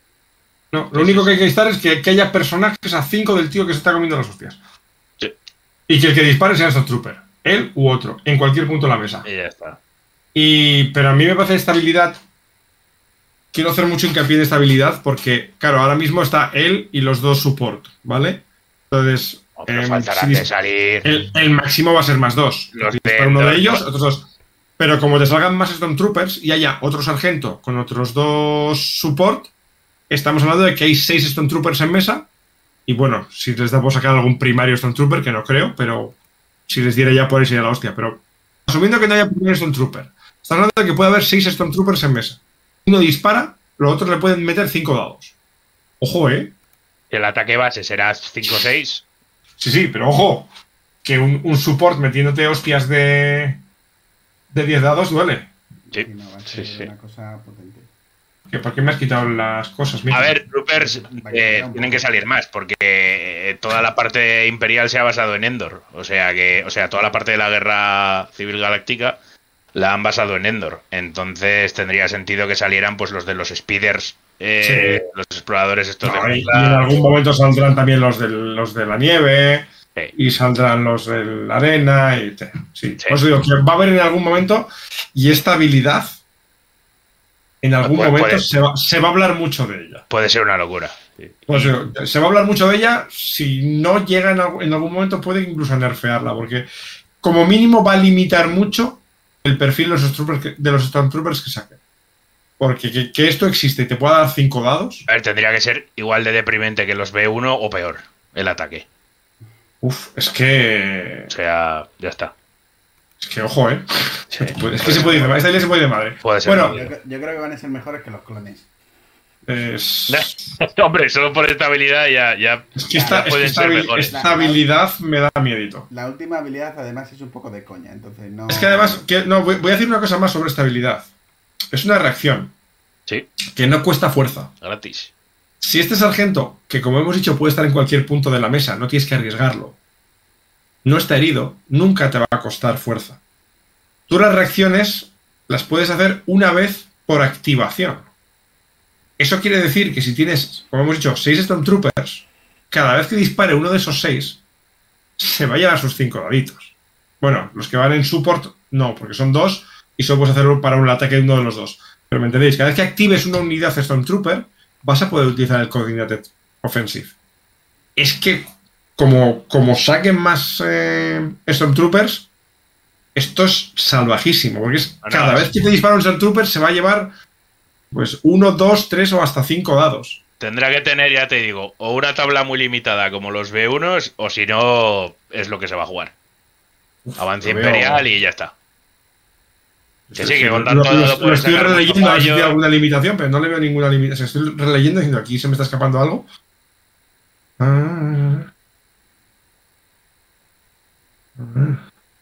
No, lo único que hay que estar es que, que haya personajes a cinco del tío que se está comiendo las hostias. Sí. Y que el que dispare sea Stormtrooper. Él u otro, en cualquier punto de la mesa. Y ya está. Y, pero a mí me parece esta habilidad. Quiero hacer mucho hincapié en esta habilidad porque, claro, ahora mismo está él y los dos support, ¿vale? Entonces, No, pero em, faltará si de dis- salir. el, el máximo va a ser más dos. Los Si de- dispara uno de los- ellos, otros dos. Pero como te salgan más Stormtroopers y haya otro sargento con otros dos support, estamos hablando de que hay seis Stormtroopers en mesa. Y bueno, si les da por sacar algún primario Stormtrooper, que no creo, pero si les diera ya por ahí sería la hostia. Pero asumiendo que no haya primario Stormtrooper, estamos hablando de que puede haber seis Stormtroopers en mesa. Uno dispara, los otros le pueden meter cinco dados. Ojo, ¿eh? El ataque base será cinco o seis. Sí, sí, pero ojo, que un, un support metiéndote hostias de, de diez dados duele. Sí, Y no, va a sí, ser sí. una cosa potente. ¿Que ¿Por qué me has quitado las cosas? Miki? A ver, troopers eh, tienen que salir más, porque eh, toda la parte imperial se ha basado en Endor. O sea que, o sea, toda la parte de la guerra civil galáctica la han basado en Endor. Entonces tendría sentido que salieran pues los de los speeders, eh, sí. los exploradores estos no, de y, y en algún momento saldrán también los de, los de la nieve, sí. y saldrán los de la arena. Y te, sí. Sí. Por eso digo que va a haber en algún momento, y esta habilidad, en algún pues momento puede, se, va, se va a hablar mucho de ella. Puede ser una locura. Sí. Pues, y... Se va a hablar mucho de ella. Si no llega en, en algún momento, puede incluso nerfearla, porque como mínimo va a limitar mucho el perfil de los Stormtroopers, de los Stormtroopers que saquen. Porque que, que esto existe y te pueda dar cinco dados. A ver, tendría que ser igual de deprimente que los B uno o peor el ataque. Uf, es que... O sea, ya está. Es que ojo, ¿eh? Sí, es que se puede ir de, esta idea se puede ir de madre. Puede ser. Bueno, yo, yo creo que van a ser mejores que los clones. Es... Hombre, solo por esta habilidad ya, ya, es que esta, ya pueden es que esta, ser mejores. Esta habilidad me da miedito. La última habilidad además es un poco de coña, entonces no... Es que además, que, no, voy, voy a decir una cosa más sobre esta habilidad. Es una reacción. Sí. Que no cuesta fuerza. Gratis. Si este sargento, que como hemos dicho puede estar en cualquier punto de la mesa, no tienes que arriesgarlo, no está herido, nunca te va a costar fuerza. Tú las reacciones las puedes hacer una vez por activación. Eso quiere decir que si tienes, como hemos dicho, seis Stormtroopers, cada vez que dispare uno de esos seis, se va a llevar sus cinco daditos. Bueno, los que van en support, no, porque son dos y solo puedes hacerlo para un ataque de uno de los dos. Pero me entendéis, cada vez que actives una unidad Stormtrooper, vas a poder utilizar el Coordinated Offensive. Es que, como, como saquen más eh, Stormtroopers, esto es salvajísimo, porque es no, cada no, vez que te dispara un Stormtrooper se va a llevar pues uno, dos, tres o hasta cinco dados. Tendrá que tener, ya te digo, o una tabla muy limitada como los B unos, o si no, es lo que se va a jugar. Uf, Avance imperial veo... y ya está. Que sí, que con tanto lo, lo, lo estoy releyendo a ver si tiene alguna limitación, pero no le veo ninguna limitación. Estoy releyendo diciendo aquí se me está escapando algo. Ah, ah.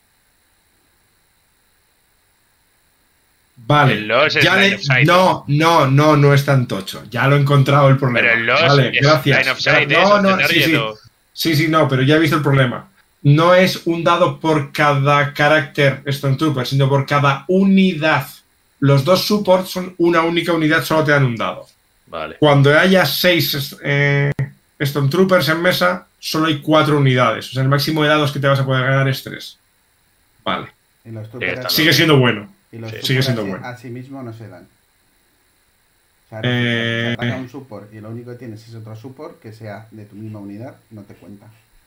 Vale, ya le... no, no, no, no es tan tocho. Ya lo he encontrado el problema. Pero el Lost vale, es gracias. Line of Sight, no, no, sí, sí. sí, sí, no, pero ya he visto el problema. No es un dado por cada carácter Stormtrooper, sino por cada unidad. Los dos supports son una única unidad, solo te dan un dado. Vale. Cuando haya seis eh, Stormtroopers en mesa, solo hay cuatro unidades. O sea, el máximo de dados que te vas a poder ganar es tres. Vale. Y los Sigue siendo bueno. Y los sí, sigue siendo así, bueno. A sí mismo no se dan. O sea, eh... si ataca un support y lo único que tienes es otro support que sea de tu misma unidad, no te cuenta.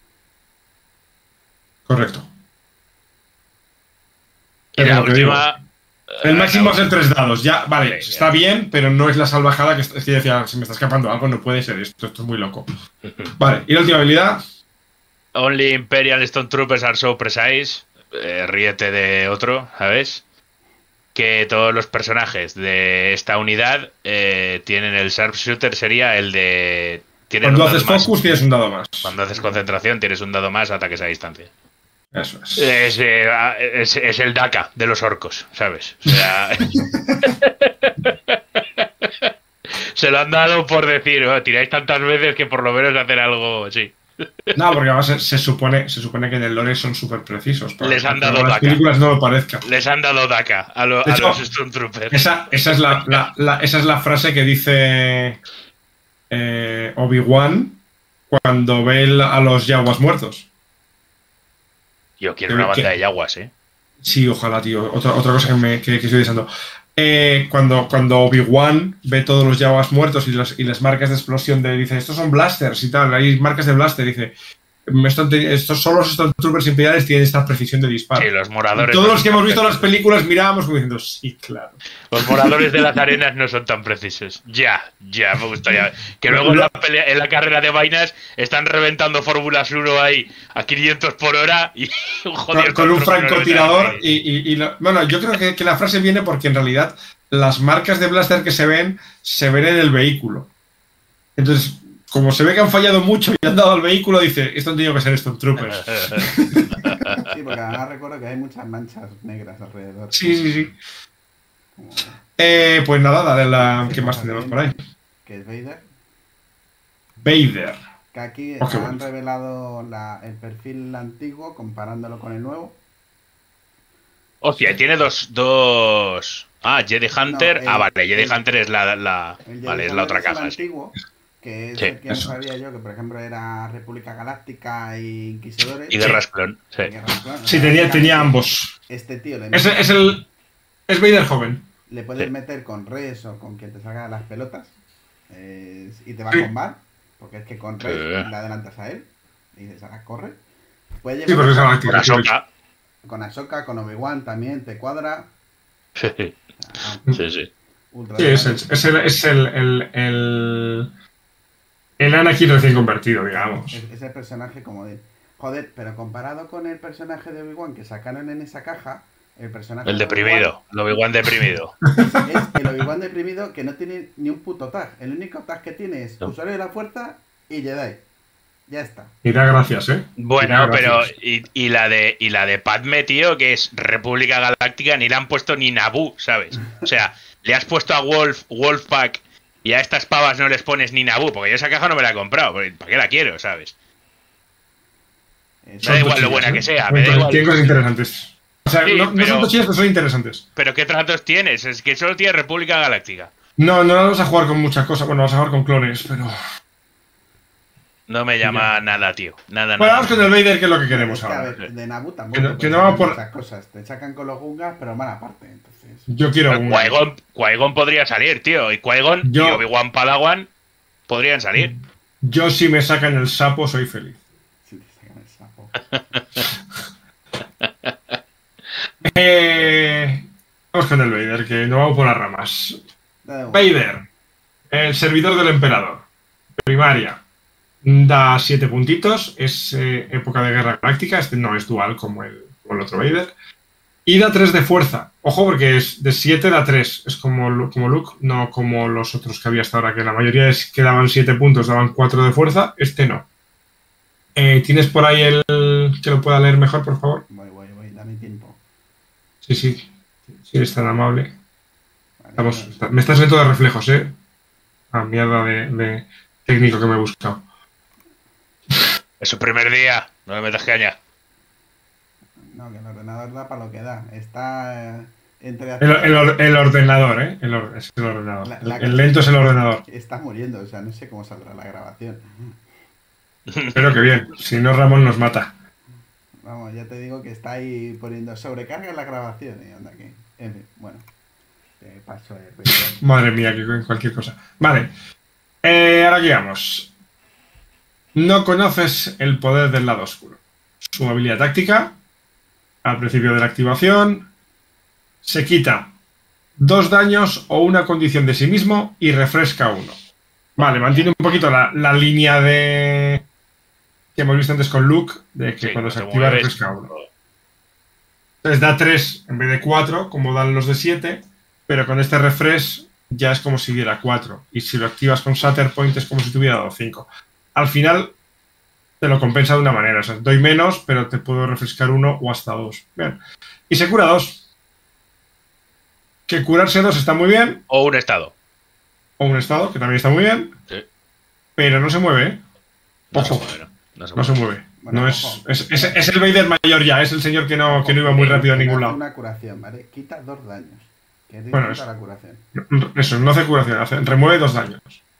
Correcto. Y la última... El máximo es el tres dados. Ya, vale, sí, está ya. bien, pero no es la salvajada que, es que decía, se me está escapando algo, no puede ser esto, esto es muy loco. Vale, y la última habilidad. Only Imperial Stormtroopers are so precise. Eh, ríete de otro, ¿sabes? Que todos los personajes de esta unidad eh, tienen el Sharpshooter, sería el de... Cuando haces focus más. Tienes un dado más. Cuando haces concentración tienes un dado más, ataques a distancia. Eso es. Es, eh, es, es el D A C A de los orcos, ¿sabes? O sea... Se lo han dado por decir, oh, tiráis tantas veces que por lo menos hacer algo, sí. No, porque además se, se supone se supone que en el lore son súper precisos. Les han dado D A C A. Las películas no lo parezcan. Les han dado D A C A a, lo, a hecho, los Stormtroopers. Esa, esa, es la, la, la, esa es la frase que dice eh, Obi-Wan cuando ve a los yaguas muertos. Yo quiero una banda de yaguas, ¿eh? Sí, ojalá, tío. Otra, otra cosa que, me, que, que estoy deseando. Eh, cuando, cuando Obi-Wan ve todos los yaguas muertos y, los, y las marcas de explosión, de, dice, estos son blasters y tal, hay marcas de blaster, dice, estos, estos solo los Stormtroopers imperiales tienen esta precisión de disparo. Sí, los moradores. Y todos los que hemos visto las películas mirábamos diciendo, sí, claro. Los moradores de las arenas no son tan precisos. Ya, ya, me gustaría. Que luego en la, pelea, en la carrera de vainas están reventando Fórmulas uno ahí a quinientos por hora y joder, con, con un francotirador. Y, y, y lo, bueno, yo creo que, que la frase viene porque en realidad las marcas de blaster que se ven, se ven en el vehículo. Entonces, como se ve que han fallado mucho y han dado al vehículo, dice, esto han tenido que ser Stormtroopers. Sí, porque ahora recuerdo que hay muchas manchas negras alrededor. Sí, sí, sí. Como... Eh, pues nada, dale la... ¿Qué más tenemos por ahí? Que es Vader. Vader. Que aquí oh, han bueno. revelado la, el perfil antiguo comparándolo con el nuevo. Hostia, tiene dos, dos... Ah, Jedi Hunter. No, el- ah, vale, Jedi el- Hunter es la, la... El Jedi Vale, es la Hunter otra es el caja. sí. antiguo, que es Sí, el que no eso. sabía yo, que por ejemplo era República Galáctica y Inquisidores. Y Guerras Clon. Sí. Y Guerras Clon. O Sí, sea, tenía, básicamente, tenía ambos. Este tío le, Es, metes- es el. Es Vader joven. le puedes Sí. meter con res o con quien te salga las pelotas eh, y te va Sí. a combar, porque es que con res Sí. le adelantas a él y dices, ahora corre. Puedes Sí, porque es con, galáctico. Con Ahsoka. con Ahsoka, con Obi-Wan también te cuadra. Sí, Ah, sí, sí. ultra Sí, es, legal. el, es, el, es el, el, el, el Anakin recién convertido, digamos. Es, es el personaje como de... Joder, pero comparado con el personaje de Obi-Wan que sacaron en esa caja, el personaje El de deprimido. El Obi-Wan deprimido. Obi-Wan es el Obi-Wan deprimido que no tiene ni un puto tag. El único tag que tiene es No. usuario de la fuerza y Jedi. Ya está. Y da gracias, ¿eh? Bueno, Y da pero gracias. y, y la de y la de Padme, tío, que es República Galáctica, ni le han puesto ni Naboo, ¿sabes? O sea, le has puesto a Wolf, Wolfpack y a estas pavas no les pones ni Naboo, porque yo esa caja no me la he comprado, porque ¿para qué la quiero, sabes? Eh, Me da igual lo buena ¿eh? que sea, me da Tiene igual. cosas interesantes. O sea, Sí, no, no pero- son tochillas, pero son interesantes. Pero ¿qué tratos tienes? Es que solo tiene República Galáctica. No, no vamos a jugar con muchas cosas. Bueno, vamos a jugar con clones, pero. No me llama nada, tío. Nada, Bueno, nada. vamos con el Vader, que es lo que es queremos que, a ahora. ver, de Naboo tampoco Que no- te que pueden no va sacar por- muchas cosas. Te sacan con los Gungas, pero van aparte. Entonces, Yo quiero Pero un. Qui-Gon, Qui-Gon podría salir, tío. Y Qui-Gon Yo- y Obi-Wan Padawan podrían salir. Yo, si me sacan el sapo, soy feliz. si te sacan el sapo. Eh, vamos con el Vader, que no vamos por las ramas. Da igual. Vader, el servidor del emperador. Primaria. Da siete puntitos. Es eh, época de guerra galáctica. Este no es dual como el, como el otro Vader. Y da tres de fuerza. Ojo, porque es de siete da tres. Es como, Lu- como Luke, no como los otros que había hasta ahora, que la mayoría es que daban siete puntos, daban cuatro de fuerza. Este no. Eh, ¿Tienes por ahí el que lo pueda leer mejor, por favor? Voy, voy, voy. Dame tiempo. Sí, sí. Si eres tan amable. Vale, Vamos, bueno, me estás viendo de reflejos, ¿eh? Ah, mierda de, de técnico que me he buscado. Es su primer día. No me metas caña. no, que el ordenador da para lo que da. Está eh, entre... El, el or- el ordenador, ¿eh? El, or- es el ordenador. La- la- El, el lento es el ordenador. Está muriendo, o sea, no sé cómo saldrá la grabación. Pero que bien. Si no, Ramón nos mata. Vamos, ya te digo que está ahí poniendo sobrecarga en la grabación. Y anda que... En fin, bueno. Te paso el ruido. Madre mía, que cualquier cosa. Vale. Eh, ahora aquí vamos. No conoces el poder del lado oscuro. Su habilidad táctica, al principio de la activación, se quita dos daños o una condición de sí mismo y refresca uno. Vale, mantiene un poquito la, la línea de que hemos visto antes con Luke, de que Sí, cuando no se te activa mueves. refresca uno. Entonces da tres en vez de cuatro, como dan los de siete, pero con este refresh ya es como si diera cuatro. Y si lo activas con Shatterpoint es como si te hubiera dado cinco. Al final te lo compensa de una manera. O sea, doy menos, pero te puedo refrescar uno o hasta dos. Bien. Y se cura dos. Que curarse dos está muy bien. O un estado. O un estado, que también está muy bien. Sí. Pero no se mueve, ¿eh? No se Ojo. mueve, ¿no? No se No se mueve. mueve. Bueno, No es, ojo. es, es, es el Vader mayor ya. Es el señor que no, que no iba muy rápido a ningún Hace lado. Una curación, ¿vale? Quita dos daños. Que es Bueno, distinta es- a la curación. Eso, no hace curación, hace, remueve dos daños.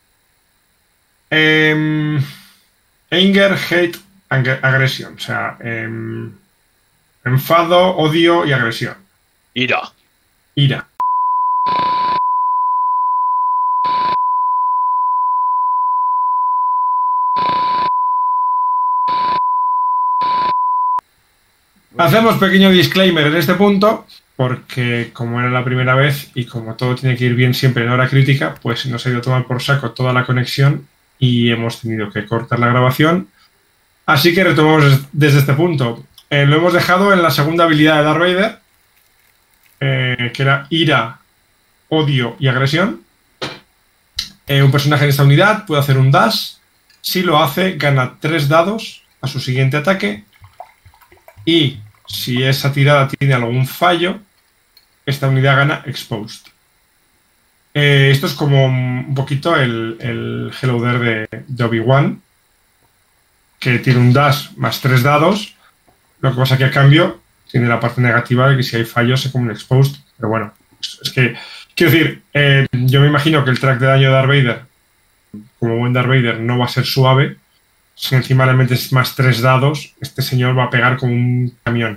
Em, anger, hate, anger- agresión. O sea, em, enfado, odio y agresión. Ira. Ira. Hacemos pequeño disclaimer en este punto, porque como era la primera vez y como todo tiene que ir bien siempre en hora crítica, pues nos ha ido a tomar por saco toda la conexión y hemos tenido que cortar la grabación. Así que retomamos des- desde este punto. Eh, lo hemos dejado en la segunda habilidad de Darth Vader, eh, que era ira, odio y agresión. Eh, un personaje en esta unidad puede hacer un dash. Si lo hace, gana tres dados a su siguiente ataque. Y si esa tirada tiene algún fallo, esta unidad gana Exposed. Eh, esto es como un poquito el, el Hello There de, de Obi-Wan, que tiene un dash más tres dados. Lo que pasa que a cambio tiene la parte negativa de que si hay fallos se come un exposed. Pero bueno, es que, quiero decir, eh, yo me imagino que el track de daño de Darth Vader, como buen Darth Vader, no va a ser suave. Si encima le metes más tres dados, este señor va a pegar como un camión.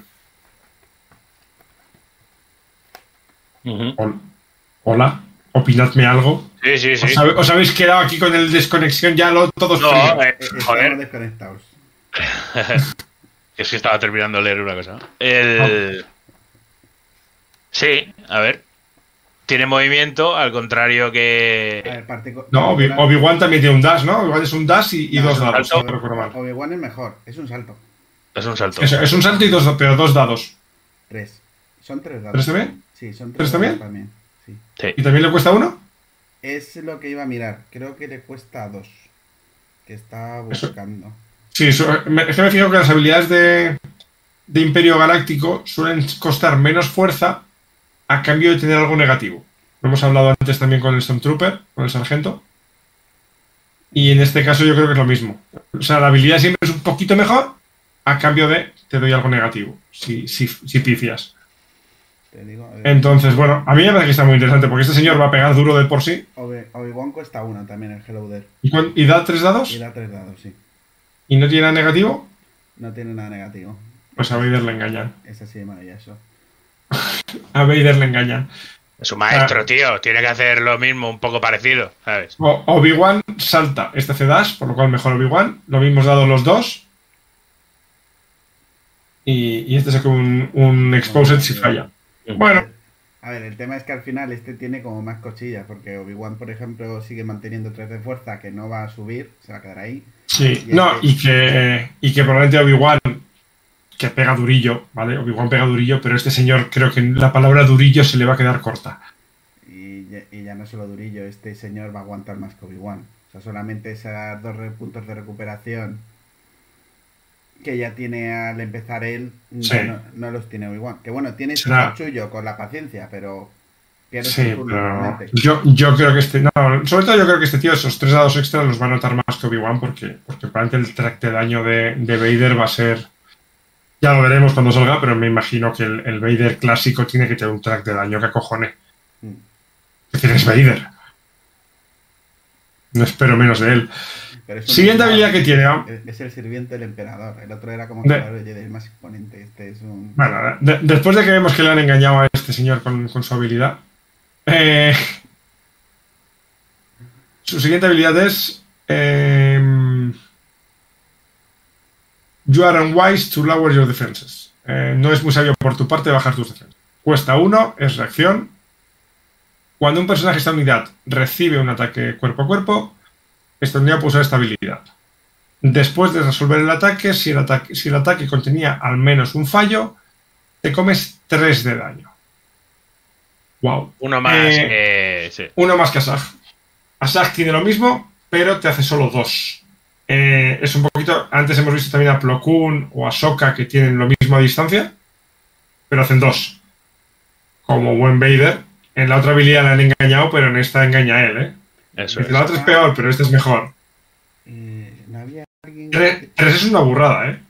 Uh-huh. Hola, opinadme algo. Sí, sí, sí. ¿Os, habe, os habéis quedado aquí con el desconexión ya lo, todos no, fríos? eh, joder. Desconectados. Es que estaba terminando de leer una cosa. El... Oh. Sí, a ver. Tiene movimiento, al contrario que... A ver, partico... No, Obi- Obi-Wan también tiene un dash, ¿no? Obi-Wan es un dash y, y no, dos dados. No Obi-Wan es mejor, es un salto. Es un salto. Es, es un salto y dos, pero dos dados. Tres. Son tres dados. ¿Tres también? Sí, son tres, ¿Tres dados también? también. Sí. Sí. ¿Y también le cuesta uno? Es lo que iba a mirar. Creo que le cuesta dos. Que está buscando. Eso. Sí, eso, me, es que me fijo que las habilidades de, de Imperio Galáctico suelen costar menos fuerza a cambio de tener algo negativo. Lo hemos hablado antes también con el Stormtrooper, con el sargento. Y en este caso yo creo que es lo mismo. O sea, la habilidad siempre es un poquito mejor a cambio de te doy algo negativo, si, si, si pifias. Te digo, eh, Entonces, bueno, a mí me parece que está muy interesante porque este señor va a pegar duro de por sí. Obi- Obi-Wan cuesta uno también, el Hello There. ¿Y, cuán- y da tres dados? Y da tres dados, sí. ¿Y no tiene nada negativo? No tiene nada negativo. Pues a Vader le engañan. Es así de maravilloso. A Vader le engañan. Es un maestro, Ah. tío. Tiene que hacer lo mismo, un poco parecido, ¿sabes? O- Obi-Wan salta, este hace dash, por lo cual mejor Obi-Wan. Lo mismos dados los dos. Y, y este saca un, un exposed si falla. Bueno, A ver, el tema es que al final este tiene como más cosillas, porque Obi-Wan, por ejemplo, sigue manteniendo tres de fuerza, que no va a subir, se va a quedar ahí. sí, Y no, este- y que, y que probablemente Obi-Wan, que pega durillo, ¿vale? Obi-Wan pega durillo, pero este señor creo que la palabra durillo se le va a quedar corta. Y ya, y ya no solo durillo, este señor va a aguantar más que Obi-Wan. O sea, solamente esos dos re- puntos de recuperación que ya tiene al empezar él, Sí. ya no, no los tiene Obi-Wan. Que bueno, tiene su Será- suyo con la paciencia, pero pierde Sí, su turno pero realmente. yo, yo creo que este, no, sobre todo yo creo que este tío esos tres dados extra los va a notar más que Obi-Wan porque, porque probablemente el track de daño de, de Vader va a ser, ya lo veremos cuando salga, pero me imagino que el, el Vader clásico tiene que tener un track de daño que acojone. Mm. Es decir, es Vader. No espero menos de él. Pero es un Siguiente emperador. habilidad que tiene, ¿no? Es- Es el sirviente del emperador. El otro era como De- que el Jedi más imponente. Este es un. Bueno, de- después de que vemos que le han engañado a este señor con, con su habilidad, eh, su siguiente habilidad es eh, You are unwise to lower your defenses. Eh, no es muy sabio por tu parte bajar tus defensas. Cuesta uno, es reacción. Cuando un personaje de esta unidad recibe un ataque cuerpo a cuerpo, esta unidad puede usar esta habilidad. Después de resolver el ataque, si el ataque, si el ataque contenía al menos un fallo, te comes tres de daño. Wow. Uno más Eh, que... Sí. Uno más que Asaj. Asaj tiene lo mismo, pero te hace solo dos. Eh, es un poquito... Antes hemos visto también a Plo Koon o a Sokka que tienen lo mismo a distancia, pero hacen dos. Como buen Vader. En la otra habilidad le han engañado, pero en esta engaña a él, ¿eh? Eso Dice, es. la otra es peor, pero esta es mejor. Eh, no había alguien. Tres, tres es una burrada, ¿eh?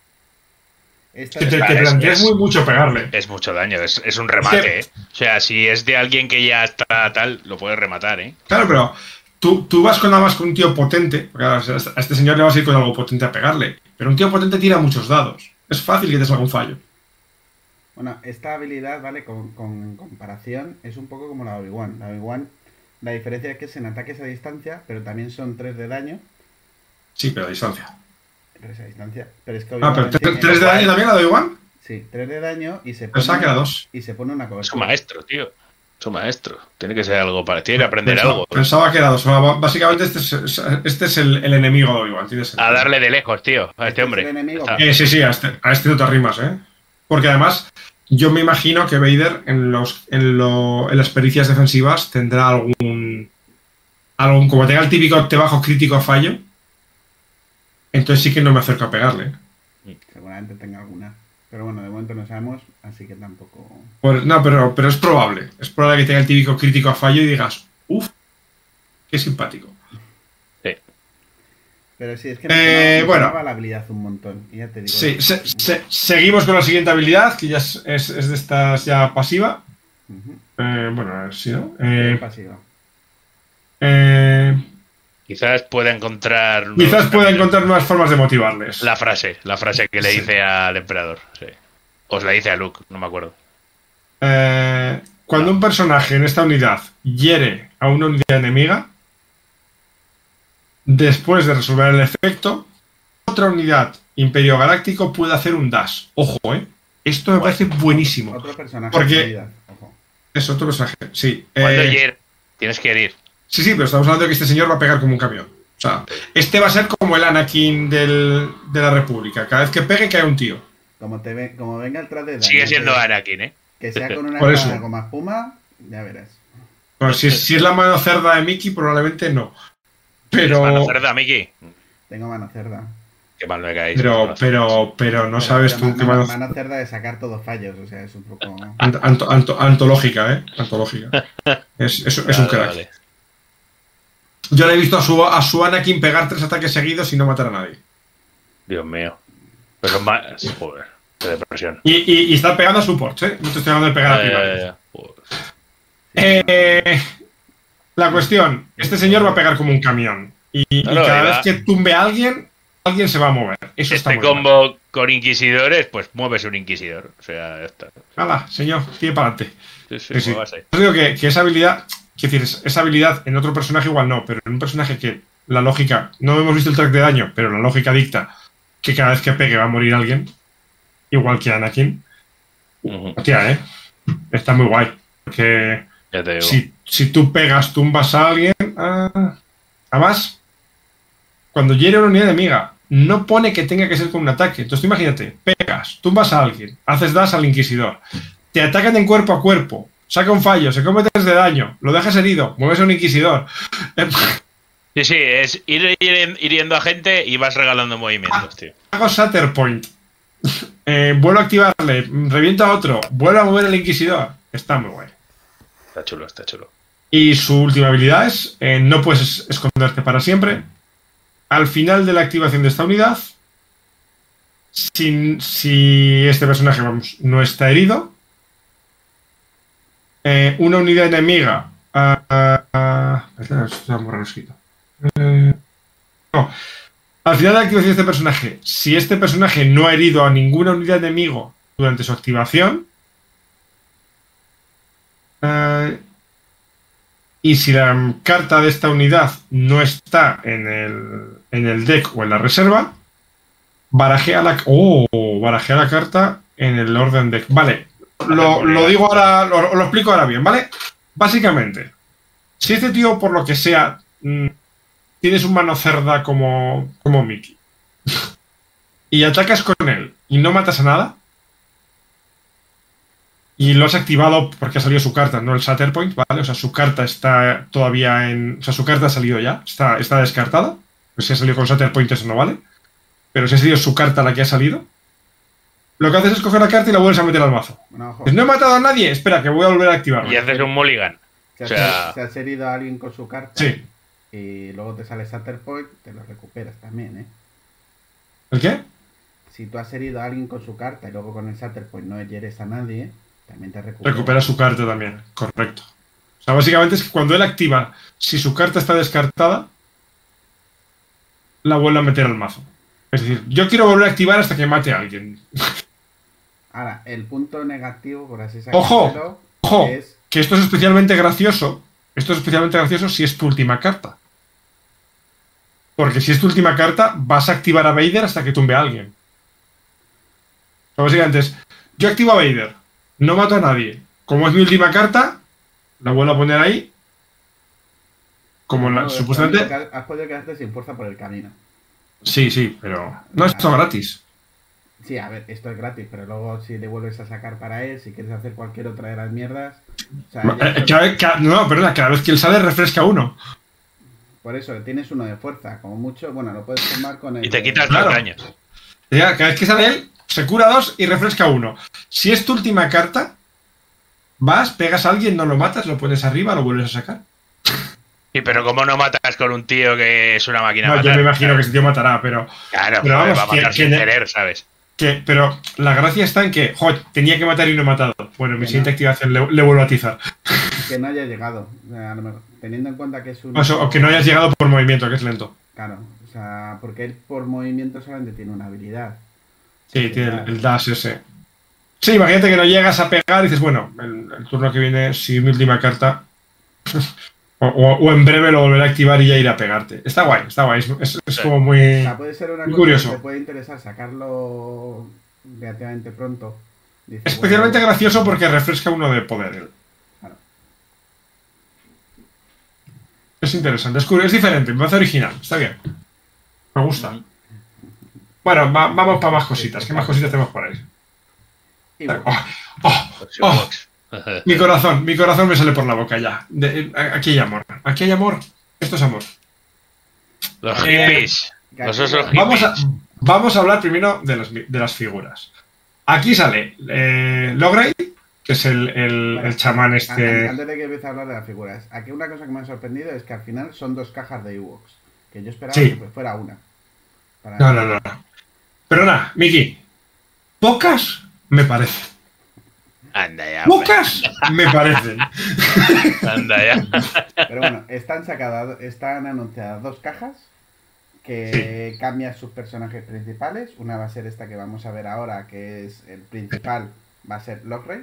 Esta Que te, es- te es- planteas es- muy mucho pegarle. Es mucho daño, es, es un remate, Es ¿eh? O sea, si es de alguien que ya está tal, lo puedes rematar, ¿eh? Claro, pero tú, tú vas con nada más con un tío potente, porque a a este señor le vas a ir con algo potente a pegarle, pero un tío potente tira muchos dados. Es fácil que te salga un fallo. Bueno, esta habilidad, ¿vale? Con, con en comparación, es un poco como la de Obi-Wan. La de Obi-Wan, la diferencia es que es en ataques a distancia, pero también son tres de daño. Sí, pero a distancia. tres a distancia. Pero es que Ah, Obi-Wan pero tiene- ¿tres de daño también la doy One? Sí, tres de daño y se Pensaba pone, que era dos. y se pone una Es un cobertura. maestro, tío. Es un maestro. Tiene que ser algo para... Tiene que aprender Pensaba, algo. pensaba que era dos. Bueno, básicamente este es, este es el, el enemigo de Obi-Wan. tiene sentido. A darle de lejos, tío, a Este este es hombre. el enemigo. Está. Eh, sí, sí, a este, a este no te arrimas, ¿eh? Porque además, yo me imagino que Vader en, los, en, lo, en las pericias defensivas tendrá algún, algún... Como tenga el típico te bajo crítico a fallo, entonces sí que no me acerco a pegarle. Seguramente tenga alguna. Pero bueno, de momento no sabemos, así que tampoco. Pues, no, pero, pero es probable. Es probable que tenga el típico crítico a fallo y digas, uff, qué simpático. Sí. Pero sí, es que Eh, me bueno. la habilidad un montón. Y ya te digo, Sí, se, se, seguimos con la siguiente habilidad, que ya es, es, es de estas ya pasiva. uh-huh. Eh, bueno, a ver si no. Eh, Eh, pasiva. eh, Quizás pueda encontrar. Quizás pueda encontrar nuevas formas de motivarles. La frase, la frase que le Sí. dice al emperador. Sí. O se la dice a Luke, no me acuerdo. Eh, cuando No. un personaje en esta unidad hiere a una unidad enemiga, después de resolver el efecto, otra unidad Imperio Galáctico puede hacer un dash. Ojo, ¿eh? Esto me parece buenísimo. Otro personaje Porque- de unidad, ojo. Es otro personaje, sí. Cuando Eh, hiere, tienes que herir. Sí, sí, pero estamos hablando de que este señor va a pegar como un camión. O sea, este va a ser como el Anakin del, de la República. Cada vez que pegue, cae un tío. Como, te ve, como venga el tras de daño, Sigue siendo que, Anakin, ¿eh? que sea con una Por espada eso. como espuma, ya verás. Bueno, si, es- si es la mano cerda de Mickey, probablemente no. Pero, Mano cerda, Miki. Tengo mano cerda. Qué mal me caéis. pero, pero, pero no Pero- sabes pero tú qué mano, mano, mano cerda de sacar todos fallos, o sea, es un poco... ant- anto- anto- antológica, ¿eh? Antológica. Es, es- es un Vale, crack. vale. Yo le he visto a su, a su Anakin pegar tres ataques seguidos y no matar a nadie. Dios mío. Pero más. Joder, qué depresión. Y, y, y está pegando a su Porsche, ¿eh? No te estoy hablando de pegar a primarios. Eh, joder. Eh, la cuestión, este señor va a pegar como un camión. Y, y Claro, cada y vez va- que tumbe a alguien, alguien se va a mover. Eso está Este muy bien. combo con inquisidores, pues mueves un inquisidor. O sea, ya está. Hala, señor, tire para adelante. Sí, sí, Sí, sí. muevas ahí. Yo digo que, que esa habilidad, quiero decir, es- esa habilidad en otro personaje igual no, pero en un personaje que la lógica, no hemos visto el track de daño, pero la lógica dicta que cada vez que pegue va a morir alguien, igual que Anakin. Ujú. Hostia, ¿eh? Está muy guay. Porque Ya te digo. si, si tú pegas, tumbas a alguien. ah, Además, cuando hiere una unidad enemiga, no pone que tenga que ser con un ataque. Entonces, tú imagínate, pegas, tumbas a alguien, haces dash al inquisidor, te atacan en cuerpo a cuerpo, saca un fallo, se come tres de daño, lo dejas herido, mueves a un inquisidor. Sí, sí, es ir, ir hiriendo a gente y vas regalando movimientos, tío. Hago Shatterpoint, eh, vuelvo a activarle, reviento a otro, vuelvo a mover el inquisidor. Está muy guay. Está chulo, está chulo. Y su última habilidad es, eh, no puedes esconderte para siempre. Al final de la activación de esta unidad, si, si este personaje vamos, no está herido, eh, una unidad enemiga... ah, ah, ah, espera, esto está muy raro escrito. Eh, no. Al final de la activación de este personaje, si este personaje no ha herido a ninguna unidad enemigo durante su activación, eh, y si la carta de esta unidad no está en el, en el deck o en la reserva, barajea la, oh, barajea la carta en el orden deck. Vale, lo, lo digo ahora, lo, lo explico ahora bien, ¿vale? Básicamente, si este tío, por lo que sea, mmm, tienes un mano cerda como, como Mickey y atacas con él y no matas a nada, y lo has activado porque ha salido su carta, no el Shatterpoint, ¿vale? O sea, su carta está todavía en... O sea, su carta ha salido ya, está, está descartada. Pues si ha salido con Shatterpoint eso no vale. Pero si ha sido su carta la que ha salido, lo que haces es coger la carta y la vuelves a meter al mazo. Bueno, ojo, Pues no he matado a nadie, espera, que voy a volver a activarlo. Y haces un mulligan. si has, o sea- si has herido a alguien con su carta Sí. y luego te sale Shatterpoint, te lo recuperas también, ¿eh? ¿El qué? Si tú has herido a alguien con su carta y luego con el Shatterpoint no hieres a nadie, también te recuperas. Recupera su carta también, correcto. O sea, básicamente es que cuando él activa, si su carta está descartada, la vuelve a meter al mazo. Es decir, yo quiero volver a activar hasta que mate a alguien. Ahora, el punto negativo, por así Ojo, decirlo, Ojo, es... que esto es especialmente gracioso. Esto es especialmente gracioso si es tu última carta. Porque si es tu última carta, vas a activar a Vader hasta que tumbe a alguien. O sea, básicamente es, yo activo a Vader, no mato a nadie. Como es mi última carta, la vuelvo a poner ahí. Como la, No, supuestamente... has- Has podido quedarte sin fuerza por el camino. Sí, sí, pero no es esto gratis. Sí, a ver, esto es gratis, pero luego si le vuelves a sacar para él, si quieres hacer cualquier otra de las mierdas... O sea, ya- Eh, cada vez- cada- no, perdona, cada vez que él sale refresca uno. por eso, tienes uno de fuerza. Como mucho, bueno, lo puedes tomar con el... Y te quitas Claro. los daños. Ya, cada vez que sale él, se cura dos y refresca uno. Si es tu última carta, vas, pegas a alguien, no lo matas, lo pones arriba, lo vuelves a sacar. Sí, pero ¿cómo no matas con un tío que es una máquina? No, de yo matar? me imagino que ese tío matará, pero. Claro, pero joder, vamos, va a matar que- sin que- querer, ¿sabes? Que, pero la gracia está en que, joder, tenía que matar y no he matado. Bueno, mi Que siguiente no. activación le, le vuelvo a atizar. Que no haya llegado. A lo mejor, teniendo en cuenta que es un. O, sea, o que no hayas llegado por movimiento, que es lento. Claro, o sea, porque él por movimiento solamente tiene una habilidad. Sí, Sí, tiene el, claro. el dash ese. Sí, imagínate que no llegas a pegar y dices, bueno, el, el turno que viene, si mi última carta. o, o- o en breve lo volveré a activar y ya iré a pegarte. Está guay, está guay. Es, es- es Sí. como O muy. sea, puede ser una Muy cosa curioso. que te puede interesar sacarlo relativamente pronto. Dice, Especialmente bueno, gracioso porque refresca uno de poder. él. claro. Es interesante, es, curioso, es diferente, me parece original. Está bien. Me gusta. Bueno, va- vamos para más cositas. ¿Qué más cositas tenemos por ahí? Y bueno, Oh, oh, Los oh. Ewoks. Mi corazón, mi corazón me sale por la boca ya. De- aquí hay amor. Aquí hay amor. Esto es amor. Los Eh, hippies. Los osos hippies. Vamos a, vamos a hablar primero de las, de las figuras. Aquí sale eh, Logray, que es el, el, Bueno, el chamán an- este. Antes de que empiece a hablar de las figuras, aquí una cosa que me ha sorprendido es que al final son dos cajas de Ewoks. Que yo esperaba Sí. que pues fuera una. Para- No, no, no. no. Pero nada, Miki. Pocas me parecen. Anda ya, hombre. Pocas me parecen. Anda ya. Pero bueno, están sacadas, están anunciadas dos cajas que cambian sus personajes principales. Una va a ser esta que vamos a ver ahora, que es el principal, va a ser Logray.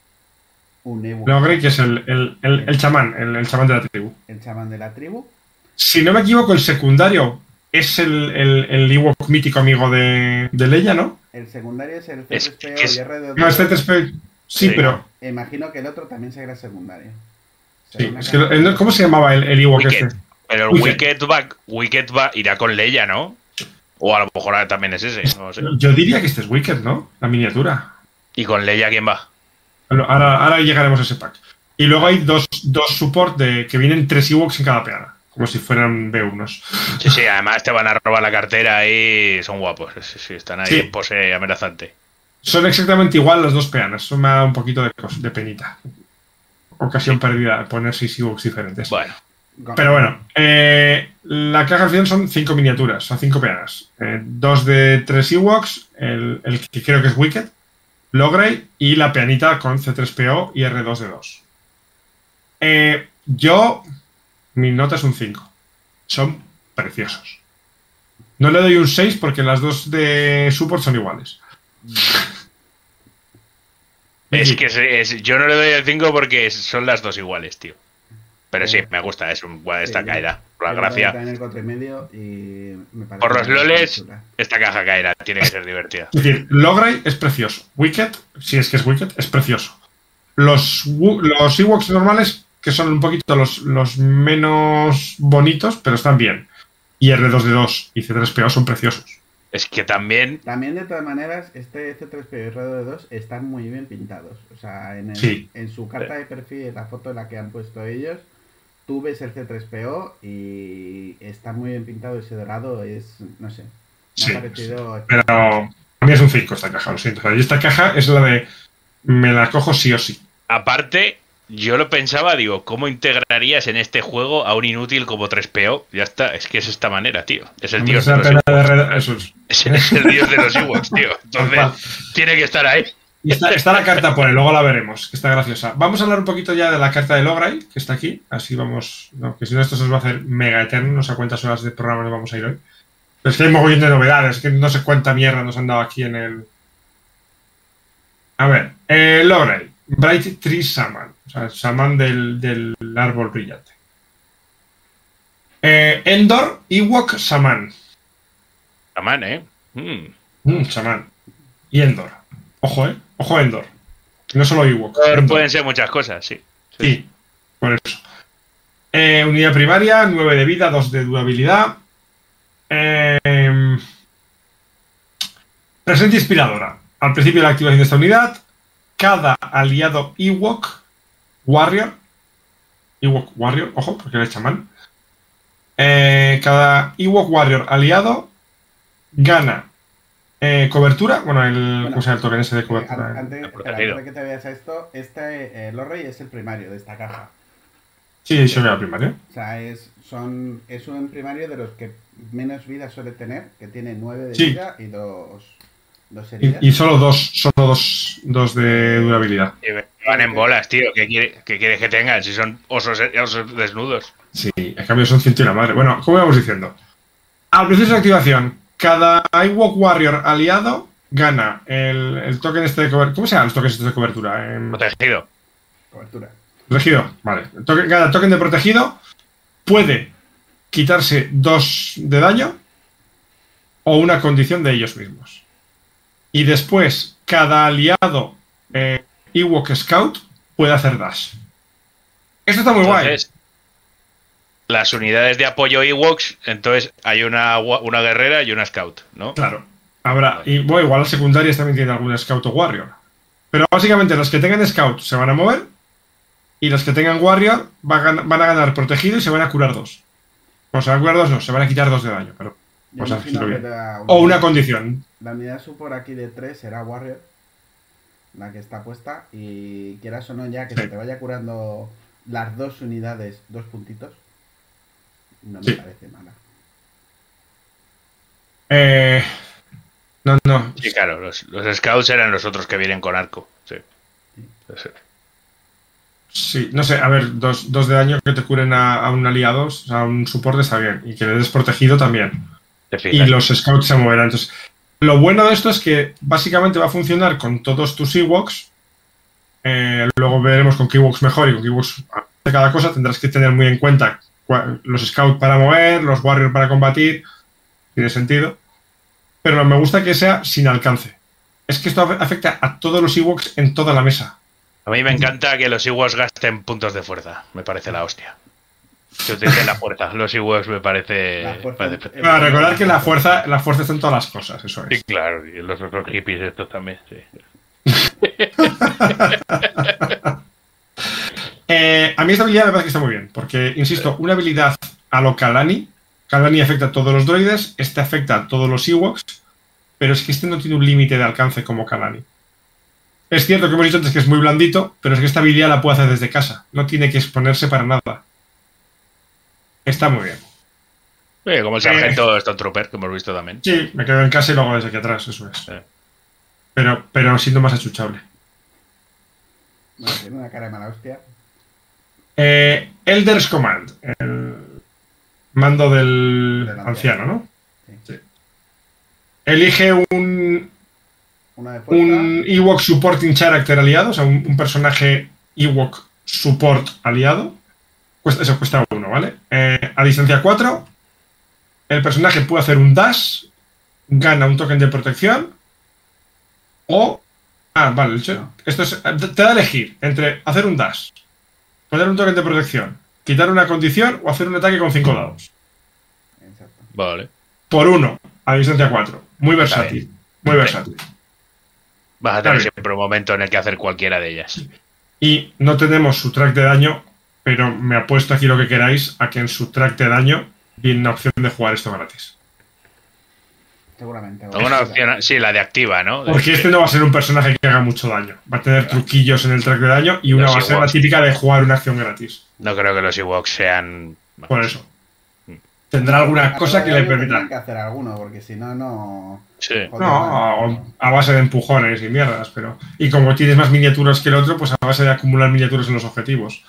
Un Ewok. Logray, que es el, el, el, el chamán, el, el chamán de la tribu. El chamán de la tribu. Si no me equivoco, el secundario es el, el, el Ewok mítico amigo de, de Leia, ¿no? El secundario es el Es- C tres P O que es- y R dos. No, este es Sí, Sí. pero. Imagino que el otro también será secundario. Será Sí, una es que, caja- el- ¿cómo se llamaba el, el Ewok Wicked. este? Pero el Wicked. Wicked va, Wicked va, irá con Leia, ¿no? O a lo mejor también es ese, no lo sé. Yo diría que este es Wicked, ¿no? La miniatura. ¿Y con Leia quién va? Ahora, ahora llegaremos a ese pack. Y luego hay dos, dos support de, que vienen tres Ewoks en cada peana. Como si fueran B unos. Sí, sí, además te van a robar la cartera y son guapos. Sí, sí, están ahí Sí. en pose amenazante. Son exactamente igual las dos peanas. Eso me ha dado un poquito de, cos- de penita. Ocasión perdida de poner seis Ewoks diferentes. Bueno, Pero bueno, eh, la caja al final son cinco miniaturas, son cinco peanas. Eh, dos de tres Ewoks, el, el que creo que es Wicked, Logray y la peanita con C tres P O y R dos D dos. Eh, yo, mi nota es un cinco. Son preciosos. No le doy un seis porque las dos de support son iguales. es que es- es- yo no le doy el cinco porque son las dos iguales, tío. Pero sí, me gusta, es un, bueno, esta Sí, caerá. Por la yo le doy gracia. también el cuatro y medio y me parece Por los una loles, chula. esta caja caerá, tiene que ser divertida. Es decir, Logray es precioso. Wicked, si es que es Wicked, es precioso. Los, Wu- los Ewoks normales, que son un poquito los, los menos bonitos, pero están bien. Y R dos D dos y C tres P O son preciosos. Es que también, También, de todas maneras, este C tres P O y R dos D dos están muy bien pintados. O sea, en, el- Sí. en su carta de perfil, la foto en la que han puesto ellos, tú ves el C tres P O y está muy bien pintado. Ese dorado es, no sé, me Sí, ha parecido... Pero a mí es un cinco esta caja, lo siento. O sea, y esta caja es la de me la cojo sí o sí. aparte, yo lo pensaba, digo, ¿cómo integrarías en este juego a un inútil como tres P O? Ya está, es que es esta manera, tío. Es el dios de Esa los pena Ewoks. de red- eso es. Es, es el dios de los Ewoks, tío. Entonces, tiene que estar ahí. Y está, está la carta por ahí, luego la veremos, que está graciosa. Vamos a hablar un poquito ya de la carta de Logray, que está aquí. Así vamos. No, que si no, esto se nos va a hacer mega eterno. No sé a cuántas horas de programa nos vamos a ir hoy. Pero es que hay mogollón de novedades, que no sé cuánta mierda nos han dado aquí en el. A ver, eh, Logray, Bright Tree Shaman, o sea, el Shaman del, del árbol brillante. Eh, Endor, Ewok, Shaman. Amán, ¿eh? Mm. Mm, Shaman. Y Endor. Ojo, eh. Ojo, Endor. No solo Ewok. Endor. Pueden ser muchas cosas, sí. Sí, por eso. Eh, unidad primaria, nueve de vida, dos de durabilidad. Eh, presencia inspiradora. Al principio de la activación de esta unidad, cada aliado Ewok Warrior, Ewok Warrior, ojo, porque era chamán. Eh, cada Ewok Warrior aliado gana eh, cobertura. Bueno, el, Bueno, ¿cómo se llama el token ese de Eh, cobertura? an- antes, espera, protegido. antes de que te veas a esto, este eh, Logray es el primario de esta caja. Sí, se vea primario. O sea, es, son, es un primario de los que menos vida suele tener, que tiene nueve de Sí. vida y dos, dos heridas. Y, y solo dos, solo dos, dos de durabilidad. Y me van en bolas, tío. ¿Qué, quiere, ¿Qué quieres que tengan si son osos, osos desnudos? Sí, en cambio son ciento y la madre. Bueno, como íbamos diciendo. Al proceso de activación, cada Ewok Warrior aliado gana el, el token este de cobertura. ¿Cómo se llaman los tokens estos de cobertura? En... Protegido. Cobertura. Protegido, vale. El token- cada token de protegido puede quitarse dos de daño o una condición de ellos mismos. Y después, cada aliado eh, Ewok Scout puede hacer dash. Esto está muy guay. Entonces, las unidades de apoyo Ewoks, entonces hay una, una guerrera y una scout, ¿no? Claro. Habrá. Y bueno, igual las secundarias también tienen algún Scout o Warrior. Pero básicamente las que tengan Scout se van a mover. Y las que tengan Warrior van a, van a ganar protegido y se van a curar dos. O se van a curar dos, no, se van a quitar dos de daño. Pero Yo vamos a imagino decirlo que bien. la O una unidad- condición. La unidad support aquí de tres será Warrior, la que está puesta, y quieras o no ya que Sí. se te vaya curando las dos unidades, dos puntitos, no me Sí. parece mala. Eh, no, no. Sí, claro, los, los scouts eran los otros que vienen con arco. Sí. Sí. Sí, no sé, a ver, dos, dos de daño que te curen a, a un aliado, o sea, a un soporte está bien. Y que le des protegido también. Te Y fijas. los scouts se moverán. Entonces, lo bueno de esto es que básicamente va a funcionar con todos tus Ewoks. Eh, luego veremos con qué Ewoks mejor y con qué Ewoks de cada cosa. Tendrás que tener muy en cuenta cua- los scouts para mover, los warriors para combatir. Tiene sentido. Pero me gusta que sea sin alcance. Es que esto afe- afecta a todos los Ewoks en toda la mesa. A mí me encanta que los Ewoks gasten puntos de fuerza. Me parece la hostia. Que utilicen la fuerza. Los Ewoks me parece... La fuerza- parece- el- Para recordar que la fuerza, la fuerza está en todas las cosas, eso Sí, es. claro. Y los otros hippies estos también, sí. Eh, a mí esta habilidad me parece que está muy bien, porque, insisto, una habilidad a lo Kalani. Kalani afecta a todos los droides, este afecta a todos los Ewoks, pero es que este no tiene un límite de alcance como Kalani. Es cierto que hemos dicho antes que es muy blandito, pero es que esta habilidad la puede hacer desde casa, no tiene que exponerse para nada. Está muy bien. Sí, como el sargento Stormtrooper, que hemos visto también. Sí, me quedo en casa y lo hago desde aquí atrás, eso es. Sí. Pero, pero siendo más achuchable. Bueno, tiene una cara de mala hostia. Eh, Elder's Command, el mando del Del anciano. anciano, ¿no? Sí. Sí. Elige un, Una de fuerza. un Ewok Supporting Character aliado, o sea, un, un personaje Ewok Support aliado. Cuesta, eso cuesta uno, ¿vale? Eh, a distancia cuatro, el personaje puede hacer un dash, gana un token de protección, o... Ah, vale, el hecho- esto es, te da a elegir entre hacer un dash, poner un token de protección, quitar una condición o hacer un ataque con cinco dados. Exacto. Vale. Por uno, a distancia cuatro. Muy Está versátil. Muy versátil. Vas a tener Está bien. siempre un momento en el que hacer cualquiera de ellas. Y no tenemos su track de daño, pero me apuesto aquí lo que queráis a que en su track de daño viene una opción de jugar esto gratis. Seguramente. Alguna opción, sí, la de activa, ¿no? Porque De- este no va a ser un personaje que haga mucho daño. Va a tener truquillos en el track de daño y una Los va a ser la Ewoks. típica de jugar una acción gratis. No creo que los Ewoks sean... Por eso. Tendrá alguna cosa que le Tendrán permita. que hacer alguno, porque si no, no. Sí. Joder, No, a, a base de empujones y mierdas, pero. Y como tienes más miniaturas que el otro, pues a base de acumular miniaturas en los objetivos.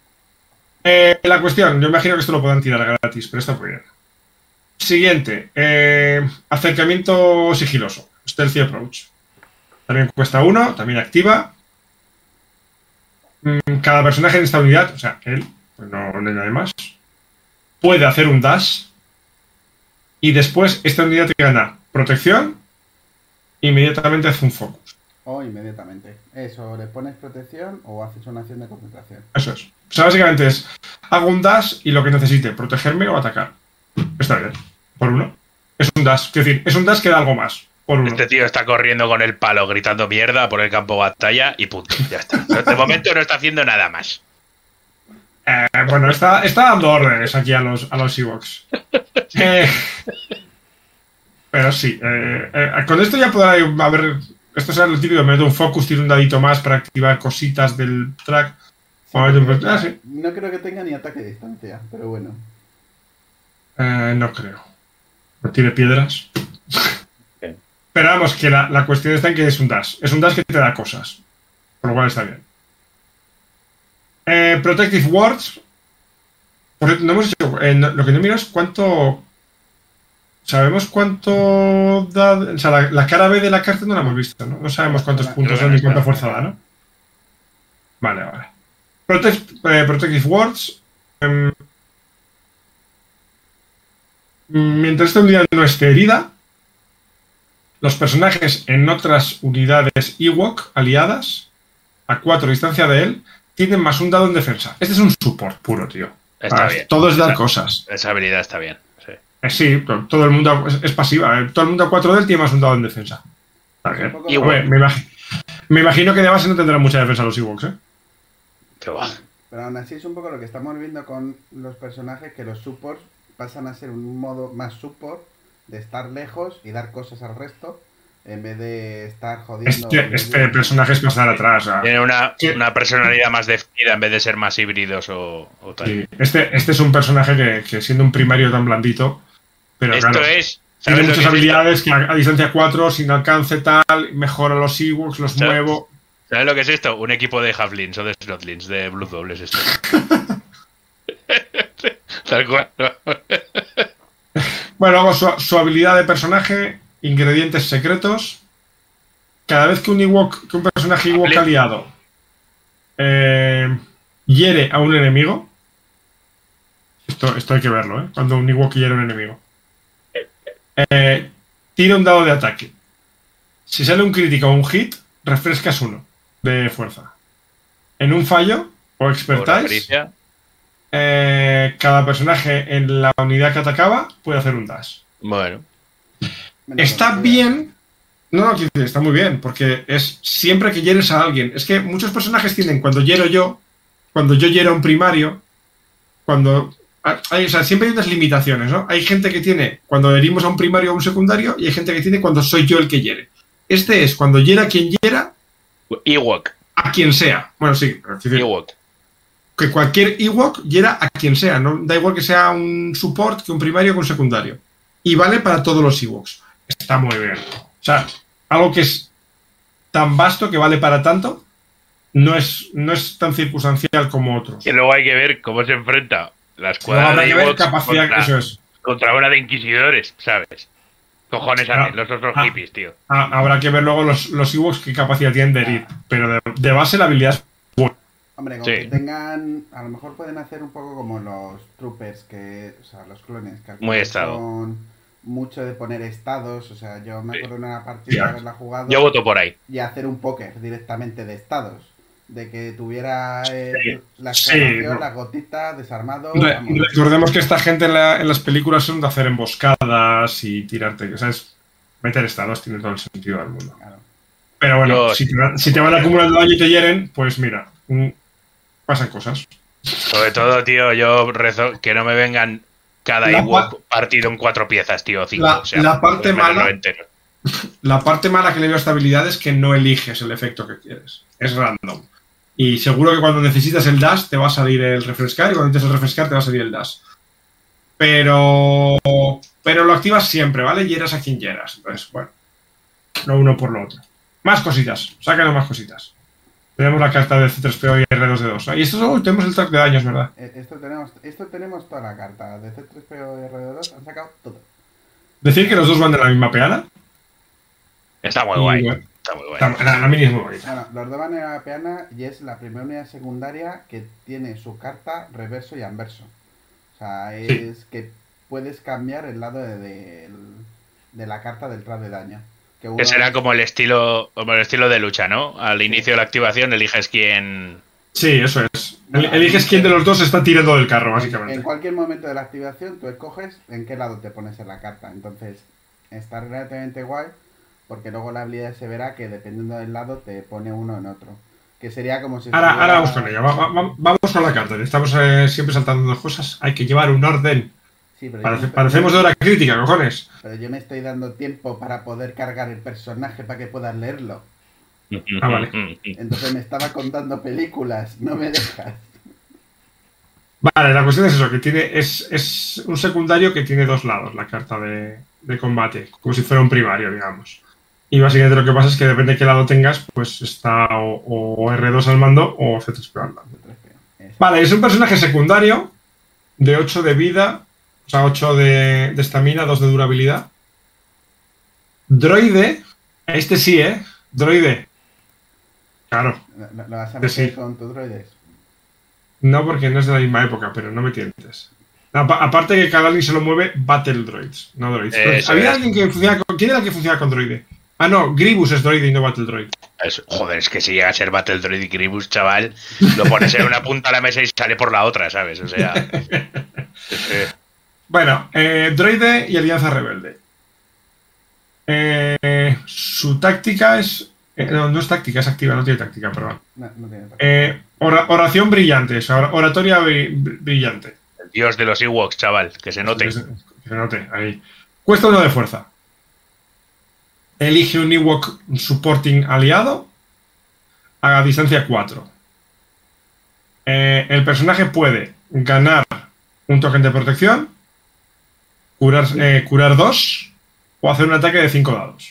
Eh, la cuestión, yo imagino que esto lo puedan tirar gratis, pero está muy bien. Siguiente, eh, acercamiento sigiloso, Stealthy Approach. También cuesta uno, también activa. Mm, Cada personaje en esta unidad, o sea, él, pues no, no hay nadie más, puede hacer un dash y después esta unidad te gana protección, inmediatamente hace un focus. O inmediatamente. Eso, le pones protección o haces una acción de concentración. Eso es. O sea, básicamente es, hago un dash y lo que necesite, protegerme o atacar. Está bien, por uno. Es un dash, quiero decir, es un dash que da algo más, por uno. Este tío está corriendo con el palo, gritando mierda por el campo de batalla y punto. Ya está. De momento no está haciendo nada más. Eh, bueno, está, está dando órdenes aquí a los, a los Ewoks. Eh, pero sí, eh, eh, con esto ya podrá haber. Esto será lo típico, me meto un focus, tiro un dadito más para activar cositas del track. Sí, O- porque ah, sí. no creo que tenga ni ataque de distancia, pero bueno. Eh, no creo. No tiene piedras. Sí. Pero vamos, que la, la cuestión está en que es un dash. Es un dash que te da cosas. Por lo cual está bien. Eh, Protective Wards. Por cierto, no hemos hecho. eh, no- lo que no miro es cuánto. ¿Sabemos cuánto da? O sea, la, la cara B de la carta no la hemos visto, ¿no? No sabemos cuántos Creo puntos que son no ni cuánta está. fuerza da, ¿no? Vale, vale. Protect, eh, Protective Wards. em, mientras esta unidad no esté herida, los personajes en otras unidades Ewok aliadas, a cuatro distancia de él, tienen más un dado en defensa. Este es un support puro, tío. Está Ah, bien. todo es dar Esa- cosas. Esa habilidad está bien. Sí. Eh, sí, todo el mundo es, es pasiva. eh, Todo el mundo a cuatro de él tiene más un dado en defensa. Está bien. Un poco- Igual. Hombre, me, imagi- me imagino que de base no tendrán mucha defensa los Ewoks, ¿eh? Qué va. Pero aún así es un poco lo que estamos viendo con los personajes, que los supports pasan a ser un modo más support de estar lejos y dar cosas al resto, en vez de estar jodiendo. Este, este personaje es pasar atrás. o sea, Tiene una, Sí. una personalidad más definida en vez de ser más híbridos o, o tal. sí, este, este es un personaje que, que siendo un primario tan blandito, pero Esto claro, es. tiene ¿sabes lo muchas que es esto? habilidades que a, a distancia cuatro, sin alcance tal, mejora los Ewoks, los ¿Sabes? muevo. ¿Sabes lo que es esto? Un equipo de Halflings o de Slotlings, de Blood Bowl es esto. Tal cual. Bueno, luego su, su habilidad de personaje, ingredientes secretos. Cada vez que un Ewok, que un personaje Ewok Hable. aliado eh, hiere a un enemigo, esto, esto hay que verlo, ¿eh? Cuando un Ewok hiere a un enemigo, eh, tira un dado de ataque. Si sale un crítico o un hit, refrescas uno de fuerza. En un fallo o Por expertise, avaricia. eh, cada personaje en la unidad que atacaba puede hacer un dash. Bueno. Menos Está velocidad. bien. No, no, quiero decir, está muy bien, porque es siempre que hieres a alguien. Es que muchos personajes tienen cuando hiero yo, cuando yo hiero a un primario, cuando. Hay, o sea, siempre hay unas limitaciones, ¿no? Hay gente que tiene cuando herimos a un primario o a un secundario, y hay gente que tiene cuando soy yo el que hiere. Este es cuando hiera a quien hiera, Ewok. a quien sea. Bueno, sí, es decir, Ewok. que cualquier Ewok hiera a quien sea, no da igual que sea un support, que un primario, que un secundario. Y vale para todos los Ewoks. Está muy bien. O sea, algo que es tan vasto, que vale para tanto, no es, no es tan circunstancial como otros. Y luego hay que ver cómo se enfrenta la Luego escuadra habrá de que ver Ewoks capacidad, contra, eso es. contra una de inquisidores, ¿sabes? Cojones Ah, hacen los otros ah. hippies, tío. Ah, habrá que ver luego los, los Ewoks qué capacidad tienen de herir. Pero de, de base la habilidad es Hombre, como Sí. que tengan. A lo mejor pueden hacer un poco como los troopers, que. O sea, los clones, que al Muy final estado. son mucho de poner estados. O sea, yo me Sí. acuerdo de una partida Ya. de haberla jugado Yo voto por ahí. y hacer un póker directamente de estados. De que tuviera eh, Sí. la Sí, exclamación, no. las gotitas, desarmado. Re- vamos. recordemos que esta gente en, la- en las películas son de hacer emboscadas y tirarte. O sea, es meter estados tiene todo el sentido del mundo. Claro. Pero bueno, Yo- si, te, van- si te van acumulando daño y te hieren, pues mira, mm, pasan cosas. Sobre todo, tío, yo rezo que no me vengan cada La Ewok partido en cuatro piezas, tío. Cinco. La- o sea, la parte puedes meterlo mala- entero. La parte mala que le veo a esta habilidad es que no eliges el efecto que quieres. Es random. Y seguro que cuando necesitas el dash te va a salir el refrescar, y cuando necesitas el refrescar te va a salir el dash. Pero. Pero lo activas siempre, ¿vale? Hieras a quien hieras. Entonces, bueno. Lo uno por lo otro. Más cositas. Sácanos más cositas. Tenemos la carta de C tres P O y R dos D dos. Y esto oh, tenemos el track de daños, ¿verdad? Eh, Esto tenemos, esto tenemos toda la carta. De C tres P O y R D dos han sacado todo. Decir que los dos van de la misma peana. Está muy Y, guay. bueno, Está muy guay. La, la, la mini es muy bonita. Bueno, los dos van en la peana y es la primera unidad secundaria que tiene su carta reverso y anverso. O sea, es Sí. que puedes cambiar el lado de, de, de la carta del track de daño. Que, uno Que será es- como el estilo, como el estilo de lucha, ¿no? Al inicio de la activación eliges quién. Sí, eso es. El- eliges quién de los dos está tirando del carro, En básicamente. cualquier momento de la activación tú escoges en qué lado te pones en la carta. Entonces está relativamente guay porque luego la habilidad se verá que dependiendo del lado te pone uno en otro. Que sería como si... Ahora, estuviera- ahora vamos con ello. Va- va- va- vamos con la carta. Estamos eh, siempre saltando dos cosas. Hay que llevar un orden. Sí, pero, yo Parece- me- parecemos de hora crítica, cojones. pero yo me estoy dando tiempo para poder cargar el personaje para que puedas leerlo. Ah, vale. Entonces me estaba contando películas, no me dejas. Vale, la cuestión es eso, que tiene es, es un secundario que tiene dos lados la carta de, de combate, como si fuera un primario, digamos. Y básicamente lo que pasa es que depende de qué lado tengas, pues está o, o R dos al mando o C tres P O al mando. Vale, es un personaje secundario de ocho de vida, o sea, ocho de estamina, dos de durabilidad. Droide, este sí, ¿eh? Droide. Claro. ¿Lo, lo vas a meter sí. con tus droides? No, porque no es de la misma época, pero no me tientes. Apa- aparte que cada alguien se lo mueve Battle Droids, no Droids. Eh, ¿Había es. alguien que funciona con... ¿Quién era el que funciona con Droide? Ah, no, Grievous es Droide y no Battle Droid. Eso. Joder, es que si llega a ser Battle Droid y Grievous, chaval, lo pones en una punta a la mesa y sale por la otra, ¿sabes? O sea... eh. Bueno, eh, Droide y Alianza Rebelde. Eh, su táctica es... eh, no, no es táctica, es activa, no tiene táctica, perdón. No, no tiene táctica. Eh, ora- oración brillante, o sea, or- oratoria bri- brillante. El dios de los Ewoks, chaval, que se note. Que se, que se note, ahí. Cuesta uno de fuerza. Elige un Ewok supporting aliado a distancia cuatro. Eh, el personaje puede ganar un token de protección, curar, eh, curar dos o hacer un ataque de cinco dados.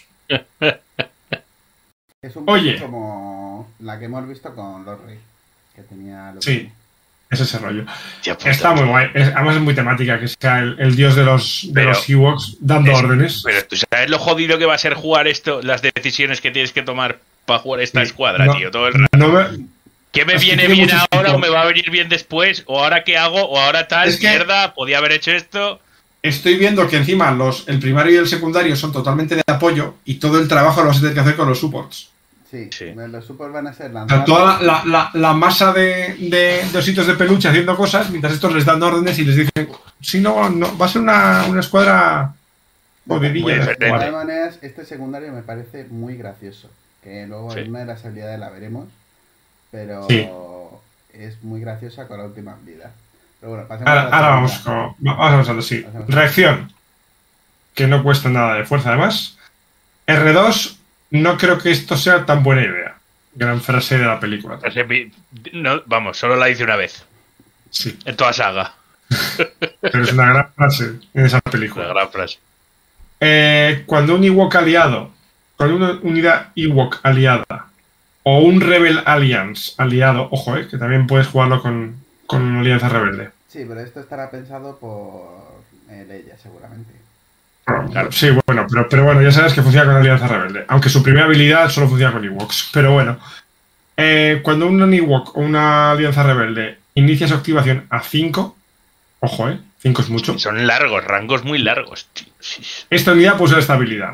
Es un poco Oye. como la que hemos visto con los Rey, que tenía lo Sí. mismo. Es ese rollo. Ya, puta. Está muy guay. Es- además es muy temática que sea el, el dios de los, de Pero- los Ewoks dando Es- órdenes. Pero tú sabes lo jodido que va a ser jugar esto, las decisiones que tienes que tomar para jugar esta Sí. escuadra, No, tío, todo el rato. no me- ¿Qué me es que viene tiene bien muchos ahora o tipos. me va a venir bien después? ¿O ahora qué hago? ¿O ahora tal? Es que- Mierda, podía haber hecho esto. Estoy viendo que encima los, el primario y el secundario son totalmente de apoyo y todo el trabajo lo vas a tener que hacer con los supports. Sí, Sí. los supers van a ser O sea, lanzados. toda la, la- la masa de, de, de ositos de peluche haciendo cosas mientras estos les dan órdenes y les dicen, si no, no va a ser una, una escuadra jodidilla. Muy de diferente. De jugar". todas maneras, este secundario me parece muy gracioso. Que luego Sí. en una de las habilidades la veremos. Pero Sí. es muy graciosa con la última vida. Pero bueno, pasemos Ahora, a la ahora vamos, segunda. con, vamos avanzando, sí. Pasemos. Reacción, que no cuesta nada de fuerza además. R dos, no creo que esto sea tan buena idea. Gran frase de la película. No sé, vi- no, vamos, solo la hice una vez. Sí, En toda saga. pero es una gran frase en esa La película. gran frase. Eh, cuando un Ewok aliado, cuando una unidad Ewok aliada o un Rebel Alliance aliado, ojo, eh, que también puedes jugarlo con, con una alianza rebelde. Sí, pero esto estará pensado por eh, Leia, seguramente. Claro. Sí, bueno, pero, pero bueno, ya sabes que funciona con alianza rebelde. Aunque su primera habilidad solo funciona con Ewoks. Pero bueno. Eh, cuando un Ewok o una alianza rebelde inicia su activación a cinco, ojo, eh, cinco es mucho. Son largos, rangos muy largos, tío. Sí, sí. Esta unidad puede usar esta habilidad.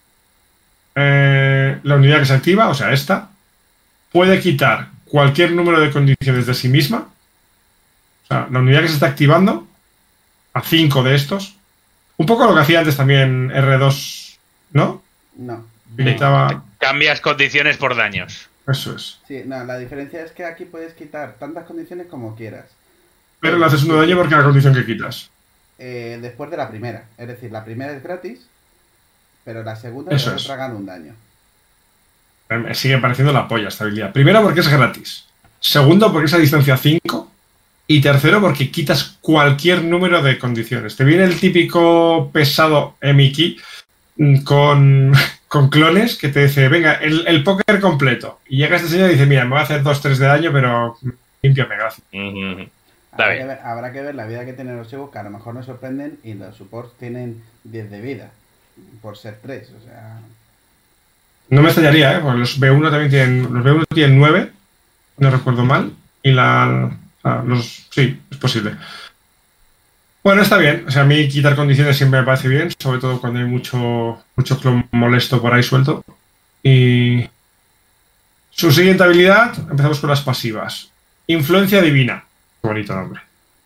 Eh, la unidad que se activa, o sea, esta, puede quitar cualquier número de condiciones de sí misma. O sea, la unidad que se está activando a cinco de estos. Un poco lo que hacía antes también R dos, ¿no? No. Que quitaba... Cambias condiciones por daños. Eso es. Sí, no, la diferencia es que aquí puedes quitar tantas condiciones como quieras. Pero le haces uno de daño porque es la condición que quitas. Eh, después de la primera. Es decir, la primera es gratis, pero la segunda Eso te es. tragan un daño. Me sigue pareciendo la polla esta habilidad. Primero porque es gratis. Segundo porque es a distancia cinco. Y tercero porque quitas cualquier número de condiciones. Te viene el típico pesado Emiki con, con clones que te dice, venga, el, el póker completo. Y llega este señor y dice, mira, me va a hacer dos tres de daño, pero límpiame, gracias. Ujú. Está Habrá bien. que, ver, habrá que ver la vida que tienen los Ewoks, que a lo mejor nos sorprenden y los supports tienen diez de vida. Por ser tres, o sea... No me extrañaría, ¿eh? Porque los B uno también tienen, los B uno tienen nueve, no recuerdo mal. Y la... Ah, los, sí, es posible. Bueno, está bien. O sea, a mí quitar condiciones siempre me parece bien, sobre todo cuando hay mucho, mucho clon molesto por ahí suelto. Y su siguiente habilidad, empezamos con las pasivas. Influencia divina. Qué bonito nombre.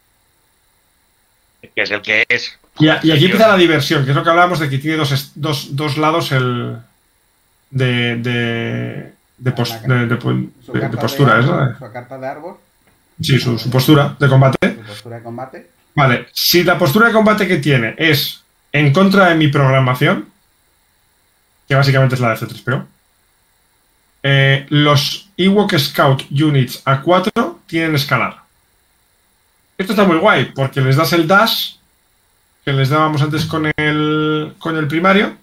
Que es el que es. Y, a- y aquí empieza la diversión, que es lo que hablábamos de que tiene dos, est- dos, dos lados el de, de, de, pos- de- de- Su de- de carta postura, de, ¿es? árbol, ¿no? su carta de árbol, Sí, su, su postura de combate. su postura de combate. Vale, si la postura de combate que tiene es en contra de mi programación, que básicamente es la de C tres P O, Eh, los Ewok Scout Units A cuatro tienen escalar. Esto está muy guay, porque les das el dash que les dábamos antes con el, con el primario,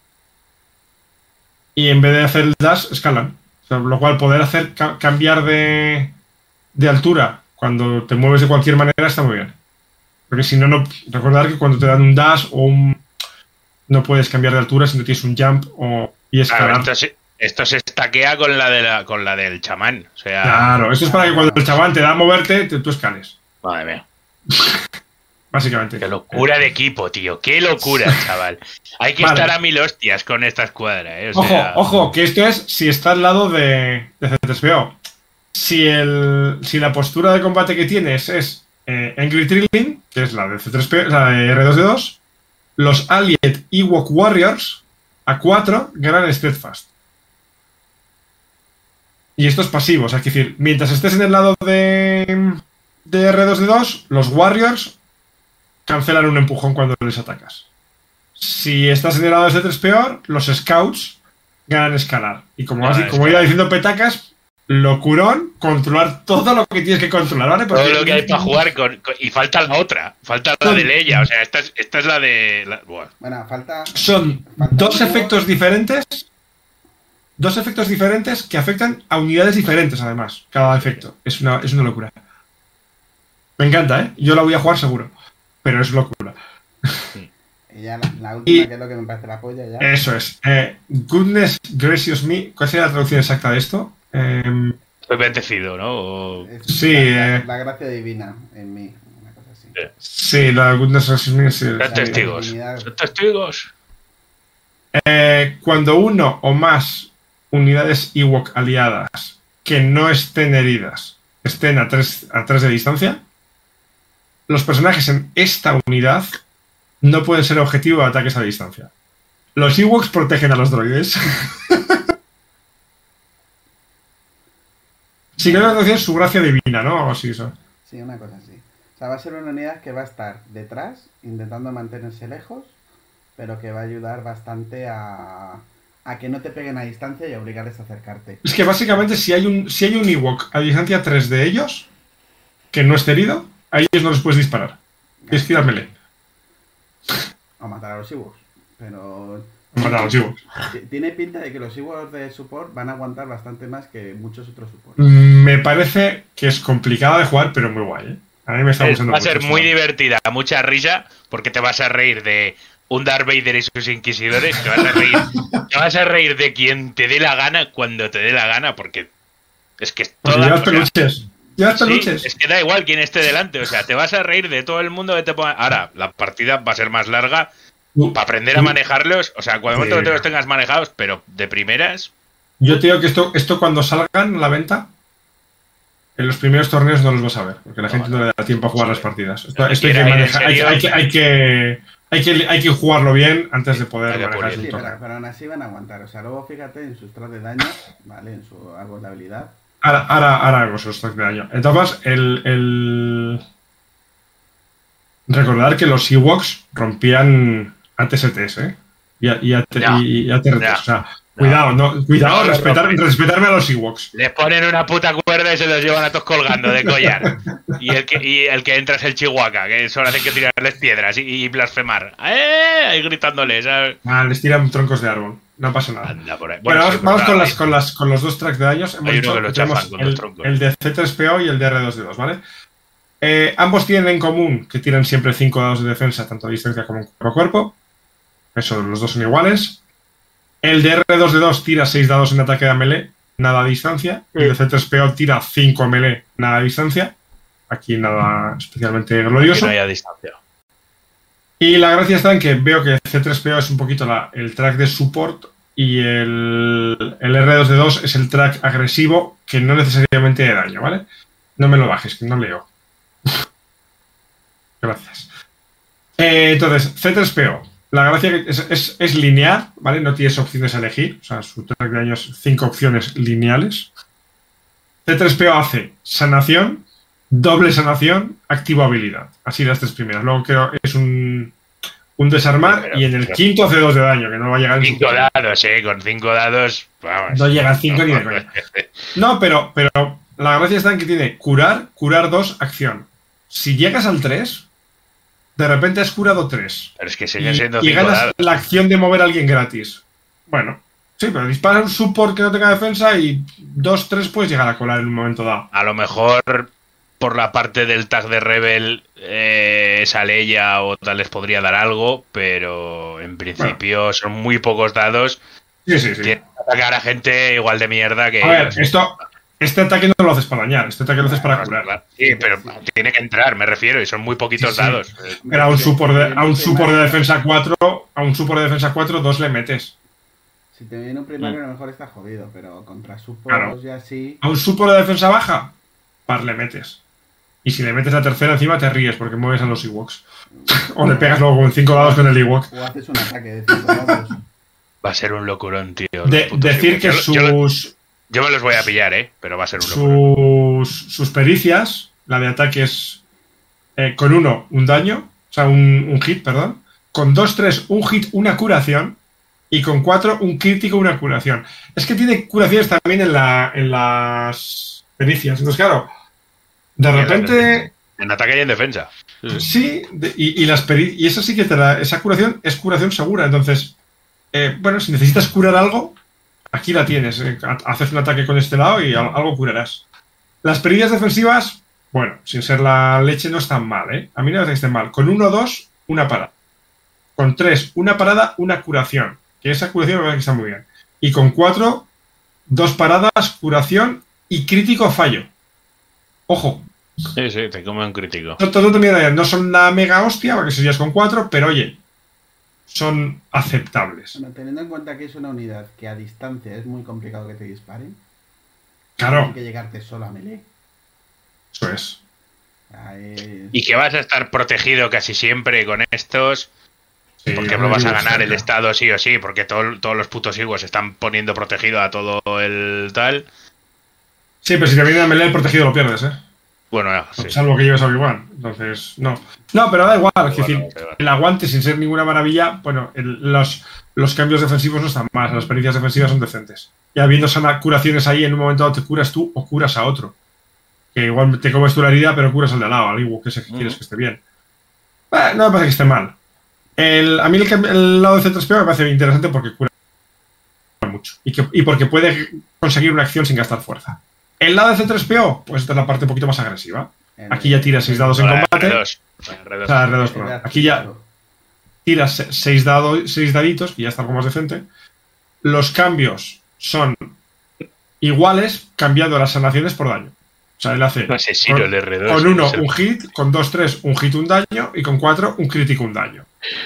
y en vez de hacer el dash, escalan. O sea, lo cual poder hacer ca cambiar de, de altura cuando te mueves de cualquier manera está muy bien. Porque si no, no recordar que cuando te dan un dash o un... no puedes cambiar de altura si no tienes un jump o, y escalar. Claro, esto, se, esto se estaquea con la, de la con la del chamán. O sea, claro, esto es para que cuando el chamán te da a moverte, te, tú escales. Madre mía. Básicamente. Qué locura de equipo, tío. Qué locura, chaval. Hay que vale. estar a mil hostias con esta escuadra. ¿eh? O sea... Ojo, ojo, que esto es si está al lado de, de C tres P O. Si, el, si la postura de combate que tienes es eh, Angry Trilling, que es la de C tres P O, la de R dos D dos, los Allied Ewok Warriors A cuatro ganan Steadfast. Y esto es pasivo, o sea, es decir, mientras estés en el lado de, de R dos D dos, los Warriors cancelan un empujón cuando les atacas. Si estás en el lado de C tres P O, los Scouts ganan escalar. Y como, no, así, como iba diciendo Petacas, locurón, controlar todo lo que tienes que controlar, ¿vale? Porque todo lo que hay para jugar con, con, y falta la otra, falta la de Leia, o sea, esta es, esta es la de... La, bueno. bueno, falta... Son falta dos uno. efectos diferentes, dos efectos diferentes que afectan a unidades diferentes, además, cada efecto. Es una, es una locura. Me encanta, ¿eh? Yo la voy a jugar seguro, pero es locura. Sí. Y ya la, la última, y, que es lo que me parece la polla ya. Eso es. Eh, goodness gracious me. ¿Cuál sería la traducción exacta de esto? Eh, Estoy bendecido, ¿no? O... Sí. La, la, eh, la gracia divina en mí. Una cosa así. Sí, la goodness gracious me. Sí, Son testigos. Son testigos. Eh, cuando uno o más unidades Ewok aliadas que no estén heridas estén a tres a tres de distancia, los personajes en esta unidad no pueden ser objetivo de ataques a distancia. Los Ewoks protegen a los droides. Si no, la es su gracia divina, ¿no? O así, eso. Sí, una cosa así. O sea, va a ser una unidad que va a estar detrás, intentando mantenerse lejos, pero que va a ayudar bastante a, a que no te peguen a distancia y a obligarles a acercarte. Es que básicamente si hay un, si hay un Ewok a distancia tres de ellos, que no esté herido, a ellos no les puedes disparar. Tienes que ir al melee. O matar a los Ewoks. Pero... matar a los Ewoks. Tiene pinta de que los Ewoks de support van a aguantar bastante más que muchos otros supports. Me parece que es complicada de jugar, pero muy guay, ¿eh? A mí me está gustando mucho. Va a ser mucho, muy ¿sabes? divertida, mucha risa, porque te vas a reír de un Darth Vader y sus inquisidores, te vas a reír, te vas a reír de quien te dé la gana cuando te dé la gana, porque es que es toda... Porque llevas peluches. Llevas peluches. Sí, es que da igual quién esté delante, o sea, te vas a reír de todo el mundo que te ponga... Ahora, la partida va a ser más larga Uh, para aprender a manejarlos, o sea, cuando sí. momento que te los tengas manejados, pero de primeras... Yo te digo que esto, esto cuando salgan a la venta, en los primeros torneos no los vas a ver, porque la No, gente no. no le da tiempo a jugar Sí. las partidas. Esto, Pero esto hay, que quiera ir en manejar, hay, que- serio. hay, que, hay, que, hay, que, hay que jugarlo bien antes de poder Hay que manejar pulir. un Sí, pero, torneo. pero aún así van a aguantar. O sea, luego fíjate en sus tras de daño, ¿vale? En su árbol de habilidad. Ahora, ahora, ahora hago esos tracks de daño. Entonces, el, el... recordar que los Ewoks rompían A T S Ts, ¿eh? Y, a- y, a- Ya. y- y A T R Ts. Ya. O sea, cuidado, no, cuidado, No, no, respetar, no. respetarme a los Ewoks. Les ponen una puta cuerda y se los llevan a todos colgando de collar. Y el que, y el que entra es el Chihuahua, que solo hacen que tirarles piedras y, y blasfemar. ¡Eh! Ahí gritándoles. ¿sabes? Ah, les tiran troncos de árbol. No pasa nada. Anda por ahí. Bueno, sí, vamos, pero vamos nada, con, las, hay- con, las, con los dos tracks de daños. Hemos Hay uno dicho que lo que tenemos chafan con los el, troncos. el de C tres P O y el de R dos D dos, ¿vale? Eh, ambos tienen en común que tiran siempre cinco dados de defensa, tanto a distancia como en cuerpo a cuerpo. Eso, los dos son iguales. El de R dos D dos tira seis dados en ataque de melee, nada a distancia. El de C tres P O tira cinco a melee, nada a distancia. Aquí nada especialmente que glorioso. no haya distancia. Y la gracia está en que veo que C tres P O es un poquito la, el track de support y el, el R dos D dos es el track agresivo que no necesariamente de daño, ¿vale? No me lo bajes, que no leo. Gracias. Eh, entonces, C tres P O. La gracia que es, es, es lineal, ¿vale? No tienes opciones a elegir. O sea, su track de daño es cinco opciones lineales. C tres P O hace sanación, doble sanación, activo habilidad. Así las tres primeras. Luego creo es un, un desarmar, Pero, y en el pero, quinto hace dos de daño, que no va a llegar en cinco su- dados, eh, con cinco dados, vamos. No llega al cinco ni de coña. No, pero, pero la gracia está en que tiene curar, curar dos, acción. Si llegas al tres, de repente has curado tres. Pero es que Y, siguen siendo y cinco ganas dados. la acción de mover a alguien gratis. Bueno, sí, pero dispara un support que no tenga defensa y dos, tres puedes llegar a colar en un momento dado. A lo mejor por la parte del tag de Rebel, eh, esa Leia o tal les podría dar algo, pero en principio bueno. son muy pocos dados. Sí, sí, sí. Tienes que atacar a gente igual de mierda que. A ver, esto. Este ataque no lo haces para dañar, este ataque lo haces para curar. Sí, pero tiene que entrar, me refiero, y son muy poquitos sí, sí. dados. Era un support de, a un support de defensa cuatro, a un support de defensa cuatro, dos le metes. Si te viene un primario, a lo mejor está jodido, pero contra supports claro. ya sí. A un support de defensa baja, par le metes. Y si le metes la tercera encima te ríes porque mueves a los Ewoks. O le pegas luego con cinco dados con el Ewok. O haces un ataque de cinco dados. Va a ser un locurón, tío. De, decir Ewoks. que yo, sus... Yo, yo me los voy a pillar, ¿eh? Pero va a ser un locurón. Sus, sus pericias, la de ataque es eh, con uno, un daño. O sea, un, un hit, perdón. Con dos, tres, un hit, una curación. Y con cuatro, un crítico, una curación. Es que tiene curaciones también en, la, en las pericias. Entonces, claro... De repente... En ataque y en defensa. Sí, de, y, y, las peri y eso sí que te da... Esa curación es curación segura. Entonces, eh, bueno, si necesitas curar algo, aquí la tienes. Eh, haces un ataque con este lado y algo curarás. Las pericias defensivas, bueno, sin ser la leche no están mal, ¿eh? A mí no me parece que estén mal. Con uno, dos, una parada. Con tres, una parada, una curación. Que esa curación me parece que está muy bien. Y con cuatro, dos paradas, curación y crítico fallo. Ojo. Sí, sí, te come un crítico. No, no son la mega hostia, porque serías con cuatro, pero oye, son aceptables. Bueno, teniendo en cuenta que es una unidad que a distancia es muy complicado que te disparen. Claro. Hay que llegarte solo a melee. Eso es. es... Y que vas a estar protegido casi siempre con estos. Sí, porque no vas a ganar el estado sí o sí, porque todo, todos los putos Ewoks están poniendo protegido a todo el tal. Sí, pero si te viene a melee el protegido lo pierdes, ¿eh? Bueno, no, sí. Salvo que lleves a Obi-Wan. Entonces, no. No, pero da igual. Es bueno, decir, no, el aguante sin ser ninguna maravilla, bueno, el, los, los cambios defensivos no están mal, las experiencias defensivas son decentes. Y habiendo curaciones ahí, en un momento dado te curas tú o curas a otro. Que igual te comes tú la herida, pero curas al de al lado, al Ewok que, que mm. quieres que esté bien. Eh, no me parece que esté mal. El, a mí el, el lado de C tres P O me parece interesante porque cura mucho. Y, que, y porque puede conseguir una acción sin gastar fuerza. El lado de C tres P O, pues esta es la parte un poquito más agresiva. Aquí ya tiras seis dados en combate. R dos. R dos. O sea, R dos, perdón. Aquí ya tiras seis dados, seis daditos, que ya está algo más decente. Los cambios son iguales, cambiando las sanaciones por daño. O sea, él hace no asesino, con, el R dos, con uno un hit, con dos, tres un hit, un daño, y con cuatro un crítico, un daño.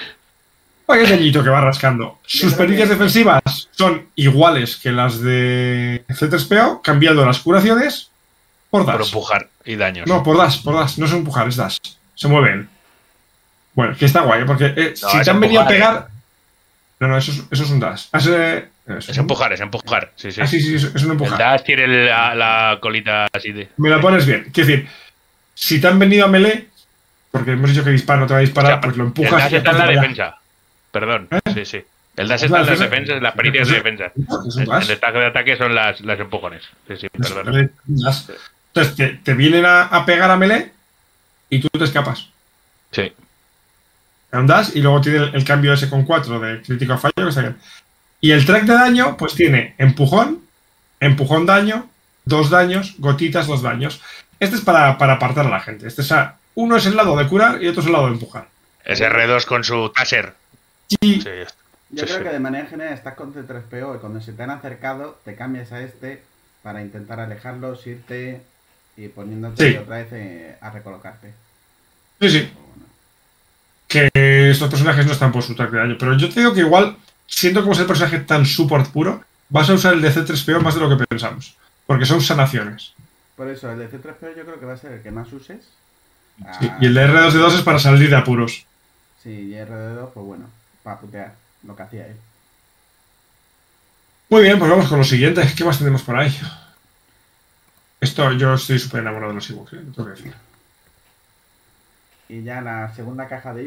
Qué dañito que va rascando. Sus pericias defensivas son iguales que las de C tres P O, cambiando las curaciones por dash. Por empujar y daños. No, por dash, por dash. No es empujar, es dash. Se mueven. Bueno, que está guay, porque eh, no, si te han venido a pegar... No, no, eso es, eso es un dash. Es, eh, es, es empujar, es empujar. Sí, sí. Ah, sí, sí, es un empujar. El dash tiene la, la colita así de... Me la pones bien. Quiero decir, si te han venido a melee, porque hemos dicho que dispara, no te va a disparar, o sea, pues lo empujas... El dash está en la defensa. Perdón, ¿eh? sí, sí. El dash está en las defensas, las pericias de defensa. El detalle de ataque son las, las empujones. Sí, sí, perdón. Entonces te, te vienen a, a pegar a melee y tú te escapas. Sí. Un dash y luego tiene el, el cambio ese con cuatro de crítico a fallo. Que está bien. Y el track de daño, pues tiene empujón, empujón daño, dos daños, gotitas, dos daños. Este es para, para apartar a la gente. Este es a, uno es el lado de curar y otro es el lado de empujar. Es R dos con su taser. Sí. sí. Yo sí, creo sí. que de manera general estás con C tres P O y cuando se te han acercado te cambias a este para intentar alejarlos, irte y poniéndote sí. otra vez eh, a recolocarte. Sí, sí. Bueno. Que estos personajes no están por su track de daño, pero yo te digo que igual, siendo como es el personaje tan support puro, vas a usar el de C tres P O más de lo que pensamos, porque son sanaciones. Por eso, el de C tres P O yo creo que va a ser el que más uses. Sí, y el de R dos D dos es para salir de apuros. Sí, y R D dos, pues bueno, para putear, lo que hacía él. Muy bien, pues vamos con lo siguiente. ¿Qué más tenemos por ahí? Esto, yo estoy súper enamorado de los Ewoks, ¿eh? Lo tengo que decir. Y ya la segunda caja de Ewoks,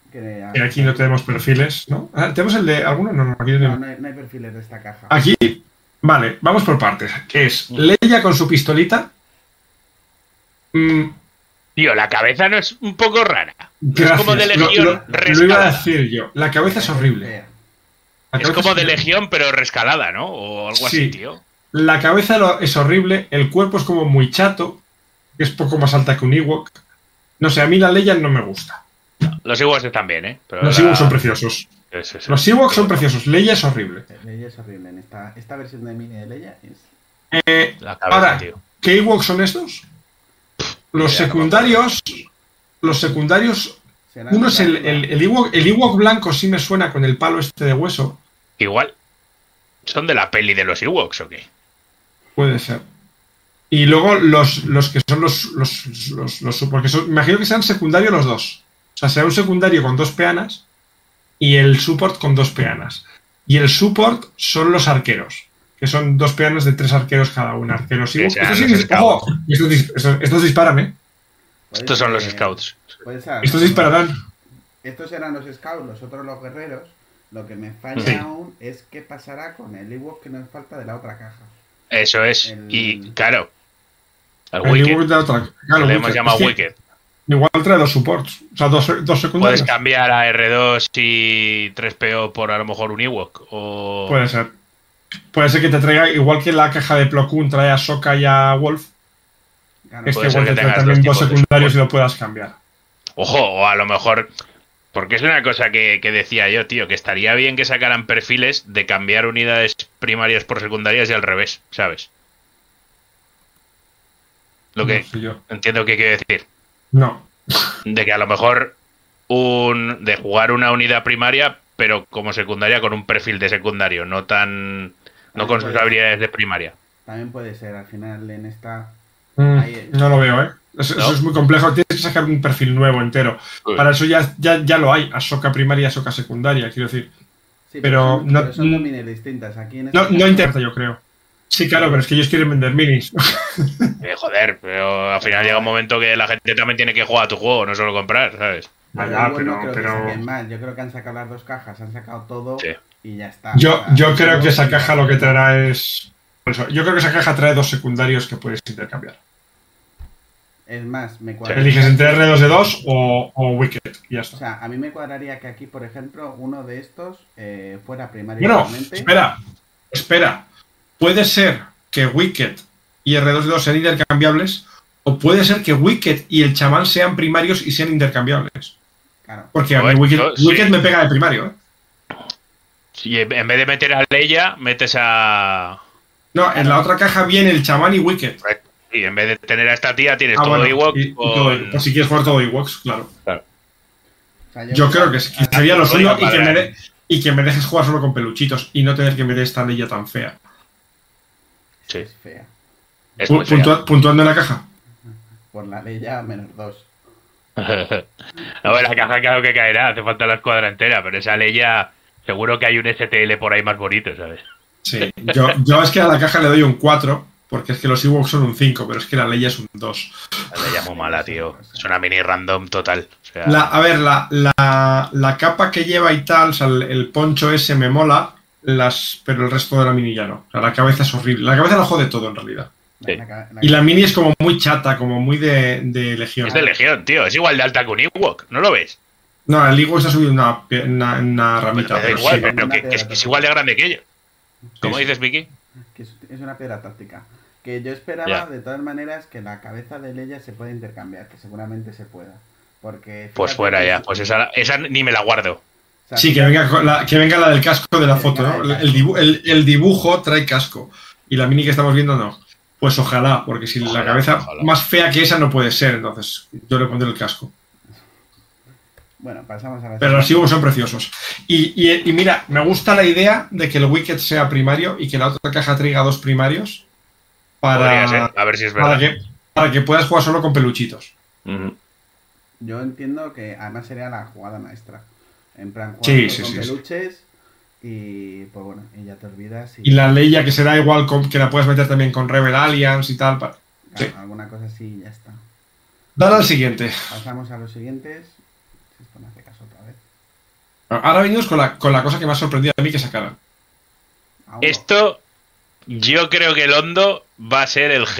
Que Y aquí no tenemos perfiles, ¿no? Ah, ¿tenemos el de alguno? No, no, aquí no, no, tenemos. no, hay, no hay perfiles de esta caja. Aquí, vale, vamos por partes. Que es Leia con su pistolita. Mm, Tío, la cabeza no es un poco rara. No es gracias. como de Lo- Legión lo, lo iba a rescalada. decir yo. La cabeza es horrible. Fea. La Es cabeza como de horrible. Legión, pero rescalada, ¿no? O algo así, Sí. tío. La cabeza lo- es horrible. El cuerpo es como muy chato. Es poco más alta que un Ewok. No sé, a mí la Leia no me gusta. Los Ewoks están bien, ¿eh? Pero Los la- Ewoks son preciosos. es- es- Los Ewoks son preciosos. Leia es horrible. Leia es horrible. En esta, esta versión de Mini de Leia es... Eh, La cabeza, ahora, tío. ¿qué Ewoks son estos? Los idea, no me secundarios. Los secundarios. serán Uno es el, las- el, el, Ewok, el Ewok blanco, sí me suena con el palo este de hueso. Igual. ¿Son de la peli de los Ewoks o qué? Puede ser. Y luego los, los que son los. los, los, los- porque son, imagino que sean secundarios los dos. O sea, será un secundario con dos peanas y el support con dos peanas. Y el support son los arqueros, que son dos peanas de tres arqueros cada uno. Arqueros y Que sean estos, los sí- ojo, estos, dis- estos- estos disparan, ¿eh? puede Estos son los ser- Scouts. puede ser- Estos dispararán. Estos eran los scouts, los otros los guerreros. Lo que me falla Sí. aún es qué pasará con el Ewok que nos falta de la otra caja. Eso es. El- Y, claro. El El Wicked. Ewok de otra. que Claro, le hemos Wicked. llamado Es que Wicked. igual trae dos supports. O sea, dos, dos Puedes secundarios. cambiar a R dos y tres P O por a lo mejor un Ewok. O... Puede ser. Puede ser que te traiga, igual que la caja de Plo Koon trae a Sokka y a Wolf, Claro, este Puede ser igual que te trae tengas también dos dos tipos de secundarios y support. lo puedas cambiar. Ojo, o a lo mejor. Porque es una cosa que, que decía yo, tío, que estaría bien que sacaran perfiles de cambiar unidades primarias por secundarias y al revés, ¿sabes? Lo que No sé yo. entiendo que quiere decir. No. De que a lo mejor un de jugar una unidad primaria, pero como secundaria con un perfil de secundario, no tan. No con sus habilidades de primaria. también puede ser. Al final en esta... Mm, Ahí- no lo veo, ¿eh? Eso, ¿No? eso es muy complejo. Tienes que sacar un perfil nuevo entero. Para eso ya, ya, ya lo hay. A Sokka primaria y a Sokka secundaria, quiero decir. Sí, pero son, no- pero son dominios distintas. Aquí en esta No, no caja- interesa, yo creo. Sí, claro, pero es que ellos quieren vender minis. Eh, joder, pero al final llega un momento que la gente también tiene que jugar a tu juego, no solo comprar, ¿sabes? Pero Ya, igual no pero- creo que pero- saquen más. Yo creo que han sacado las dos cajas, han sacado todo Sí. y ya está. Yo, O sea, yo creo que luego- esa caja lo que traerá es. Por eso, yo creo que esa caja trae dos secundarios que puedes intercambiar. Es más, me cuadraría... Eliges entre R dos de dos o, o Wicked y ya O está. sea, a mí me cuadraría que aquí, por ejemplo, uno de estos eh, fuera primario Bueno, igualmente. espera, espera. Puede ser que Wicked y R dos de dos sean intercambiables, o puede ser que Wicked y el chamán sean primarios y sean intercambiables. Claro. Porque a mí Joder, Wicked, yo- sí. Wicked me pega de primario, ¿eh? Y en vez de meter a Leia, metes a. No, en la otra caja viene el chamán y Wicked. Y en vez de tener a esta tía, tienes Ah, todo bueno, Ewok y- y con- todo- por si quieres jugar todo Ewoks, claro. Claro. O sea, Yo creo que, que sería lo suyo y que, me Vale. de- y que me dejes jugar solo con peluchitos y no tener que meter esta Leia tan fea. Sí. Es fea. Es Pu- muy fea. puntua- puntuando en la caja. Por la ley ya menos dos. No, la caja claro que caerá, hace falta la escuadra entera, pero esa Leia, seguro que hay un S T L por ahí más bonito, ¿sabes? Sí, yo, yo es que a la caja le doy un cuatro, porque es que los Ewoks son un cinco, pero es que la Leia es un dos. La Leia es muy mala, tío. Es una mini random total. O sea, La, a ver, la, la, la capa que lleva y tal, o sea, el, el poncho ese me mola, las, pero el resto de la mini ya no. O sea, la cabeza es horrible. La cabeza la jode todo en realidad. Sí. La ca- la Y la mini es como muy chata, como muy de, de legión. es de Legión, tío. Es igual de alta que un Ewok, ¿no lo ves? No, el Ewok se ha subido una, una, una ramita. Me da pero igual, sí. pero que, que es, que es igual de grande que ellos. ¿Cómo Sí. dices, Vicky? que es, es una piedra táctica. Que yo esperaba, Ya. de todas maneras, que la cabeza de Leia se pueda intercambiar, que seguramente se pueda. Porque... Pues fíjate fuera que ya. si- Pues esa, esa ni me la guardo. o sea, Sí, que venga, con la, que venga la del casco de la Que foto, venga ¿no? la del El, dibu- el, el dibujo trae casco. Y la mini que estamos viendo no. Pues ojalá, porque si Ojalá, la cabeza ojalá. más fea que esa no puede ser, entonces yo le pondré el casco. Bueno, pasamos a la Pero los siguiente. Ewoks son preciosos. Y, y- y mira, me gusta la idea de que el Wicked sea primario y que la otra caja traiga dos primarios Podría para, ser. A ver si es para, verdad. que, para que puedas jugar solo con peluchitos. Ujú. Yo entiendo que además sería la jugada maestra. En plan, jugar Sí, con sí, sí, sí. peluches y pues bueno, y ya te olvidas. Y la Leia que será igual con, que la puedes meter también con Rebel Alliance y tal. para- Claro, sí. alguna cosa así y ya está. Dale al siguiente. Pasamos a los siguientes. si esto me hace caso otra vez. Ahora venimos con la, con la cosa que me ha sorprendido a mí que sacaran. Aún no. Esto, yo creo que el Hondo va a ser el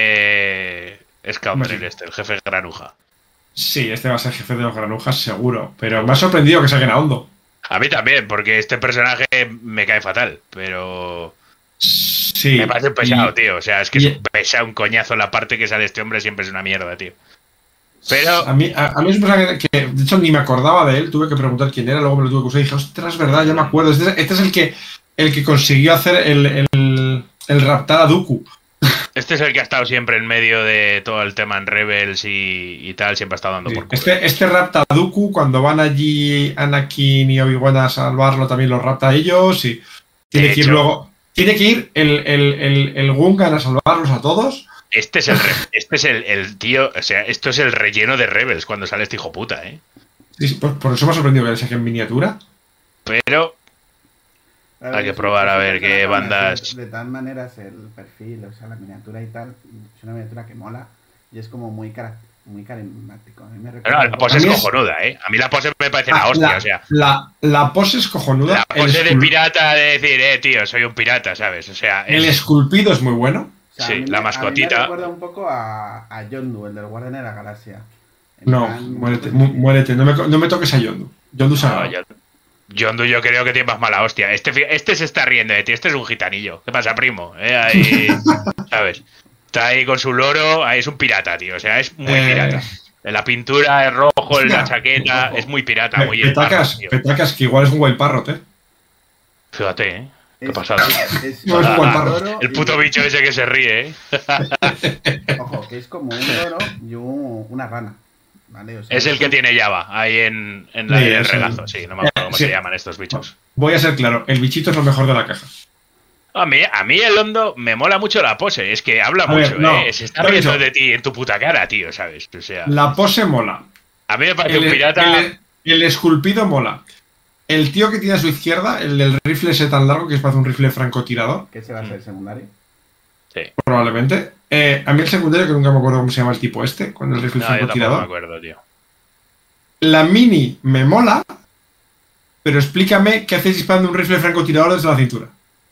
jefe Scoundrel Hombre, sí. este, el jefe granuja. Sí, este va a ser jefe de los granujas, seguro. Pero me ha sorprendido que saquen a Hondo. A mí también, porque este personaje me cae fatal, pero... Sí. Me parece un pesado, y- tío. O sea, es que y- es un pesado, un coñazo. La parte que sale este hombre siempre es una mierda, tío. Pero... A mí, a, a mí es un personaje que, que, de hecho, ni me acordaba de él. Tuve que preguntar quién era, luego me lo tuve que usar y dije, ostras, verdad, ya me acuerdo. Este, es- este es el que, el que consiguió hacer el, el, el raptar a Dooku. Este es el que ha estado siempre en medio de todo el tema en Rebels y, y tal. Siempre ha estado dando Sí. por culo. Este, este rapta a Dooku, cuando van allí Anakin y Obi-Wan a salvarlo, también los rapta a ellos. Y tiene De que ir hecho- luego. Tiene que ir el, el, el, el Gungan a salvarlos a todos. Este es el re- este es el, el tío... O sea, esto es el relleno de Rebels cuando sale este hijo puta, ¿eh? Sí, sí, por, por eso me ha sorprendido que le saquen miniatura. Pero... Claro, Hay que es- probar es a un ver qué personaje aún así, bandas- De todas maneras, el perfil, o sea, la miniatura y tal, es una miniatura que mola y es como muy cara, muy carismático. A mí me recuerda No, un la poco- pose A es mí es- cojonuda, ¿eh? A mí la pose me parece la Ah, hostia, la, o sea... la, la pose es cojonuda. La el, pose de escul- pirata de decir, eh, tío, soy un pirata, ¿sabes? O sea, el es... esculpido es muy bueno. O sea, Sí, a mí la me- mascotita. A mí me recuerda un poco a, a Yondu, el del Guardián de la Galaxia. En No, plan, muérete, pues, mu- muérete. No me, no me toques a Yondu. Yondu se No, yo, Yondu yo creo que tiene más mala hostia. Este, fi- este se está riendo de ti, este es un gitanillo. ¿Qué pasa, primo? Eh, ahí, ¿sabes? Está ahí con su loro, ahí es un pirata, tío. O sea, es muy Eh, pirata. La pintura, el rojo, hostia, la chaqueta, ojo. es muy pirata, Pe- muy petacas, esparro, tío. petacas, que igual es un wild parrot, ¿eh? Fíjate, ¿eh? Qué es- pasada. es- es- No, es un buen parro. loro El y- puto bicho ese que se ríe, ¿eh? Ojo, que es como un loro y un- una rana. ¿Vale? O sea, Es el que tiene Java, ahí en, en, la, Sí, en el es el- regazo. Sí, no me acuerdo cómo Sí. se llaman estos bichos. Voy a ser claro, el bichito es lo mejor de la caja. A mí, a mí el Hondo me mola mucho la pose. Es que habla A mucho, ver, no, ¿eh? Se está lo he riendo dicho. de ti en tu puta cara, tío, ¿sabes? O sea, La pose mola. a mí me parece El, un pirata... el- el esculpido mola. El tío que tiene a su izquierda, el del rifle ese tan largo que es parece un rifle francotirador, que se va a ser secundario. Sí. probablemente. Eh, a mí el secundario, que nunca me acuerdo cómo se llama el tipo este, con el rifle No, yo tampoco me francotirador. acuerdo, tío. La mini me mola, pero explícame qué hacéis disparando un rifle francotirador desde la cintura.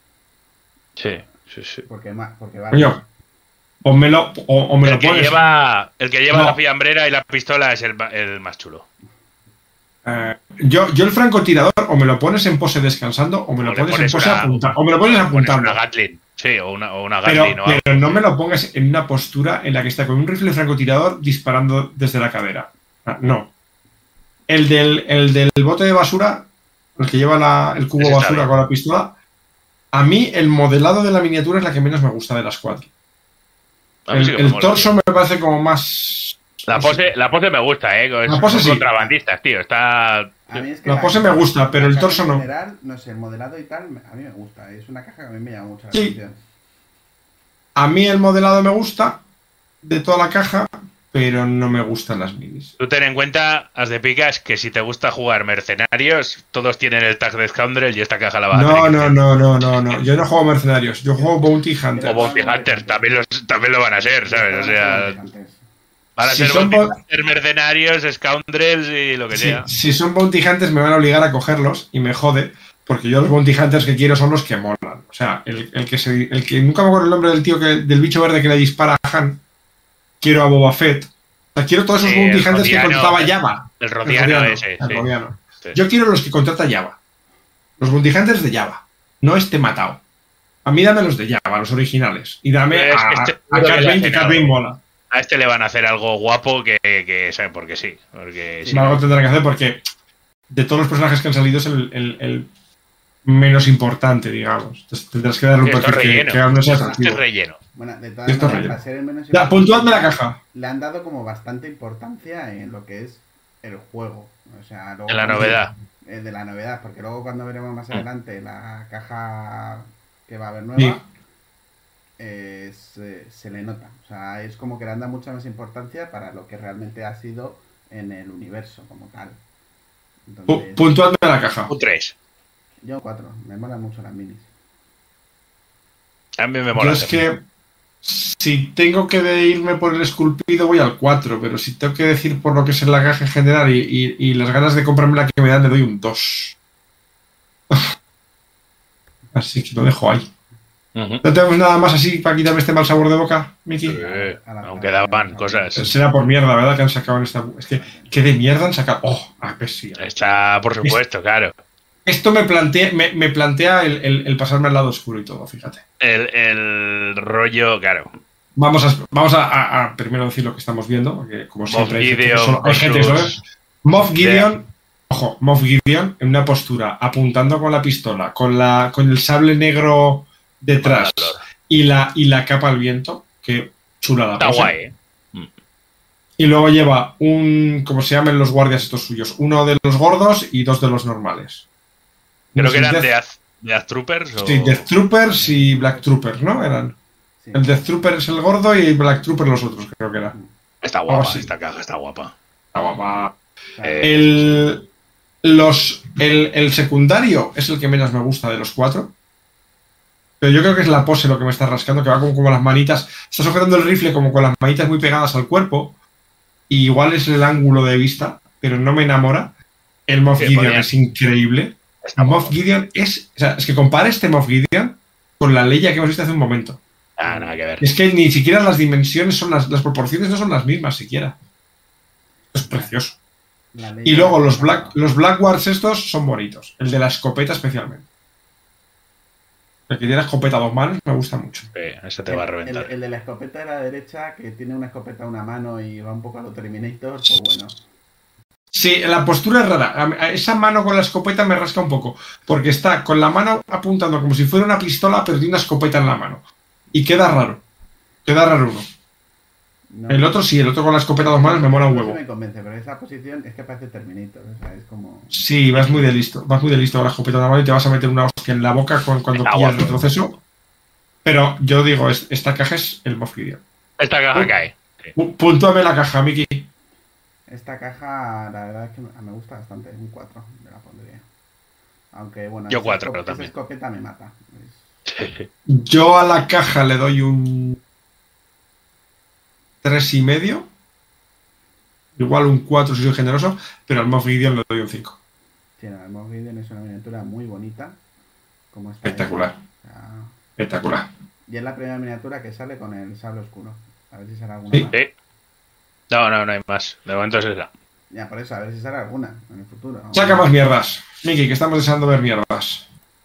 Sí, sí, sí. Porque, ma- porque vale. Coño, o me lo, o, o me El lo que, pones. lleva, el que lleva No. la fiambrera y la pistola es el, ma- el más chulo. Eh, yo, yo el francotirador o me lo pones en pose descansando o me lo O le pones en pones pose una- apuntando. O me lo pones Pones apuntando. una Gatling. Sí, o una, o una Pero, Gatling o algo. pero no me lo pongas en una postura en la que está con un rifle francotirador disparando desde la cadera. Ah, no. El del, el del bote de basura, el que lleva la- el cubo Ese está basura bien. con la pistola, a mí el modelado de la miniatura es la que menos me gusta de las cuatro. A mí El, sí que me el mola, torso tío. me parece como más... La pose, la pose me gusta, ¿eh? Es- La pose son sí. contrabandistas, tío. Está... A mí es que La pose me gusta, pero la el caja torso en no. general, no sé, el modelado y tal, me- a mí me gusta. Es una caja que a mí me llama mucho la Sí. atención. A mí el modelado me gusta de toda la caja, pero no me gustan las minis. Tú ten en cuenta, haz de picas, que si te gusta jugar mercenarios, todos tienen el tag de Scoundrel y esta caja la vas a No, tener que no, tener. no, no, no, no. Yo no juego mercenarios, yo juego Bounty O Hunter. Bounty Hunters, también, los, también lo van a ser, ¿sabes? O sea, van a Si ser son Bounty bo- Hunters, mercenarios, Scoundrels y lo que Si, sea. si son Bounty Hunters me van a obligar a cogerlos y me jode, porque yo los Bounty Hunters que quiero son los que molan. O sea, el, el que se, el que nunca me acuerdo el nombre del tío que, del bicho verde que le dispara a Han. Quiero a Boba Fett. O sea, quiero todos esos Sí, Bounty el Hunters que Rodiano, contrataba el- Java. El Rodiano Rodiano, ese, el sí. Rodiano. Sí. Yo quiero los que contrata Java. Los Bounty Hunters de Java. No este matado. A mí dame los de Java, los originales. Y dame Es a, que este- a Cat Bane, que Cat Bane mola. A este le van a hacer algo guapo que, que ¿sabe? Porque sí. Porque sí. Algo tendrán que hacer porque de todos los personajes que han salido es el, el- el menos importante, digamos. Entonces tendrás que darle un Esto es perfil que, relleno. que aún no sea Este atractivo. es relleno. Bueno, de todas Esto es maneras, relleno. para ser el menos Ya, importante, puntuadme la caja. le han dado como bastante importancia en lo que es el juego. O sea, luego En la cuando- novedad. eh, de la novedad, porque luego cuando veremos más Mm. adelante la caja que va a haber Sí. nueva, eh, se, se le nota. O sea, es como que le han dado mucha más importancia para lo que realmente ha sido en el universo como tal. Pu- Entonces, puntuadme la caja. Un tres. yo cuatro, me molan mucho las minis. A mí me Yo mola. es que Si tengo que de irme por el esculpido, voy al cuatro, pero si tengo que decir por lo que es en la caja en general y, y, y las ganas de comprarme la que me dan, le doy un dos. Así que lo dejo ahí. Uh-huh. ¿No tenemos nada más así para quitarme este mal sabor de boca, Miki? Sí, aunque daban cosas. Será por mierda, ¿verdad? Que han sacado en esta. Es que, ¿qué de mierda han sacado? ¡Oh! Ah, pues sí. Está, por supuesto, es... claro. Esto me plantea, me, me plantea el, el, el pasarme al lado oscuro y todo, fíjate. El, el rollo, claro. Vamos a, vamos a, a, a primero decir lo que estamos viendo, porque como siempre hay gente, solo, hay gente que solo ve. Moff Gideon, ojo, Moff Gideon en una postura, apuntando con la pistola, con la con el sable negro detrás y la, y la capa al viento, que chulada. Está guay, ¿eh? Y luego lleva un, como se llaman los guardias estos suyos, uno de los gordos y dos de los normales. Creo no que eran Death, Death, Death Troopers. O... Sí, Death Troopers y Black Troopers, ¿no? Eran. Sí. El Death Trooper es el gordo y Black Trooper los otros, creo que era. Está guapa, esta caja está guapa. Está guapa. Eh, el, los, el, el secundario es el que menos me gusta de los cuatro. Pero yo creo que es la pose lo que me está rascando, que va como, como las manitas. Está sujetando el rifle como con las manitas muy pegadas al cuerpo. Y igual es el ángulo de vista, pero no me enamora. El Moff sí, Gideon podría. Es increíble. Está Moff guapo. Gideon es... O sea, es que compara este Moff Gideon con la Leia que hemos visto hace un momento. Ah, nada que ver. Es que ni siquiera las dimensiones son las... Las proporciones no son las mismas siquiera. Es precioso. Y luego los Black, los Black Wars estos son bonitos. El de la escopeta especialmente. El que tiene la escopeta a dos manos me gusta mucho. Sí, ese te va a reventar. El, el de la escopeta de la derecha, que tiene una escopeta a una mano y va un poco a lo Terminator, pues bueno. Sí, la postura es rara. Esa mano con la escopeta me rasca un poco. Porque está con la mano apuntando como si fuera una pistola, pero tiene una escopeta en la mano. Y queda raro. Queda raro uno. No, el otro sí, el otro con la escopeta a dos manos me mola un huevo. No me convence, pero esa posición es que parece Terminator. O sea, es como... Sí, vas muy de listo. Vas muy de listo con la escopeta a la mano y te vas a meter una hostia en la boca con, cuando pillas el retroceso. Pero yo digo, es, esta caja es el Moff Gideon. Esta caja uh, cae. Sí. Puntúame la caja, Miki. Esta caja, la verdad es que me gusta bastante. Un cuatro me la pondría. Aunque bueno, yo cuatro, pero también. Esa escopeta me mata. Es... Yo a la caja le doy un tres y medio. Igual un cuatro si soy generoso, pero al Moff Gideon le doy un cinco. Sí, no, el Moff Gideon es una miniatura muy bonita. Como Espectacular. O sea... Espectacular. Y es la primera miniatura que sale con el sable oscuro. A ver si sale alguna sí. más. Sí. No, no, no hay más. De momento es esa. Ya, por eso, a ver si sale alguna en el futuro. Saca más mierdas. Miki, que estamos deseando ver mierdas.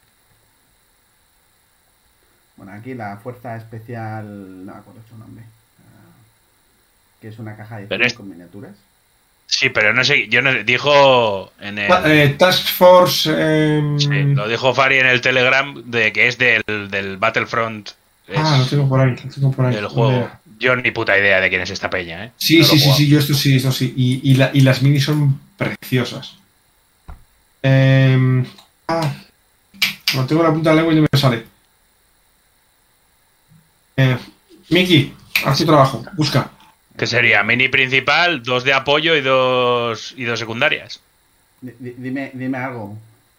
Bueno, aquí la fuerza especial... No me acuerdo su nombre. Uh, que es una caja de pero es... con miniaturas. Sí, pero no sé, yo no dijo en el... Eh, Task Force... Eh... Sí, lo dijo Fari en el Telegram de que es del, del Battlefront. Ah, lo tengo por ahí, lo tengo por ahí. Del juego. Yo ni puta idea de quién es esta peña, ¿eh? Sí, no sí, sí, sí, yo esto sí, esto sí. Y, y, la, y las minis son preciosas. Eh... Ah, no tengo la punta de la lengua y no me sale. Eh, Miki, haz tu trabajo, busca. ¿Qué sería? Mini principal, dos de apoyo y dos y dos secundarias. D dime, dime algo.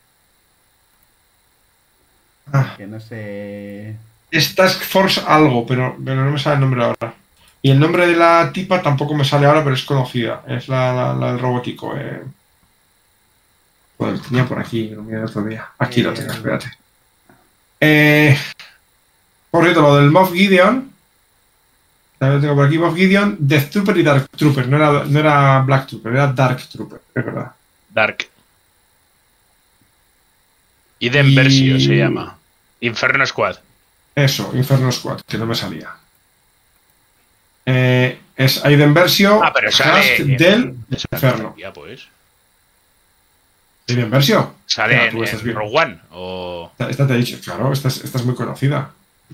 Ah. Que no sé... Es Task Force algo, pero, pero no me sale el nombre ahora. Y el nombre de la tipa tampoco me sale ahora, pero es conocida. Es la, la, la del robótico. Eh. Bueno, lo tenía por aquí, lo miré el otro día. Aquí eh... lo tengo, espérate. Eh... Por cierto, lo del Moff Gideon... También lo tengo por aquí, Moff Gideon, Death Trooper y Dark Trooper. No era, no era Black Trooper, era Dark Trooper, es verdad. Dark. Y de Versio y... se llama. Inferno Squad. Eso, Inferno Squad, que no me salía. Eh, es Aiden Versio, ah, pero sale en, del Inferno. Ya, pues. ¿Aiden Versio? Sale ya, en, en Rogue One. O... Esta, esta te he dicho, claro, esta es, esta es muy conocida.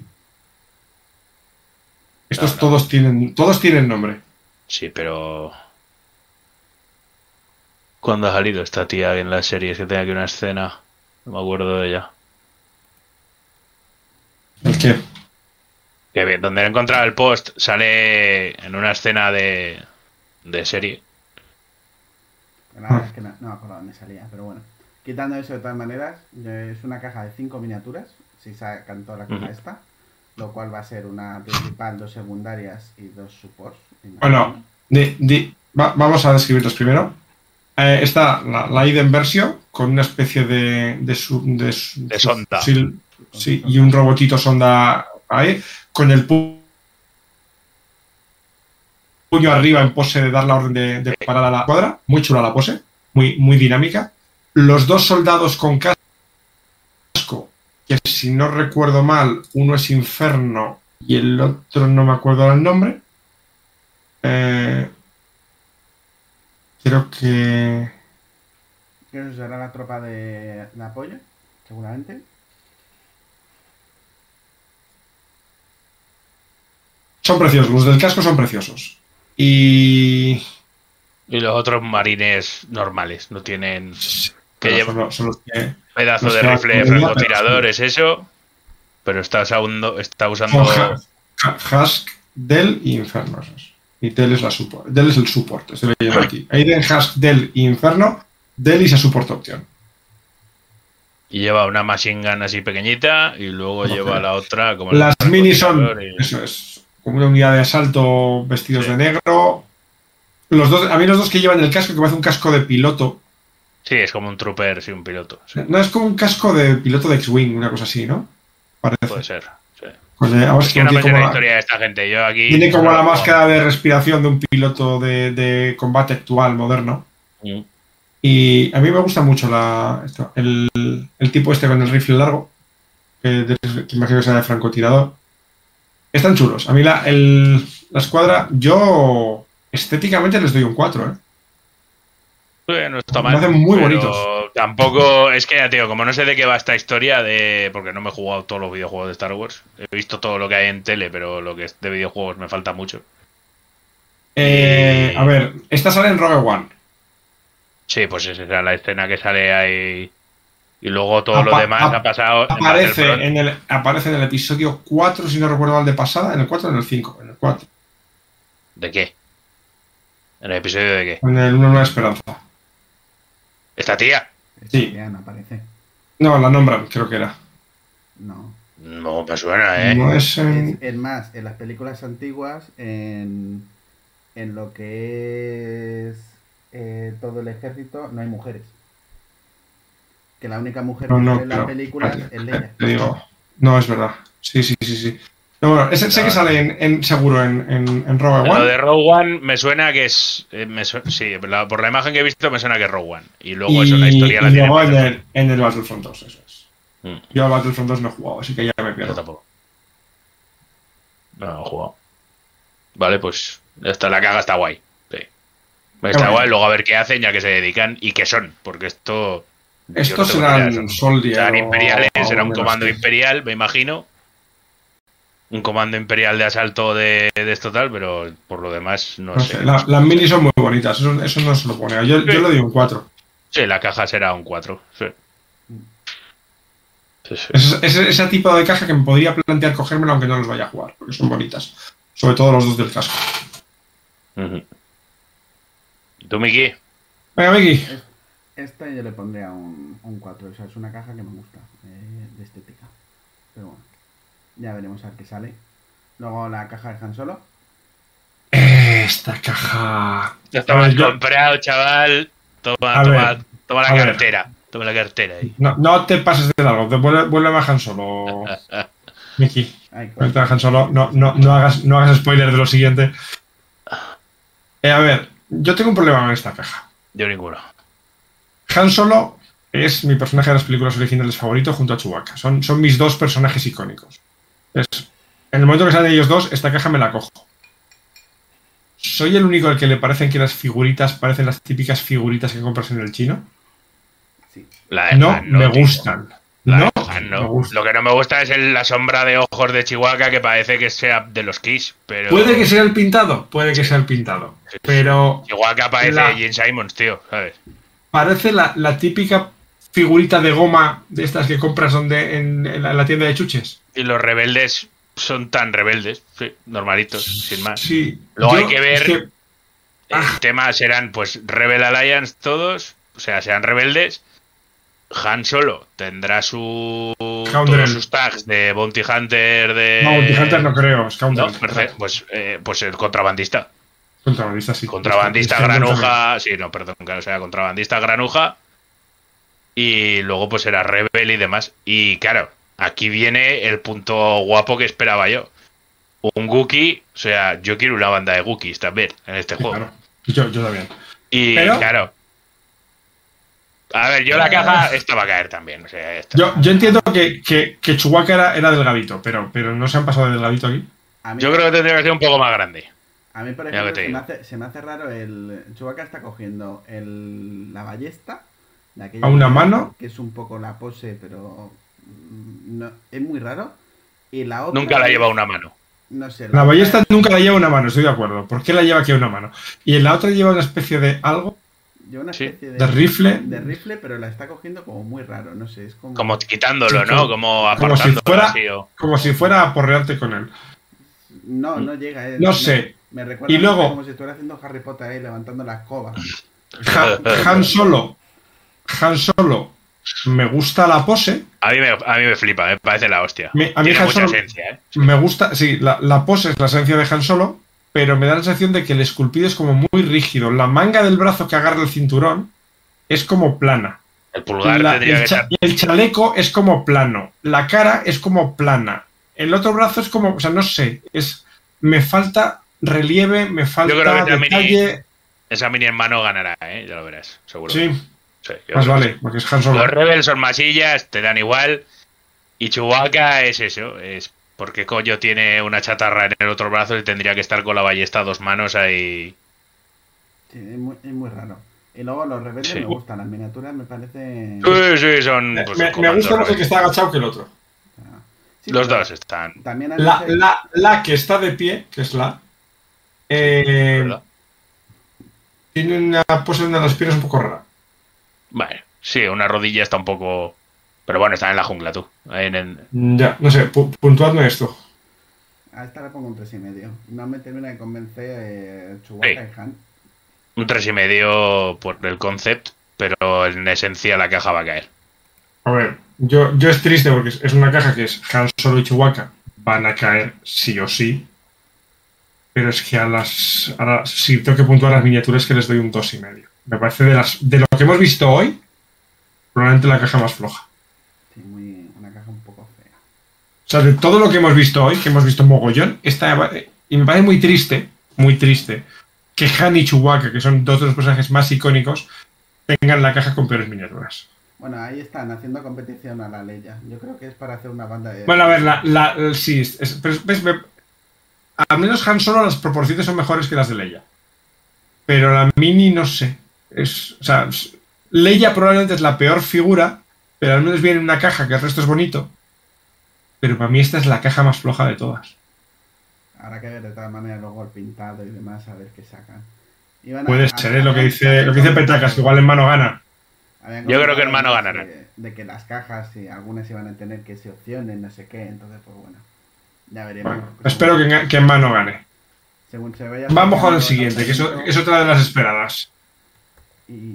Estos no, no. todos tienen todos tienen nombre. Sí, pero... ¿Cuándo ha salido esta tía en la serie? Es que tenía aquí una escena. No me acuerdo de ella. ¿El qué? Que bien, donde he encontrado el post sale en una escena de, de serie. La verdad es que no, no me acuerdo dónde salía, pero bueno. Quitando eso de todas maneras, es una caja de cinco miniaturas, si sacan toda la caja uh-huh. esta. lo cual va a ser una principal, dos secundarias y dos supports. Bueno, de, de, va, vamos a describirlos primero. Eh, está la, la Iden versión con una especie de de, su, de, su, de sonda. Sí, sí, y un robotito sonda ahí, con el pu puño arriba en pose de dar la orden de, de parar a la cuadra. Muy chula la pose, muy, muy dinámica. Los dos soldados con casco, que si no recuerdo mal, uno es Inferno y el otro no me acuerdo el nombre. Eh, creo que... Eso será la tropa de, de apoyo, seguramente. Son preciosos, los del casco son preciosos. Y... Y los otros marines normales, no tienen... Que llevan son, son los que, pedazo los de que rifle francotirador, es eso, pero está usando... Está usando... Husk, Del y Inferno. Esos. Y Del es, la support, Del es el support, se lo llevo aquí. Aiden, Husk, Del y Inferno, Del y esa support opción. Y lleva una machine gun así pequeñita y luego okay. lleva la otra como... Las mini son, y... eso es, como una unidad de asalto vestidos sí. de negro. Los dos, a mí los dos que llevan el casco, que parece un casco de piloto. Sí, es como un trooper, sí, un piloto. Sí. No, es como un casco de piloto de X-Wing, una cosa así, ¿no? Parece. Puede ser, sí. Pues, eh, es que, que no me sé la, la historia de esta gente. Yo aquí tiene como no la máscara de respiración de un piloto de, de combate actual, moderno. Mm. Y a mí me gusta mucho la, esto, el, el tipo este con el rifle largo, que, que imagino que sea de francotirador. Están chulos. A mí la, el, la escuadra, yo estéticamente les doy un cuatro, ¿eh? Sí, no está mal. Me hacen muy bonitos. Tampoco, es que, tío, como no sé de qué va esta historia, de porque no me he jugado todos los videojuegos de Star Wars. He visto todo lo que hay en tele, pero lo que es de videojuegos me falta mucho. Eh, y... A ver, esta sale en Rogue One. Sí, pues esa es la escena que sale ahí. Y luego todo Apa lo demás ha pasado. Aparece en, en el aparece en el episodio cuatro, si no recuerdo mal, de pasada. ¿En el cuatro o en el cinco? En el cuatro. ¿De qué? ¿En el episodio de qué? En el Una Nueva Esperanza. ¿Esta tía? Sí. Esta tía no aparece. No, la nombran, creo que era. No. No me suena, ¿eh? No es, en... es, es más, en las películas antiguas, en, en lo que es eh, todo el ejército, no hay mujeres. Que la única mujer no, que no, sale en claro. las películas es Leia. Te digo, no, es verdad. Sí, sí, sí, sí. No, bueno, ese, sé que sale en, en seguro en, en, en Rogue One. Lo de Rogue One me suena que es... Eh, me su sí, la, por la imagen que he visto me suena que es Rogue One. Y luego y, eso, la historia y la tiene... luego en el, en el Battlefront dos, eso es. Mm. Yo al Battlefront dos no he jugado, así que ya me pierdo. Yo tampoco. No, no he jugado. Vale, pues esta, la caga está guay. Sí. Está guay, luego a ver qué hacen, ya que se dedican y qué son, porque esto... Estos no serán Soldier. Serán imperiales, será un comando imperial, me imagino. Un comando imperial de asalto de, de esto tal, pero por lo demás no, no sé. sé. La, las minis son muy bonitas, eso, eso no se lo pone. Yo, sí. yo le doy un cuatro. Sí, la caja será un cuatro. Sí. Sí, sí. Es, es ese tipo de caja que me podría plantear cogérmela aunque no los vaya a jugar, porque son bonitas. Sobre todo los dos del casco. Uh-huh. ¿Tú, Miki? Venga, Miki. Esta yo le pondría un, un cuatro. O sea, es una caja que me gusta, eh, de estética. Pero bueno. Ya veremos a ver qué sale. Luego la caja de Han Solo. Esta caja... Ya estabas comprado, chaval. Toma, toma, ver, toma la cartera. Ver. Toma la cartera ahí. No, no te pases de largo. Te vuelve, vuelve a Han Solo, Miki. Vuelve a Han Solo. No, no, no, hagas, no hagas spoiler de lo siguiente. Eh, a ver, yo tengo un problema con esta caja. Yo ninguno. Han Solo es mi personaje de las películas originales favorito junto a Chewbacca. Son, son mis dos personajes icónicos. Es, en el momento que salen ellos dos, esta caja me la cojo. ¿Soy el único al que le parecen que las figuritas parecen las típicas figuritas que compras en el chino? Sí. La no, Han, no me tío. gustan. La no, Han, no. Me gusta. Lo que no me gusta es el, la sombra de ojos de Chihuahua que parece que sea de los Kiss. Pero... Puede que sea el pintado, puede que sea el pintado. Sí. Pero. Chihuahua parece la... Gene Simons, tío, ¿sabes? Parece la, la típica figurita de goma de estas que compras donde en, en, la, en la tienda de chuches. Y los rebeldes son tan rebeldes, sí, normalitos, sin más. Sí. Luego Yo, hay que ver, es que... el ah. tema serán pues Rebel Alliance todos, o sea, sean rebeldes, Han Solo tendrá su Scoundrel. todos sus tags de Bounty Hunter de... No, Bounty Hunter no creo, Scoundrel. No, perfecto. Pues, eh, pues el contrabandista. Contrabandista, sí. Contrabandista Este- este granuja. Sí, no, perdón, que o sea, contrabandista granuja. Y luego pues era Rebel y demás. Y claro, aquí viene el punto guapo que esperaba yo. Un Wookiee, o sea, yo quiero una banda de Wookiees también en este Sí, juego. claro. Yo, yo también. Y Pero- claro. A ver, yo la caja, esta va a caer también. O sea, esta- Yo, yo entiendo que, que, que Chewbacca era, era delgadito, pero, pero no se han pasado de delgadito aquí. A mí, Yo creo que tendría que ser un poco más grande. a mí por Ya ejemplo, que te se me, digo. hace, se me hace raro el... Chewbacca está cogiendo el, la ballesta de aquella A una que- mano. que es un poco la pose, pero mm, no, es muy raro. Y la otra Nunca la es- lleva una mano. No sé. La otra ballesta es- nunca la lleva una mano, estoy de acuerdo. ¿Por qué la lleva aquí a una mano? Y en la otra lleva una especie de algo, lleva una Sí. especie de, de rifle, de rifle, pero la está cogiendo como muy raro, no sé, es como... Como quitándolo, Sí, ¿no? como- Como como si apartándolo fuera- así, o- como si fuera a porrearte con él. No, no llega. eh, No me- sé. Me recuerda Y luego- como si estuviera haciendo Harry Potter ahí levantando la escoba. Ha- Han Solo, Han Solo, me gusta la pose. A mí, me, a mí me flipa, me parece la hostia. Me- a mí Tiene Han mucha Solo- esencia, ¿eh? Me gusta, sí, la, la pose es la esencia de Han Solo, pero me da la sensación de que el esculpido es como muy rígido. La manga del brazo que agarra el cinturón es como plana. El pulgar La- tendría el, que cha- ser... el chaleco es como plano. La cara es como plana. El otro brazo es como, o sea, no sé, es me falta relieve, me falta creo que también detalle. Esa mini hermano ganará, ¿eh? Ya lo verás, seguro. Sí, Sí, yo más creo que vale, sí. porque es Han Solo. Los Rebels son masillas, te dan igual. Y Chewbacca es eso, es porque coño tiene una chatarra en el otro brazo y tendría que estar con la ballesta a dos manos ahí. Sí, es muy, es muy raro. Y luego los rebeldes Sí. me gustan, las miniaturas me parece... Sí, sí, son. Me, pues, me- me comandos gusta más el que rebeldes. está agachado que el otro. Sí, Los pero dos están. También han La, dicho- la, la que está de pie, que es la, eh, ¿Verdad? tiene una pose de las piernas un poco rara. Bueno, sí, una rodilla está un poco. Pero bueno, están en la jungla tú. En, en- Ya, no sé, pu- puntuadme esto. A esta le pongo un tres y medio. No me termina de convencer eh, Chewbacca Sí. y Han. un tres y medio por el concept, pero en esencia la caja va a caer. A ver, yo, yo es triste porque es es una caja que es Han Solo y Chewbacca. Van a caer sí o sí. Pero es que a las. Ahora, si tengo que puntuar las miniaturas, que les doy un dos y medio. Me parece de las de lo que hemos visto hoy, probablemente la caja más floja. Sí, muy, una caja un poco fea. O sea, de todo lo que hemos visto hoy, que hemos visto mogollón, esta, y me parece muy triste, muy triste, que Han y Chewbacca, que son dos de los personajes más icónicos, tengan la caja con peores miniaturas. Bueno, ahí están haciendo competición a la Leia. Yo creo que es para hacer una banda de... Bueno, a ver, la, la, la- sí, es- es- pero es- ves, me- al menos Han Solo las proporciones son mejores que las de Leia. Pero la Mini no sé. Es, o sea, es- Leia probablemente es la peor figura, pero al menos viene en una caja que el resto es bonito. Pero para mí esta es la caja más floja de todas. Habrá que ver de todas maneras luego el pintado y demás, a ver qué sacan. Iban a- Puede a- ser, es lo que habían- dice, lo que dice Petacas, que igual en mano gana. habían Yo creo que comentado hermano de- ganará. De que las cajas, y algunas iban a tener que ser opciones, no sé qué, entonces pues bueno. Ya veremos. Bueno, espero que, en- que en mano gane. Según se vaya Vamos con el acercando siguiente, que eso- lanzamiento es otra de las esperadas. Y...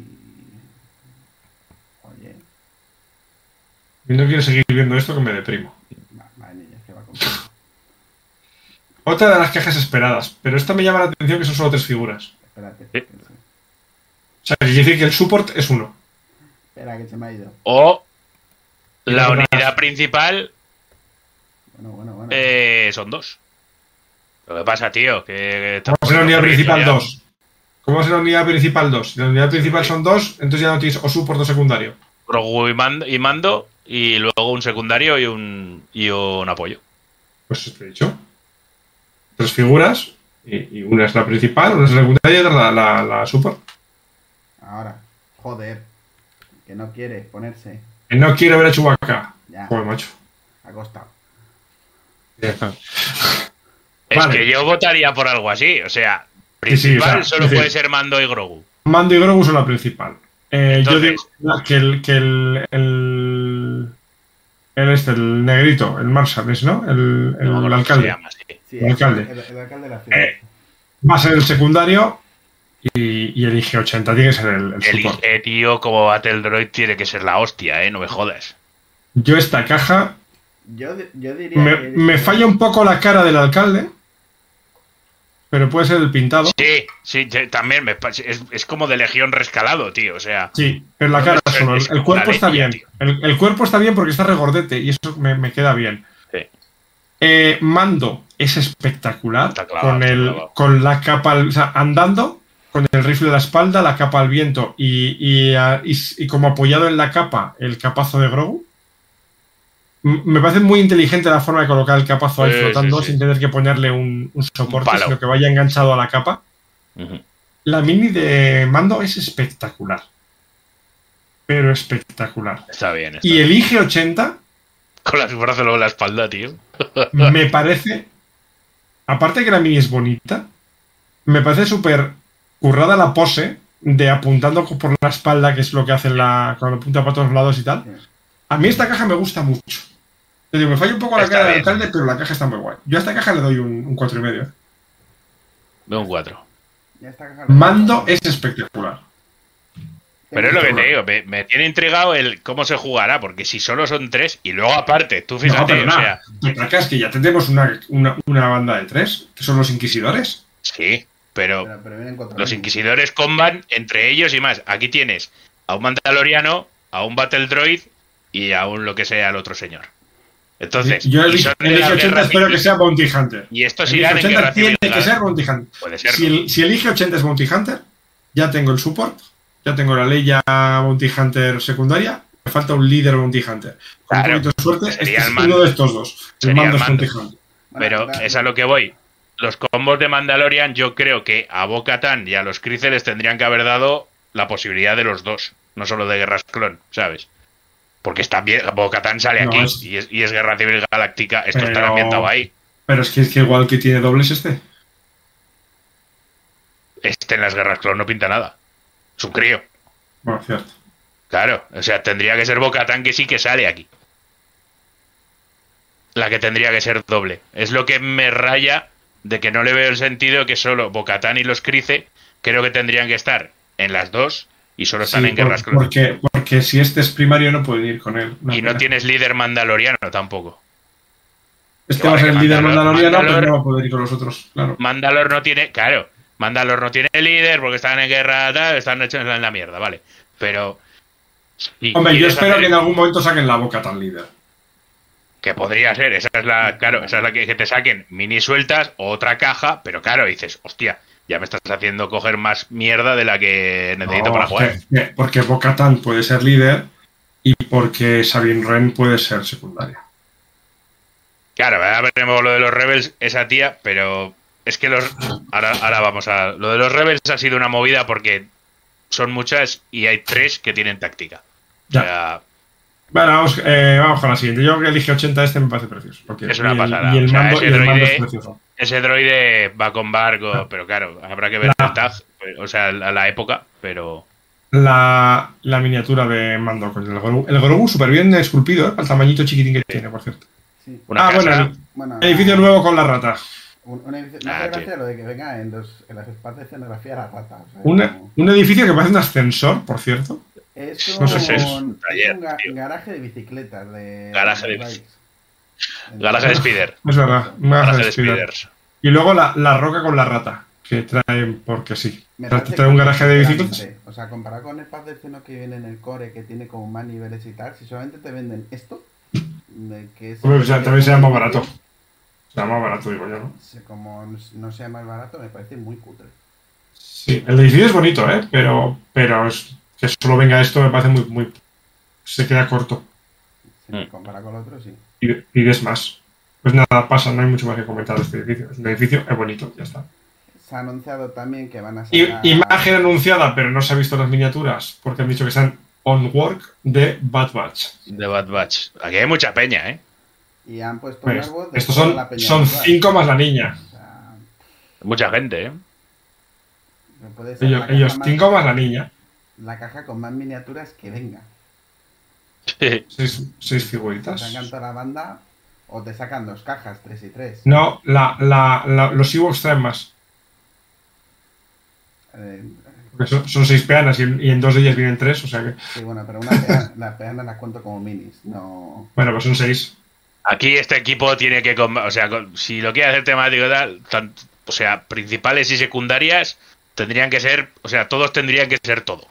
Oye, Y no quiero seguir viendo esto que me deprimo. va, vainilla, que va a comprar. Otra de las cajas esperadas, pero esta me llama la atención que son solo tres figuras. Espérate. Sí. que se- O sea, quiere decir que el support es uno. Espera, que se me ha ido. O la Pero unidad las- principal Bueno, bueno, bueno. eh, son dos. Lo que pasa, tío, que... ¿Cómo será la unidad principal ya. dos? ¿Cómo será la unidad principal dos? Si la unidad principal son dos, entonces ya no tienes o support o secundario. Grogu y mando, y mando, y luego un secundario y un, y un apoyo. Pues te he dicho. Tres figuras, y, y una es la principal, una es la secundaria y otra la, la, la support. Ahora, joder. Que no quiere ponerse. Que no quiero ver a Chewbacca. Ya, Joder, macho. acostado. Es Vale. que yo votaría por algo así, o sea, Sí, sí, o principal sea, solo es decir- puede ser mando y Grogu. Mando y Grogu son la principal. Eh, yo Entonces- digo que el, que el, el, el este, el negrito, el Marshall, es, ¿no? El, el, No, el no se alcalde. llama así. Sí, El alcalde. El, el alcalde de la ciudad. Eh, Va a ser el secundario Y, y el I G ochenta tiene que ser el, el El support. I G, tío, como Battle Droid tiene que ser la hostia, ¿eh? No me jodas. Yo esta caja Yo, yo diría me, que... me falla un poco la cara del alcalde, pero puede ser el pintado. Sí, sí, yo también me pa- es, es como de Legión rescalado, tío, o sea... Sí, pero la No, cara es- solo. El, es el como cuerpo una está leña, bien. tío. El, el cuerpo está bien porque está regordete y eso me, me queda bien. Sí. Eh, mando es espectacular. Está clavado, con, está el, clavado. con la capa, al- o sea, andando, con el rifle de la espalda, la capa al viento y, y, ah, y- y como apoyado en la capa, el capazo de Grogu. M- Me parece muy inteligente la forma de colocar el capazo ahí Sí, flotando sí, sí. sin tener que ponerle un, un soporte, palo. sino que vaya enganchado a la capa. Ujú. La mini de mando es espectacular. Pero espectacular. Está bien, está Y bien. el I G ochenta Con los brazos luego en la espalda, tío. me parece, aparte que la mini es bonita, me parece súper currada la pose de apuntando por la espalda, que es lo que hace la, cuando apunta para todos lados y tal. Sí. A mí esta caja me gusta mucho. Te digo, me falla un poco la Está cara del bien. alcalde, pero la caja está muy guay. Yo a esta caja le doy un, un cuatro y medio. ¿eh? De un cuatro. Ya está caja- Mando es espectacular. Pero es lo que te digo, me, me tiene intrigado el cómo se jugará, porque si solo son tres, y luego aparte, tú No, fíjate, pero o nada, sea, te sacas que ya tenemos una, una, una banda de tres, que son los inquisidores. sí, pero Pero, pero vienen cuatro los mil. inquisidores comban entre ellos y más. Aquí tienes a un Mandaloriano, a un Battle Droid y a un lo que sea el otro señor. Entonces, Yo el, y son de el I G las ochenta guerras espero que civiles. sea Bounty Hunter. Y estos El I G irán en ochenta guerra tiene civil. que ¿verdad? ser Bounty Hunter. Puede ser. Si el, si el I G ochenta es Bounty Hunter, ya tengo el support, ya tengo la Leia Bounty Hunter secundaria, me falta un líder Bounty Hunter. Con Claro, un poquito de suerte, este sería es el uno mando. de estos dos. El Sería mando el es mando. Bounty Hunter. Bueno, Pero da- es a lo que voy. Los combos de Mandalorian, yo creo que a Bo-Katan y a los Kryze les tendrían que haber dado la posibilidad de los dos, no solo de Guerras Clon, ¿sabes? Porque está bien, Bo-Katan sale No, aquí es- y, es, y es Guerra Civil Galáctica, esto Pero- está ambientado ahí. Pero es que, es que igual que tiene dobles este. Este en las Guerras Clon no pinta nada. Es un crío. Bueno, cierto. Claro, o sea, tendría que ser Bo-Katan que sí que sale aquí. La que tendría que ser doble. Es lo que me raya de que no le veo el sentido que solo Bo-Katan y los Kryze creo que tendrían que estar en las dos y solo están Sí, en por- Guerras Clon. porque, porque si este es primario no pueden ir con él. Una Y no pena. tienes líder mandaloriano tampoco. Este que va a vale, ser el que líder Mandalor- mandaloriano, pero Mandalor- no va a poder ir con los otros. Claro. Mandalor no tiene, claro, Mandalor no tiene líder porque están en guerra, tal, están hechos en la mierda, vale. Pero si Hombre, yo quieres espero hacer- que en algún momento saquen la boca tan líder. que podría ser, esa es la, claro, esa es la que, que te saquen mini sueltas o otra caja, pero claro, dices, hostia, ya me estás haciendo coger más mierda de la que necesito No, para jugar. que- que- porque Bo-Katan puede ser líder y porque Sabine Wren puede ser secundaria. Claro, ahora veremos lo de los Rebels, esa tía, pero es que los... Ahora, ahora vamos a... Lo de los Rebels ha sido una movida porque son muchas y hay tres que tienen táctica. Ya. O sea, Bueno, vamos, eh, vamos con la siguiente. Yo que elige ochenta este me parece precioso. Porque Es una y el, pasada. Y el O sea, mando, ese y el mando droide- es precioso. ese droide va con barco, Ah. pero claro, habrá que ver La- el tag, o sea, la, la época, pero... La, la miniatura de mando con el Grogu. El Grogu súper bien esculpido, ¿eh? El tamañito chiquitín que tiene, por cierto. Sí. Una ah, casa... bueno, el Bueno, edificio ah, nuevo con la rata. un, un edificio, me Ah, hace tío. gracia lo de que venga en, los, en las partes de escenografía la rata. O sea, Un, como- un edificio que parece un ascensor, por cierto. es un, no sé si es un es taller, un ga- tío. garaje de bicicletas. De, Garaje de bikes. Garaje de Spider. Es verdad. un garaje Garaje de de Spider. Speeders. Y luego la, la roca con la rata, que traen porque sí. Me Trae, parece trae un que, garaje de sinceramente, bicicletas. O sea, comparado con el pack de Ceno que viene en el core, que tiene como más niveles y tal, si solamente te venden esto, de que es Hombre, pues ya, también sea más barato. Será más barato, digo yo, ¿no? se- como no sea más barato, me parece muy cutre. Sí, el edificio es bonito, ¿eh? Pero, pero es- que solo venga esto me parece muy, muy... Se queda corto. Si Mm. compara con el otro, sí. Y pides más. Pues nada, pasa, no hay mucho más que comentar de este edificio. Es un edificio, es bonito, ya está. Se ha anunciado también que van a I- sacar... imagen anunciada, pero no se han visto las miniaturas, porque han dicho que están on work de Bad Batch. De Bad Batch. Aquí hay mucha peña, ¿eh? Y han puesto Pues, un árbol de estos toda son, la peña son actual. cinco más la niña. O sea, Mucha gente, ¿eh? no puede ser Ellos, la, caja ellos más- cinco más la niña. la caja con más miniaturas que venga. Seis, seis Te figuritas. sacan toda la banda o te sacan dos cajas, tres y tres. No, la, la, la- los Ewoks traen más. Eh, Porque son, son seis peanas y en, y en dos de ellas vienen tres, o sea que. sí, bueno, pero una peana, las peanas las cuento como minis, no... Bueno, pues son seis. Aquí este equipo tiene que, com- o sea, con- si lo quiere hacer temático y tal, tan- o sea, principales y secundarias tendrían que ser, o sea, todos tendrían que ser todo.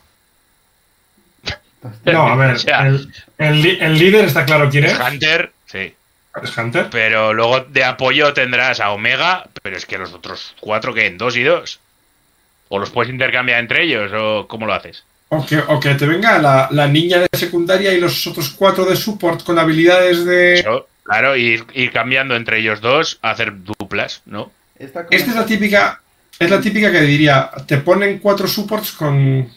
No, a ver, O sea, el, el li- el líder está claro quién es. Hunter, sí. Es Hunter. Pero luego de apoyo tendrás a Omega, pero es que los otros cuatro, ¿qué? ¿En dos y dos? ¿O los puedes intercambiar entre ellos? ¿O cómo lo haces? O que, o que te venga la, la niña de secundaria y los otros cuatro de support con habilidades de. Eso, claro, ir, ir cambiando entre ellos dos, hacer duplas, ¿no? Esta con Esta es la esta- típica. Es la típica que diría, te ponen cuatro supports con.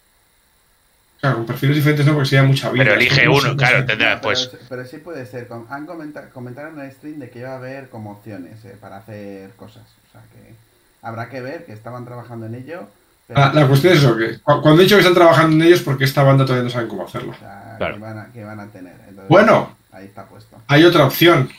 Claro, con perfiles diferentes, no, porque sería mucha vida. Pero elige No sé, uno, no claro, sé. tendrás No, pero, pues... pero sí puede ser. com- Han comentado, comentaron en el stream de que iba a haber como opciones eh, para hacer cosas. O sea que habrá que ver que estaban trabajando en ello. Pero Ah, la cuestión es eso, que cu- cuando he dicho que están trabajando en ellos, porque esta banda todavía no saben cómo hacerlo. o sea, Claro. que, van a, que van a tener. Entonces, Bueno. ahí está puesto. Hay otra opción.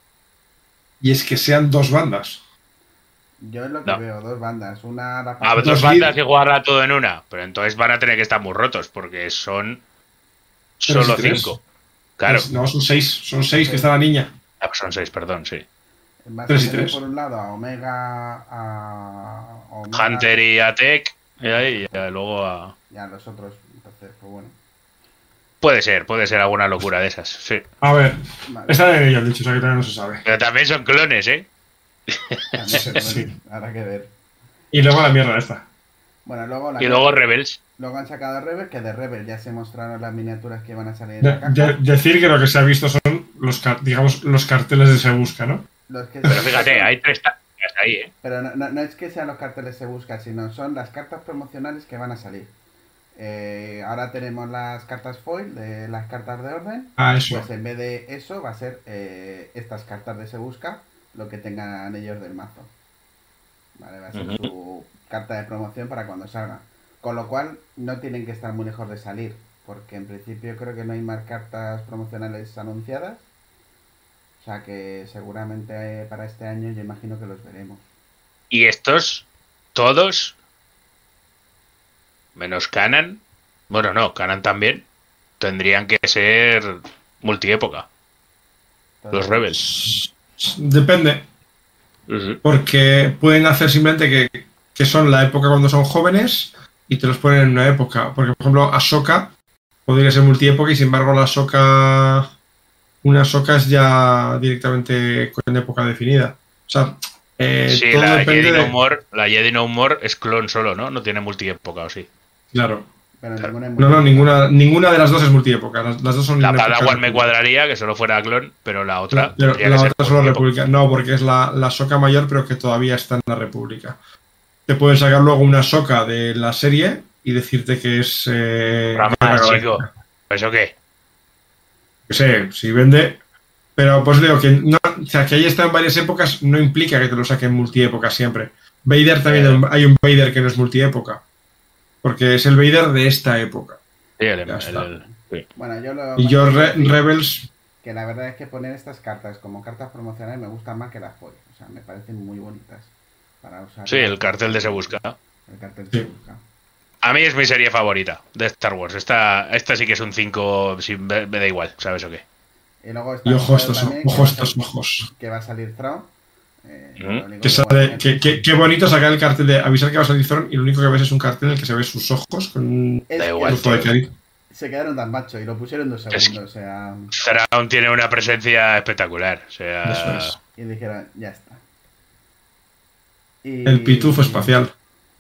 Y es que sean dos bandas. Yo es lo que No. veo, dos bandas. Una la A Dos dos lead- bandas y jugarla todo en una. Pero entonces van a tener que estar muy rotos, porque son Pero solo si tres. cinco. Claro. Es- no, son seis. Son seis que está la niña. Ah, pues son seis, perdón, sí. vas a tres y tener tres. por un lado a Omega, a Omega Hunter y Atek. Y ahí, ya luego a... y a los otros. Entonces, pues bueno. Puede ser, puede ser alguna locura de esas, sí. A ver, Vale. están en ellos, dicho, o sea que todavía no se sabe. Pero también son clones, ¿eh? También, Sí, bueno, sí. habrá que ver. Y luego la mierda esta. Bueno, luego, la Y luego Rebels. luego han sacado Rebel, que de Rebel ya se mostraron las miniaturas que van a salir en De- la caja. de- decir que lo que se ha visto son los, car- digamos, los carteles de Se Busca, ¿no? Los que Pero se- fíjate, hay tres tácticas ahí, ¿eh? Pero no, no- no es que sean los carteles se busca, sino son las cartas promocionales que van a salir. Eh, ahora tenemos las cartas foil, de las cartas de orden. Ah, eso. Pues en vez de eso va a ser eh, estas cartas de se busca, lo que tengan ellos del mazo. Vale, va a ser Ujú. su carta de promoción para cuando salga. Con lo cual no tienen que estar muy lejos de salir, porque en principio creo que no hay más cartas promocionales anunciadas. O sea que seguramente eh, para este año yo imagino que los veremos. Y estos, todos, menos Canan, bueno, no, Canan también, tendrían que ser multiépoca, Entonces, los Rebels. Depende, Ujú. porque pueden hacer simplemente que, que son la época cuando son jóvenes y te los ponen en una época. Porque, por ejemplo, Ahsoka podría ser multiépoca y, sin embargo, la Ahsoka... Una Ahsoka es ya directamente con época definida. O sea, eh, Sí, todo la depende Jedi, de... no More, la Jedi No More es clon solo, ¿no? No tiene multiépoca, ¿o sí? Claro. pero Claro. ninguna es No, no, muy- ninguna, ninguna de las dos es multiépoca. Las, las dos son La en épocas Padawan me diferentes. cuadraría que solo fuera clon, pero la otra Pero tendría la que ser otra solo multiépoca. República. No, porque es la, la Ahsoka mayor, pero que todavía está en la República. Te pueden sacar luego una Ahsoka de la serie y decirte que es... Eh, Rama, Guerra chico. Galáctica. ¿Eso qué? Que sé, si vende... Pero pues digo que, no, o sea, que haya estado en varias épocas no implica que te lo saquen multiépoca siempre. Vader también Eh. hay un Vader que no es multiépoca. Porque es el Vader de esta época. Sí, el, Ya el- está. el- sí. Bueno, yo lo Y yo más que Re- decir Rebels... que la verdad es que poner estas cartas como cartas promocionales me gustan más que las foil. O sea, me parecen muy bonitas para usar. Sí, el cartel de Se Busca. El cartel Sí. se busca. A mí es mi serie favorita de Star Wars. Esta, esta sí que es un cinco, sí, me, me da igual, ¿sabes o qué? Y luego está Y el ojo juego estos, también, que ojo va a estos sal- ojos. que va a salir Thrawn. Eh, Ujú. lo único Que que sale, bueno, que, que- qué bonito sacar el cartel de avisar que va a salir Thrawn y lo único que ves es un cartel en el que se ve sus ojos con un es Da que igual, trozo de tío. carita. se quedaron tan macho y lo pusieron dos Es- segundos. O sea, Thrawn tiene una presencia espectacular. O sea, Eso es. y dijeron, ya está. Y- El pitufo espacial.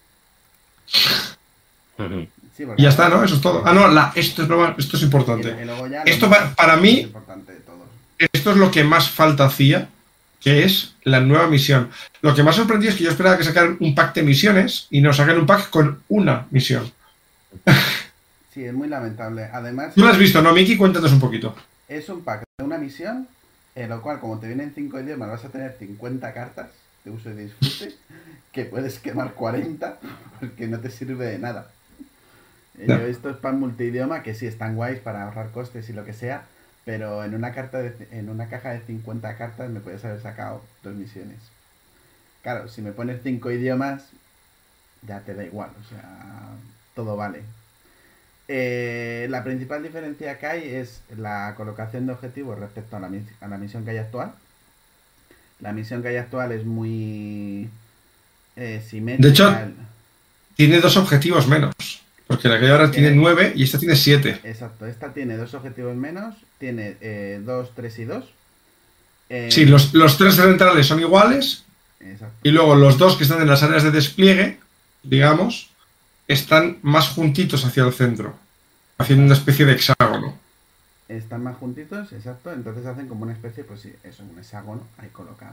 Ujú. Sí, porque Y ya está, ¿no? Eso es todo. Ah, no, la, esto, es lo más- esto es Y, importante. y luego ya Esto lo pa- más- para más mí- importante de todo. Esto es lo que más falta hacía, que es la nueva misión. Lo que más sorprendió es que yo esperaba que sacaran un pack de misiones y nos sacan un pack con una misión. Sí, es muy lamentable. Además, Tú lo has visto, ¿no, Miki? Cuéntanos un poquito. es un pack de una misión, en lo cual, como te vienen cinco idiomas, vas a tener cincuenta cartas de uso y disfrute, que puedes quemar cuarenta, porque no te sirve de nada. Eh, No. Yo he visto spam multidioma, que sí están guays para ahorrar costes y lo que sea, pero en una carta de- en una caja de cincuenta cartas me puedes haber sacado dos misiones. Claro, si me pones cinco idiomas, ya te da igual, o sea, todo vale. Eh, la principal diferencia que hay es la colocación de objetivos respecto a la, a la misión que hay actual. La misión que hay actual es muy eh, simétrica. De hecho, tiene dos objetivos menos. Porque la que hay ahora tiene nueve y esta tiene siete. Exacto, esta tiene dos objetivos menos, tiene eh, dos, tres y dos. Eh, sí, los, los tres centrales son iguales. Exacto. Y luego los dos que están en las áreas de despliegue, digamos, están más juntitos hacia el centro, haciendo una especie de hexágono. Están más juntitos, exacto, entonces hacen como una especie, pues sí, eso, un hexágono ahí colocado.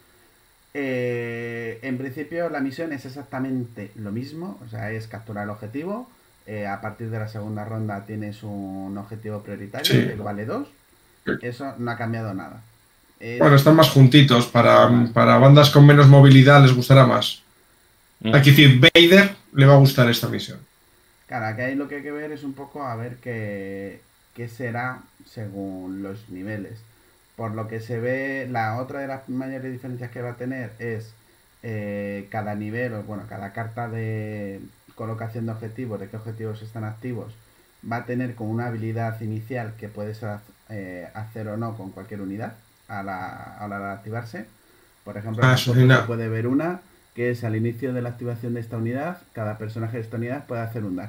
Eh, en principio la misión es exactamente lo mismo, o sea, es capturar el objetivo. Eh, a partir de la segunda ronda tienes un objetivo prioritario, sí, que vale dos. Eso no ha cambiado nada. Es... Bueno, están más juntitos. Para, para bandas con menos movilidad les gustará más. Mm. Hay que decir, Vader le va a gustar esta misión. Claro, aquí lo que hay que ver es un poco a ver qué, qué será según los niveles. Por lo que se ve, la otra de las mayores diferencias que va a tener es eh, cada nivel, o bueno, cada carta de colocación de objetivos, de qué objetivos están activos, va a tener como una habilidad inicial que puedes eh, hacer o no con cualquier unidad a la, a la hora de activarse. Por ejemplo, ah, se puede ver una que es al inicio de la activación de esta unidad, cada personaje de esta unidad puede hacer un dash.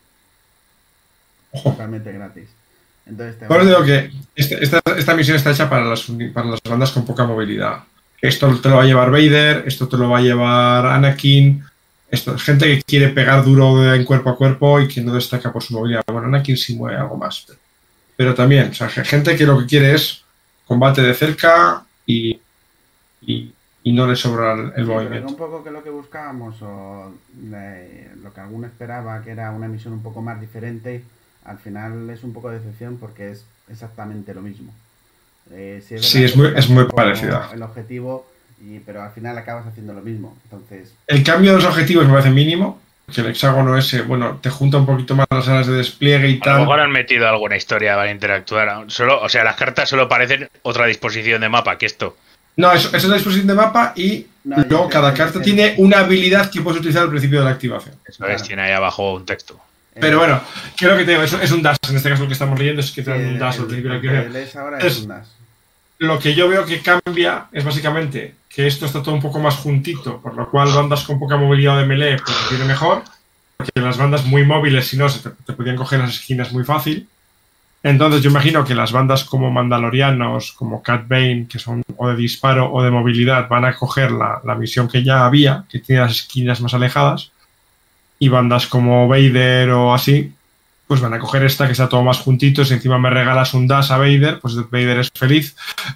Oh. Totalmente gratis. Entonces, Por eso digo que este, esta, esta misión está hecha para las, para las bandas con poca movilidad. Esto te lo va a llevar Vader, esto te lo va a llevar Anakin. Esto es gente que quiere pegar duro en cuerpo a cuerpo y que no destaca por su movilidad. Bueno, Anakin sí mueve algo más. Pero, pero también, o sea, gente que lo que quiere es combate de cerca y, y, y no le sobra el, el sí, movimiento. Un poco que lo que buscábamos o eh, lo que alguno esperaba, que era una misión un poco más diferente, al final es un poco de decepción porque es exactamente lo mismo. Eh, si es sí, es muy, es muy parecida. El objetivo, y, pero al final acabas haciendo lo mismo. Entonces, el cambio de los objetivos me parece mínimo, porque el hexágono ese, bueno, te junta un poquito más las áreas de despliegue y tal. A lo mejor han metido alguna historia para interactuar. Solo, o sea, las cartas solo parecen otra disposición de mapa que esto. No, eso, eso es la disposición de mapa y no, luego cada carta tiene una habilidad que puedes utilizar al principio de la activación. Eso es, tiene ahí abajo un texto. Pero bueno, creo que te digo, es, es un dash. En este caso lo que estamos leyendo es que te dan un dash al principio de la activación. Es, ahora es, es un dash. Lo que yo veo que cambia es básicamente que esto está todo un poco más juntito, por lo cual bandas con poca movilidad de melee pues viene mejor, porque las bandas muy móviles, si no, se te, te podían coger las esquinas muy fácil. Entonces yo imagino que las bandas como Mandalorianos, como Cat Bane, que son o de disparo o de movilidad, van a coger la, la misión que ya había, que tiene las esquinas más alejadas, y bandas como Vader o así, pues van a coger esta que está todo más juntito. Si encima me regalas un dash a Vader, pues Vader es feliz.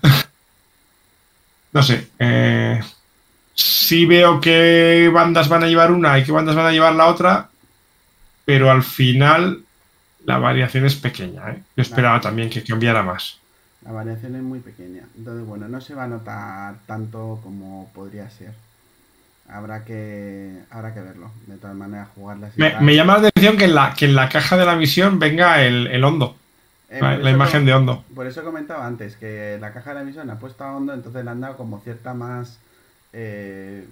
No sé. Eh, sí veo qué bandas van a llevar una y qué bandas van a llevar la otra, pero al final la variación es pequeña, ¿eh? Yo esperaba también que cambiara más. La variación es muy pequeña. Entonces, bueno, no se va a notar tanto como podría ser. Habrá que habrá que verlo. De todas maneras, jugarla así. Me, me llama la atención que en la, que en la caja de la misión venga el, el Hondo. Eh, la, la imagen de Hondo. Por eso comentaba antes que la caja de la misión ha puesto a Hondo, entonces le han dado como cierta más eh,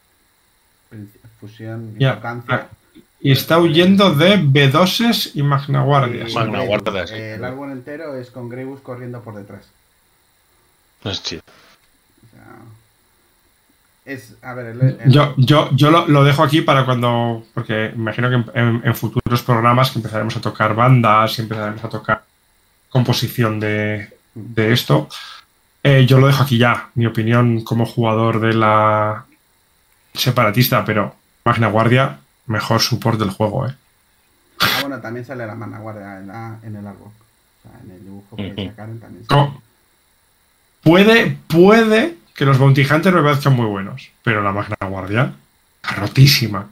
fusión, yeah. importancia. Y está huyendo de B dos y Magnaguardias. Y Magnaguardias. Eh, el árbol entero es con Grievous corriendo por detrás. Hostia. O sea, es, a ver, el, el... yo, yo, yo lo, lo dejo aquí para cuando, porque imagino que en, en, en futuros programas que empezaremos a tocar bandas y empezaremos a tocar composición de, de esto, eh, yo lo dejo aquí ya, mi opinión como jugador de la separatista, pero Magna Guardia, mejor support del juego, eh. Ah, bueno, también sale la Magna Guardia en, la, en el árbol, o sea, en el dibujo que sacaron también sale. Puede, puede que los Bounty Hunters me parezcan muy buenos, pero la Magna Guardia está rotísima.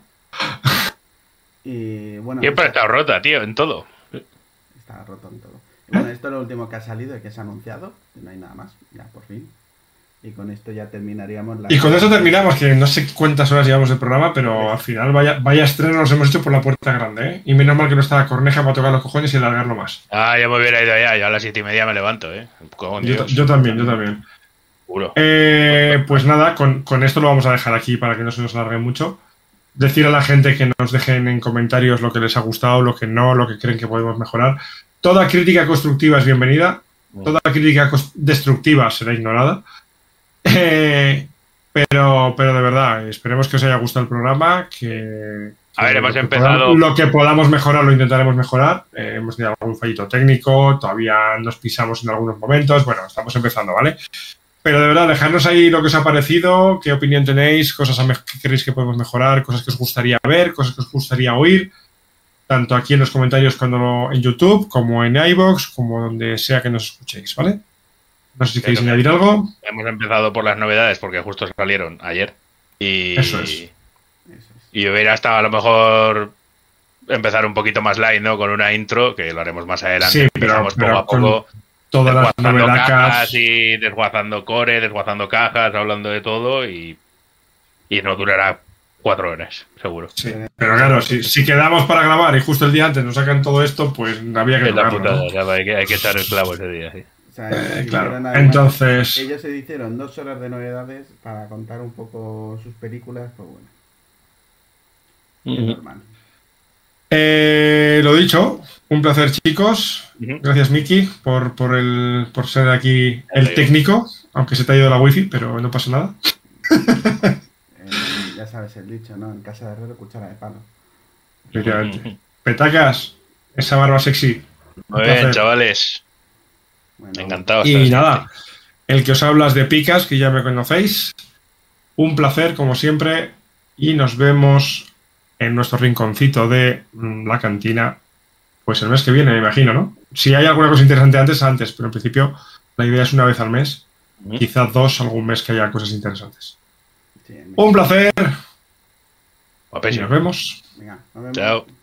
Y bueno, siempre ha estado rota, tío, en todo. Está roto en todo. Y bueno, esto es lo último que ha salido y que se ha anunciado. No hay nada más, ya por fin. Y con esto ya terminaríamos la... Y con esto terminamos, que no sé cuántas horas llevamos de programa, pero al final vaya, vaya estreno nos hemos hecho por la puerta grande, ¿eh? Y menos mal que no está la Corneja para tocar los cojones y alargarlo más. Ah, ya me hubiera ido ya, yo a las siete y media me levanto, ¿eh? Yo, yo también, yo también. Eh, pues nada, con, con esto lo vamos a dejar aquí para que no se nos alargue mucho. decir a la gente que nos dejen en comentarios lo que les ha gustado, lo que no, lo que creen que podemos mejorar. Toda crítica constructiva es bienvenida, toda crítica destructiva será ignorada. Eh, pero, pero de verdad, esperemos que os haya gustado el programa, que... A ver, hemos lo empezado... Podamos, lo que podamos mejorar lo intentaremos mejorar. Eh, hemos tenido algún fallito técnico, todavía nos pisamos en algunos momentos. Bueno, estamos empezando, ¿vale? Pero de verdad, dejadnos ahí lo que os ha parecido, qué opinión tenéis, cosas que queréis que podemos mejorar, cosas que os gustaría ver, cosas que os gustaría oír, tanto aquí en los comentarios cuando en YouTube, como en iVoox, como donde sea que nos escuchéis, ¿vale? No sé si queréis añadir algo. Hemos empezado por las novedades porque justo salieron ayer. Y... Eso es. Y hubiera estado a lo mejor empezar un poquito más light, ¿no? Con una intro, que lo haremos más adelante. Sí, pero, poco pero a poco. Todas las novedades. Cajas y desguazando core, desguazando cajas, hablando de todo y, y no durará cuatro horas, seguro. Sí, pero claro, si, si quedamos para grabar y justo el día antes nos sacan todo esto, pues había que grabarlo, ¿no? Ya, hay, que, hay que echar el clavo ese día, sí. O sea, eh, claro. Además, entonces ellos se hicieron dos horas de novedades para contar un poco sus películas, pues bueno. Uh-huh. Normal. Eh, lo dicho, un placer, chicos. Uh-huh. Gracias, Miki, por, por, el, por ser aquí el técnico, aunque se te ha ido la wifi, pero no pasa nada. eh, ya sabes el dicho, ¿no? En casa de herrero, cuchara de palo. Uh-huh. Petacas, esa barba sexy. Muy bien, chavales. Bueno, encantado. Y nada, el que os habla es de Picas, que ya me conocéis. Un placer, como siempre, y nos vemos en nuestro rinconcito de la cantina, pues el mes que viene, me imagino, ¿no? Si hay alguna cosa interesante antes, antes, pero en principio la idea es una vez al mes, ¿Mm? Quizás dos, algún mes que haya cosas interesantes. Sí, un placer. Guapísimo. Y nos vemos. Venga, nos vemos. Chao.